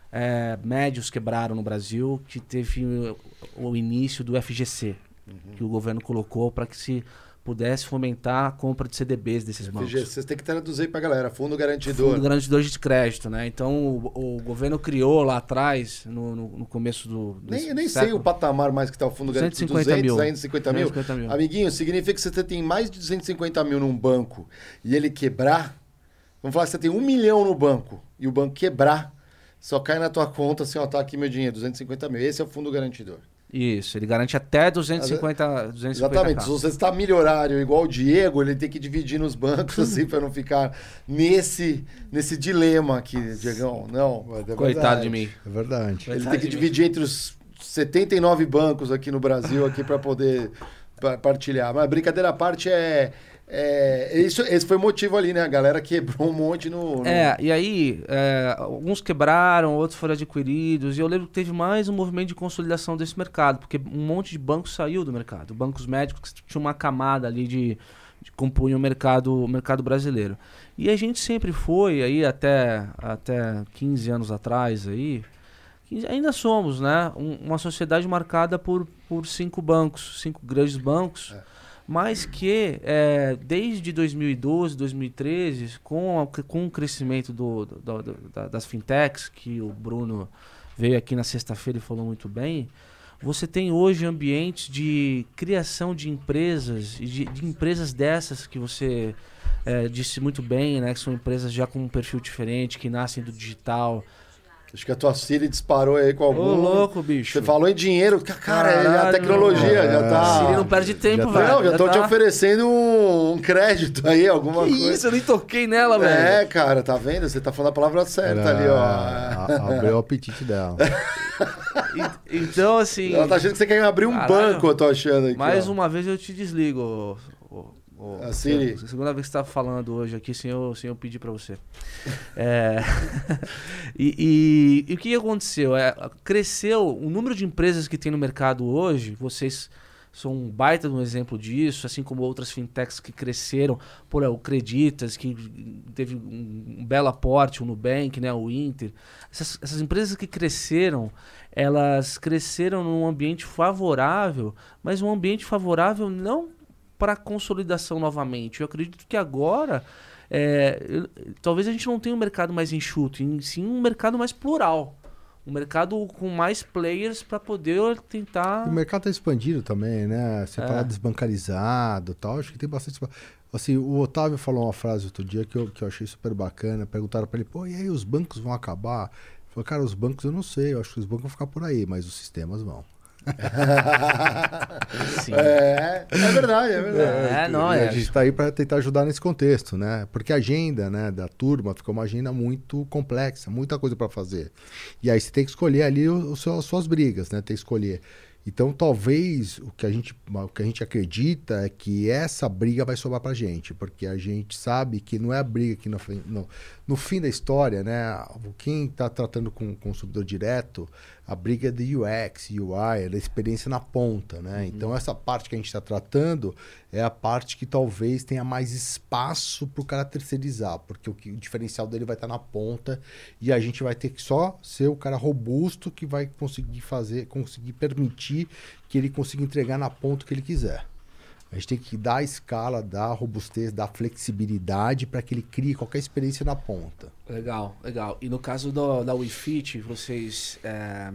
é, médios quebraram no Brasil, que teve o, o início do F G C, uhum. que o governo colocou para que se pudesse fomentar a compra de C D Bs desses bancos. F G C, você tem que traduzir para a galera, Fundo Garantidor. Fundo Garantidor de Crédito, né? Então, o, o governo criou lá atrás, no, no, no começo do... Nem, nem sei o patamar mais que está o Fundo Garantidor. duzentos, mil. duzentos e cinquenta mil. duzentos e cinquenta mil. Amiguinho, significa que você tem mais de duzentos e cinquenta mil num banco e ele quebrar, vamos falar que você tem um milhão no banco e o banco quebrar, só cai na tua conta assim, ó, tá aqui meu dinheiro, duzentos e cinquenta mil. Esse é o Fundo Garantidor. Isso, ele garante até duzentos e cinquenta, duzentos e cinquenta Exatamente. Se você está milionário igual o Diego, ele tem que dividir nos bancos assim para não ficar nesse, nesse dilema aqui, Diegão. Não. É Coitado de mim. É verdade. Ele tem que dividir entre os setenta e nove bancos aqui no Brasil aqui para poder partilhar. Mas brincadeira à parte é... É, isso, esse foi o motivo ali, né? A galera quebrou um monte no... no... É, e aí, é, alguns quebraram, outros foram adquiridos, e eu lembro que teve mais um movimento de consolidação desse mercado, porque um monte de bancos saiu do mercado. Bancos médicos que tinham uma camada ali de, de compunham o mercado, o mercado brasileiro. E a gente sempre foi, aí até, até quinze anos atrás, aí, ainda somos, né? Um, uma sociedade marcada por, por cinco bancos, cinco grandes bancos, é. Mas que é, desde dois mil e doze, dois mil e treze, com, a, com o crescimento do, do, do, do, das fintechs, que o Bruno veio aqui na sexta-feira e falou muito bem, você tem hoje ambientes de criação de empresas, de, de empresas dessas que você é, disse muito bem, né, que são empresas já com um perfil diferente, que nascem do digital, Acho que a tua Siri disparou aí com algum... Ô, louco, bicho. Você falou em dinheiro. Cara, Caralho, a tecnologia é, já tá... Siri não perde tempo, já tá- velho. Não, já tô tá... te oferecendo um, um crédito aí, alguma Que coisa. isso, eu nem toquei nela, velho. É, cara, tá vendo? Você tá falando a palavra certa Ela- ali, ó. a- Abriu o apetite dela. E- Então, assim... Ela tá achando que você quer abrir um Caralho. banco, eu tô achando aqui. Mais ó. uma vez eu te desligo, ô, ô, ô, A Siri. a segunda vez que você tá falando hoje aqui sem eu, sem eu pedir pra você. É... e, e- e o que aconteceu? É, cresceu o número de empresas que tem no mercado hoje, vocês são um baita de um exemplo disso, assim como outras fintechs que cresceram, por o Creditas, que teve um, um belo aporte, o Nubank, né, o Inter. Essas, essas empresas que cresceram, elas cresceram num ambiente favorável, mas um ambiente favorável não para consolidação novamente. Eu acredito que agora, é, eu- talvez a gente não tenha um mercado mais enxuto, e sim um mercado mais plural. Um mercado com mais players para poder tentar... O mercado tá expandido também, né? Você É. falar desbancarizado e tal, acho que tem bastante... Assim, o Otávio falou uma frase outro dia que eu, que eu achei super bacana. Perguntaram pra ele, pô, e aí os bancos vão acabar? Ele falou, cara, os bancos eu não sei, eu acho que os bancos vão ficar por aí, mas os sistemas vão. Sim. É, é verdade, é verdade. É, não, E é. a gente tá aí para tentar ajudar nesse contexto, né? Porque a agenda, né, da turma ficou uma agenda muito complexa, muita coisa para fazer. E aí você tem que escolher ali o, o seu, as suas brigas, né? Tem que escolher. Então, talvez o que a gente, o que a gente acredita é que essa briga vai sobrar pra gente, porque a gente sabe que não é a briga que no, fim- no, no fim da história, né? Quem está tratando com o consumidor direto, a briga é do U X, U I, é da experiência na ponta, né? Então, essa parte que a gente está tratando é a parte que talvez tenha mais espaço para o cara terceirizar, porque o, que, o diferencial dele vai estar na ponta e a gente vai ter que só ser o cara robusto que vai conseguir fazer, conseguir permitir que ele consiga entregar na ponta o que ele quiser. A gente tem que dar a escala, dar a robustez, dar a flexibilidade para que ele crie qualquer experiência na ponta. Legal, legal. E no caso do, da WeFit, vocês... é,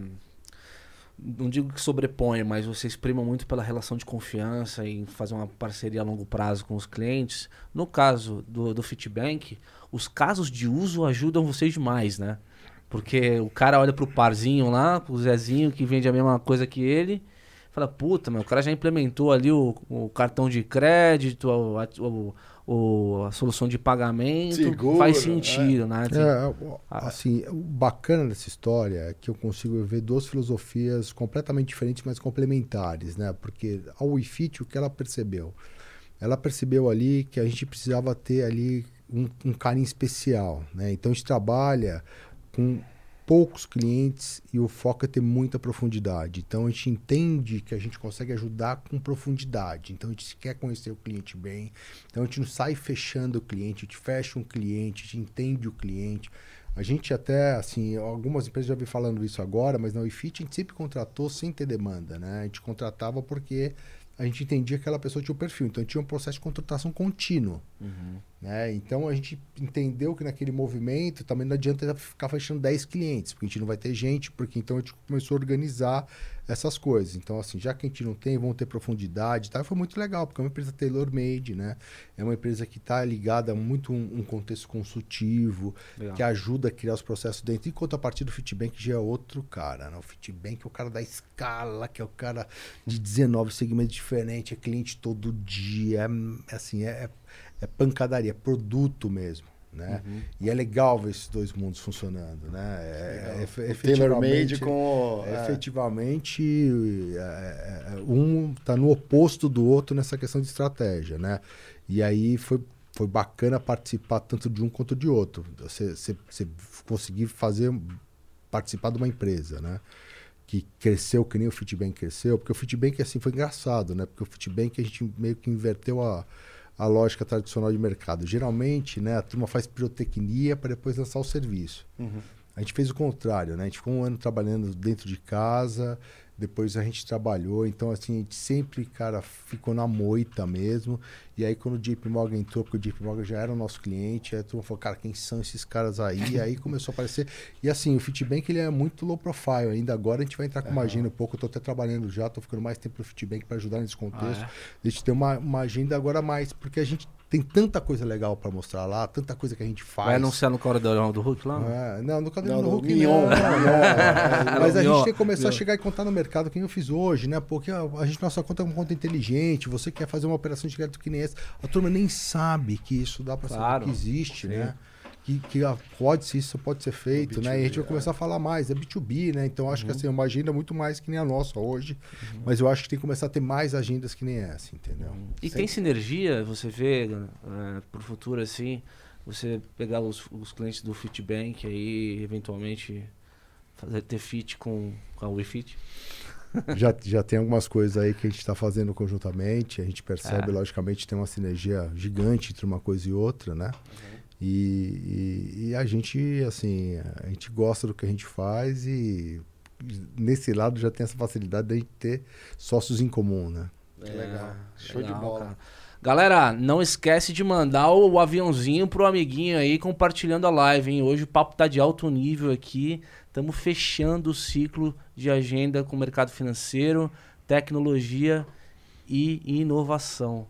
não digo que sobrepõem, mas vocês primam muito pela relação de confiança em fazer uma parceria a longo prazo com os clientes. No caso do, do Fitbank, os casos de uso ajudam vocês demais, né? Porque o cara olha pro parzinho lá, pro Zezinho, que vende a mesma coisa que ele, fala, puta, meu, o cara já implementou ali o, o cartão de crédito, a, o, o- a solução de pagamento, Seguro, faz sentido, né? Assim, É, o- assim, o bacana dessa história é que eu consigo ver duas filosofias completamente diferentes, mas complementares, né? Porque a WeFit, o que ela percebeu? Ela percebeu ali que a gente precisava ter ali um, um carinho especial, né? Então a gente trabalha com poucos clientes e o foco é ter muita profundidade. Então a gente entende que a gente consegue ajudar com profundidade. Então a gente quer conhecer o cliente bem. Então a gente não sai fechando o cliente, a gente fecha um cliente, a gente entende o cliente. A gente até, assim, algumas empresas já vêm falando isso agora, mas na WeFit a gente sempre contratou sem ter demanda, né? A gente contratava porque a gente entendia que aquela pessoa tinha um perfil. Então tinha um processo de contratação contínuo. Né? Então a gente entendeu que naquele movimento também não adianta ficar fechando dez clientes, porque a gente não vai ter gente, porque então a gente começou a organizar essas coisas. Então, assim, já que a gente não tem, vão ter profundidade e tal. Foi muito legal, porque é uma empresa tailor-made, né? É uma empresa que está ligada a muito um, um contexto consultivo, Legal. que ajuda a criar os processos dentro. Enquanto a partir do Fitbank já é outro cara, né? O Fitbank é o cara da escala, que é o cara de dezenove segmentos diferentes, é cliente todo dia, é, assim, é, é pancadaria, é produto mesmo. Né? Uhum. E é legal ver esses dois mundos funcionando, né? É, é, O tailor-made com... é, é. efetivamente, é, é, um está no oposto do outro nessa questão de estratégia, né? E aí foi, foi bacana participar tanto de um quanto de outro. Você, você, você conseguir fazer, participar de uma empresa, né? Que cresceu, que nem o Fitbank cresceu, porque o Fitbank assim foi engraçado, né? Porque o Fitbank a gente meio que inverteu a a lógica tradicional de mercado. Geralmente, né, a turma faz pirotecnia para depois lançar o serviço. Uhum. A gente fez o contrário, né? A gente ficou um ano trabalhando dentro de casa, depois a gente trabalhou, então assim, a gente sempre, cara, ficou na moita mesmo. E aí quando o J P Morgan entrou, porque o J P Morgan já era o nosso cliente, aí a turma falou, cara, quem são esses caras aí? E aí começou a aparecer. E assim, o Fitbank ele é muito low profile, ainda agora a gente vai entrar com uma agenda um pouco, eu tô até trabalhando já, tô ficando mais tempo no Fitbank para ajudar nesse contexto. Ah, A gente tem uma, uma agenda agora a mais, porque a gente tem tanta coisa legal para mostrar lá, tanta coisa que a gente faz. Vai anunciar no Caldeirão do Hulk lá? É, não, no Caldeirão Não, do no Hulk Mignon, não. não, não. Mas a Mignon, gente tem que começar Mignon. a chegar e contar no mercado, que eu fiz hoje, né? Porque a, a gente, nossa conta é uma conta inteligente, você quer fazer uma operação de crédito que nem essa, a turma nem sabe que isso dá para Claro. saber que existe, Sim. né? Que, que ah, pode ser, isso pode ser feito, né? E a gente vai começar a falar mais, é B dois B, né? Então acho que assim, é uma agenda muito mais que nem a nossa hoje, mas eu acho que tem que começar a ter mais agendas que nem essa, entendeu? E tem sinergia, você vê, uh, pro futuro, assim, você pegar os, os clientes do Fitbank aí, eventualmente fazer, ter fit com, com a WeFit? já, já tem algumas coisas aí que a gente está fazendo conjuntamente, a gente percebe, É. logicamente, tem uma sinergia gigante entre uma coisa e outra, né? E, e, e a gente, assim, a gente gosta do que a gente faz e nesse lado já tem essa facilidade de a gente ter sócios em comum, né? Que legal. Show de bola. Cara. Galera, não esquece de mandar o, o aviãozinho pro amiguinho aí compartilhando a live, hein? Hoje o papo tá de alto nível aqui. Estamos fechando o ciclo de agenda com o mercado financeiro, tecnologia e inovação.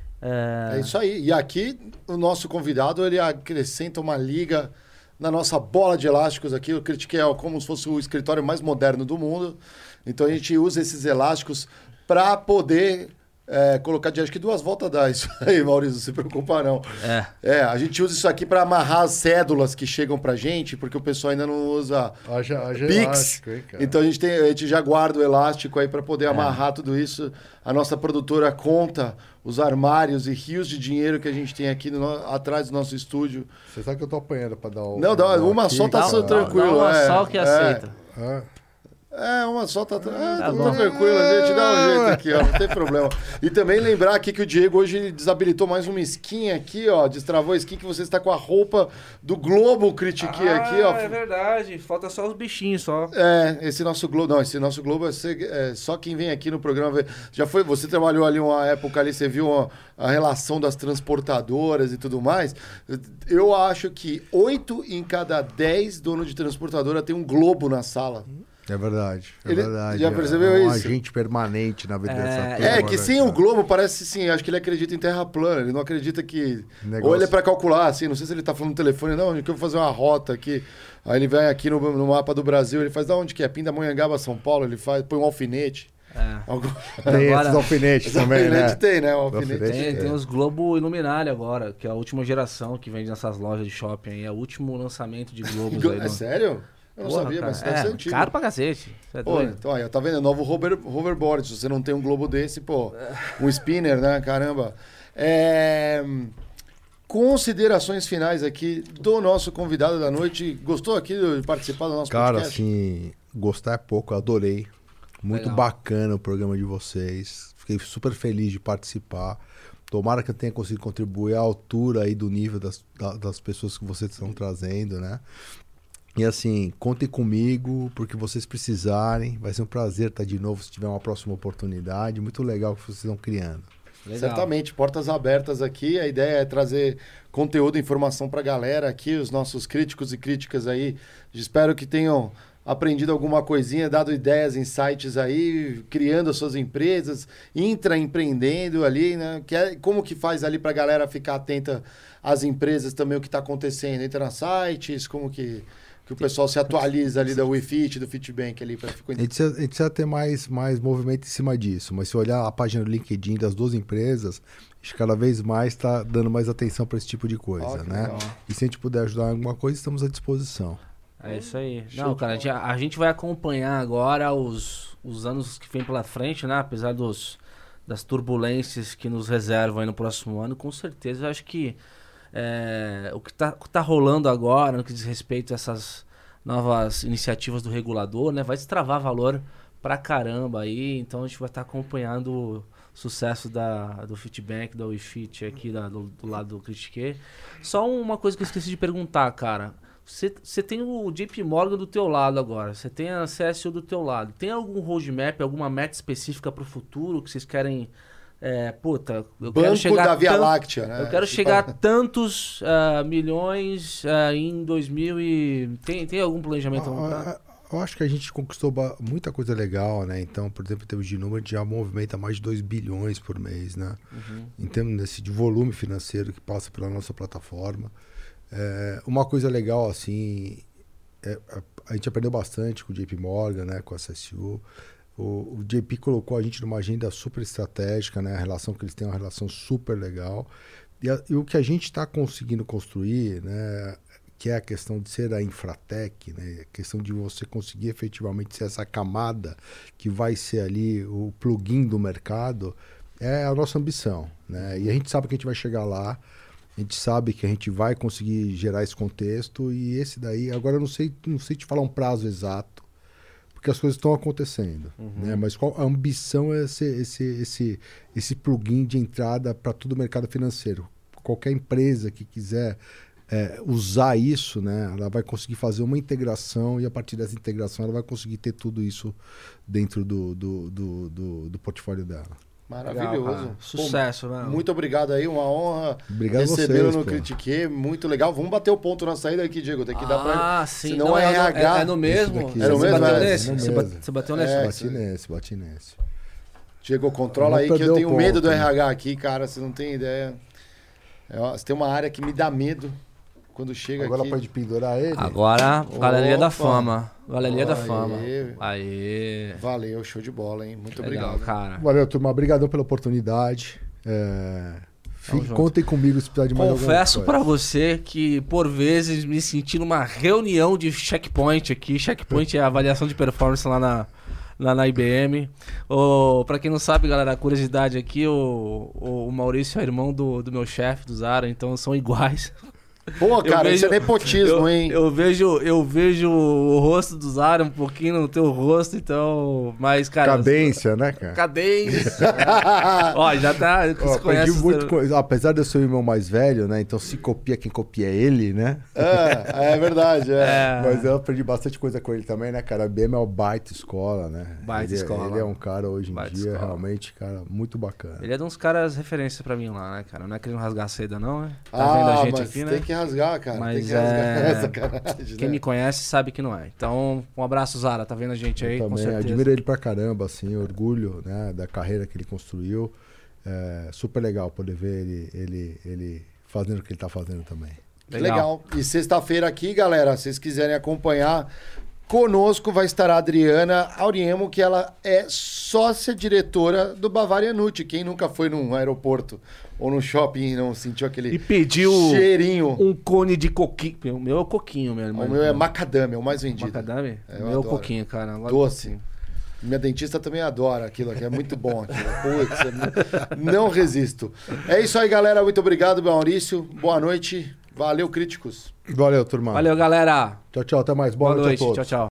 É isso aí. E aqui o nosso convidado ele acrescenta uma liga na nossa bola de elásticos aqui. Eu critiquei é como se fosse o escritório mais moderno do mundo. Então a gente usa esses elásticos para poder é, colocar de acho que duas voltas dá isso aí, Maurício, não se preocupa não. É. É, a gente usa isso aqui para amarrar as cédulas que chegam pra gente, porque o pessoal ainda não usa Haja, haja Pix. elástico, hein, cara? Então a gente, tem, a gente já guarda o elástico aí para poder amarrar tudo isso. A nossa produtora conta os armários e rios de dinheiro que a gente tem aqui no, atrás do nosso estúdio. Você sabe que eu tô apanhando pra dar o... Não, dá, dar uma aqui, só tá cara. só tranquilo. Dá uma é, só que é. aceita. Ah, É, uma só tá, ah, Tá tá bom. tranquilo, a gente dá um jeito aqui, ó, não tem problema. E também lembrar aqui que o Diego hoje desabilitou mais uma skin aqui, ó, destravou a skin que você está com a roupa do Globo Critique aqui, ó. é verdade. Falta só os bichinhos, só. É, esse nosso Globo, não, esse nosso Globo é, ser- é só quem vem aqui no programa ver. Já foi, você trabalhou ali uma época ali, você viu a, a relação das transportadoras e tudo mais. Eu acho que oito em cada dez donos de transportadora tem um Globo na sala. é verdade, é Ele- verdade. já é, percebeu é um isso? agente permanente na vida É, dessa É, turma, que né, sem o cara? Globo parece assim, acho que ele acredita em terra plana, ele não acredita que... Negócio- Ou ele é pra calcular, assim, não sei se ele tá falando no telefone, não, que eu vou fazer uma rota aqui. Aí ele vai aqui no, no mapa do Brasil, ele faz da onde que é? Pindamonhangaba, São Paulo, ele faz, põe um alfinete. É. Algum... Tem Agora- esses alfinetes também, né? alfinete tem, né? Um alfinete. Alfinete. Tem, É. tem os Globo Illuminati agora, que é a última geração que vende nessas lojas de shopping aí. É o último lançamento de Globos aí. É no- sério? Eu não Porra, sabia, cara, mas deve é, ser antigo. caro pra cacete. Você é Pô, doido? então, aí, tá vendo? É novo hover, hoverboard. Se você não tem um globo desse, pô, um spinner, né? Caramba. É... Considerações finais aqui do nosso convidado da noite. Gostou aqui de participar do nosso Cara, podcast? assim, gostar é pouco, eu adorei. Muito Legal. bacana o programa de vocês. Fiquei super feliz de participar. Tomara que eu tenha conseguido contribuir à altura aí do nível das, da- das pessoas que vocês estão trazendo, né? E assim, contem comigo, porque vocês precisarem. Vai ser um prazer estar de novo se tiver uma próxima oportunidade. Muito legal o que vocês estão criando. Legal. Certamente, portas abertas aqui. A ideia é trazer conteúdo e informação pra galera aqui, os nossos críticos e críticas aí. Espero que tenham aprendido alguma coisinha, dado ideias, insights aí, criando as suas empresas, intraempreendendo ali, né? Que é, como que faz ali pra galera ficar atenta às empresas também, o que tá acontecendo? Entra nas sites, como que, que o pessoal se atualiza ali da WeFit, do Fitbank ali, pra ficar... A gente precisa, a gente precisa ter mais, mais movimento em cima disso, mas se olhar a página do LinkedIn das duas empresas, acho que cada vez mais está dando mais atenção para esse tipo de coisa, Ó, que né? legal. E se a gente puder ajudar em alguma coisa, estamos à disposição. É isso aí. Show Não, de cara, a gente, a gente vai acompanhar agora os, os anos que vem pela frente, né? Apesar dos, das turbulências que nos reservam aí no próximo ano, com certeza eu acho que é, o que tá, o que tá rolando agora, no que diz respeito a essas novas iniciativas do regulador, né? Vai destravar valor pra caramba aí, então a gente vai estar acompanhando o sucesso da, do Fitbank, da WeFit aqui da, do, do lado do Critique. Só uma coisa que eu esqueci de perguntar, cara. Você tem o J P Morgan do teu lado agora, você tem a C S U do teu lado. Tem algum roadmap, alguma meta específica para o futuro que vocês querem... É, puta, eu Banco quero chegar da Via tan- Láctea, né? Eu quero Se chegar a fala- tantos ah, milhões ah, em dois mil e... Tem, tem algum planejamento? A, a- eu acho que a gente conquistou ba- muita coisa legal, né? Então, por exemplo, em termos de número, a gente já movimenta mais de dois bilhões por mês, né? Uhum. Em termos desse, de volume financeiro que passa pela nossa plataforma. É, uma coisa legal, assim, é, a, a gente aprendeu bastante com o J P Morgan, né? Com a C S U. O, o J P colocou a gente numa agenda super estratégica, né? A relação que eles têm é uma relação super legal. E, a, e o que a gente está conseguindo construir, né? Que é a questão de ser a Infratech, né? A questão de você conseguir efetivamente ser essa camada que vai ser ali o plugin do mercado, é a nossa ambição, né? E a gente sabe que a gente vai chegar lá, a gente sabe que a gente vai conseguir gerar esse contexto e esse daí, agora eu não sei, não sei te falar um prazo exato, porque as coisas estão acontecendo, uhum. né? Mas qual a ambição é esse, esse, esse, esse plugin de entrada para todo o mercado financeiro. Qualquer empresa que quiser É, usar isso, né, ela vai conseguir fazer uma integração e a partir dessa integração ela vai conseguir ter tudo isso dentro do, do, do, do, do portfólio dela. Maravilhoso. Legal, sucesso, né? Muito obrigado aí, uma honra Obrigado recebê-lo vocês, no pô. Critique, muito legal. Vamos bater o ponto na saída aqui, Diego, tem que dar pra... Ah, sim. Senão Não, é é, R H. é, é no mesmo? daqui. É no Você mesmo, bateu é, nesse? no Você, mesmo. bate- você bateu nesse? É, bati nesse, bati nesse. Diego, controla Eu aí vou que eu perder tenho o medo do ponto, né? R H aqui, cara, você não tem ideia. É, ó, você tem uma área que me dá medo quando chega Agora aqui. pode pendurar ele? Agora, Galeria da Opa. Fama. Galeria da Aê. Fama. Aê. Valeu, show de bola, hein? Muito Legal, obrigado. cara. Valeu, turma. Obrigadão pela oportunidade. É... Tamo Fique, junto. contem comigo se precisar de mais alguma Confesso coisa. pra você que, por vezes, me senti numa reunião de checkpoint aqui. Checkpoint é a avaliação de performance lá na, lá na I B M. O, pra quem não sabe, galera, a curiosidade aqui, o, o Maurício é irmão do, do meu chefe, do Zara, então são iguais. Pô, cara, vejo- isso é nepotismo, eu, hein? Eu vejo, eu vejo o rosto do Zara um pouquinho no teu rosto, então... Mas, cara... Cadência, né, cara? Cadência. Ó, já tá... Ó, Você aprendi conhece... os muito teus- com- apesar de eu ser o irmão mais velho, né? Então se copia quem copia é ele, né? É, é verdade, é. É. Mas eu aprendi bastante coisa com ele também, né, cara? A B M é o baita escola, né? Baita ele, é- escola. Ele é um cara hoje em Baita dia, escola. realmente, cara, muito bacana. Ele é de uns caras referência pra mim lá, né, cara? Não é querendo rasgar seda, não, né? Tá Ah, vendo a gente mas aqui, tem né? que rasgar, cara. Mas tem que rasgar. é- Sacanagem, Quem né? me conhece sabe que não é. Então, um abraço, Zara. Tá vendo a gente aí, Eu com também certeza. admiro ele pra caramba, assim, orgulho, né, da carreira que ele construiu. É super legal poder ver ele, ele, ele fazendo o que ele tá fazendo também. Legal. E sexta-feira aqui, galera, se vocês quiserem acompanhar, conosco vai estar a Adriana Auriemo, que ela é sócia-diretora do Bavaria Nut. Quem nunca foi num aeroporto ou num shopping e não sentiu aquele E pediu cheirinho? um cone de coquinho. O meu é o coquinho, meu irmão. O meu é macadâmia, o mais vendido. Macadame? É, O eu meu é o adoro. coquinho, cara. Agora Doce. coquinho. Minha dentista também adora aquilo aqui, é muito bom aquilo. Putz, é- não resisto. É isso aí, galera. Muito obrigado, Maurício. Boa noite. Valeu, críticos. Valeu, turma. Valeu, galera. Tchau, tchau. Até mais. Boa, Boa noite, noite. a todos. Tchau, tchau.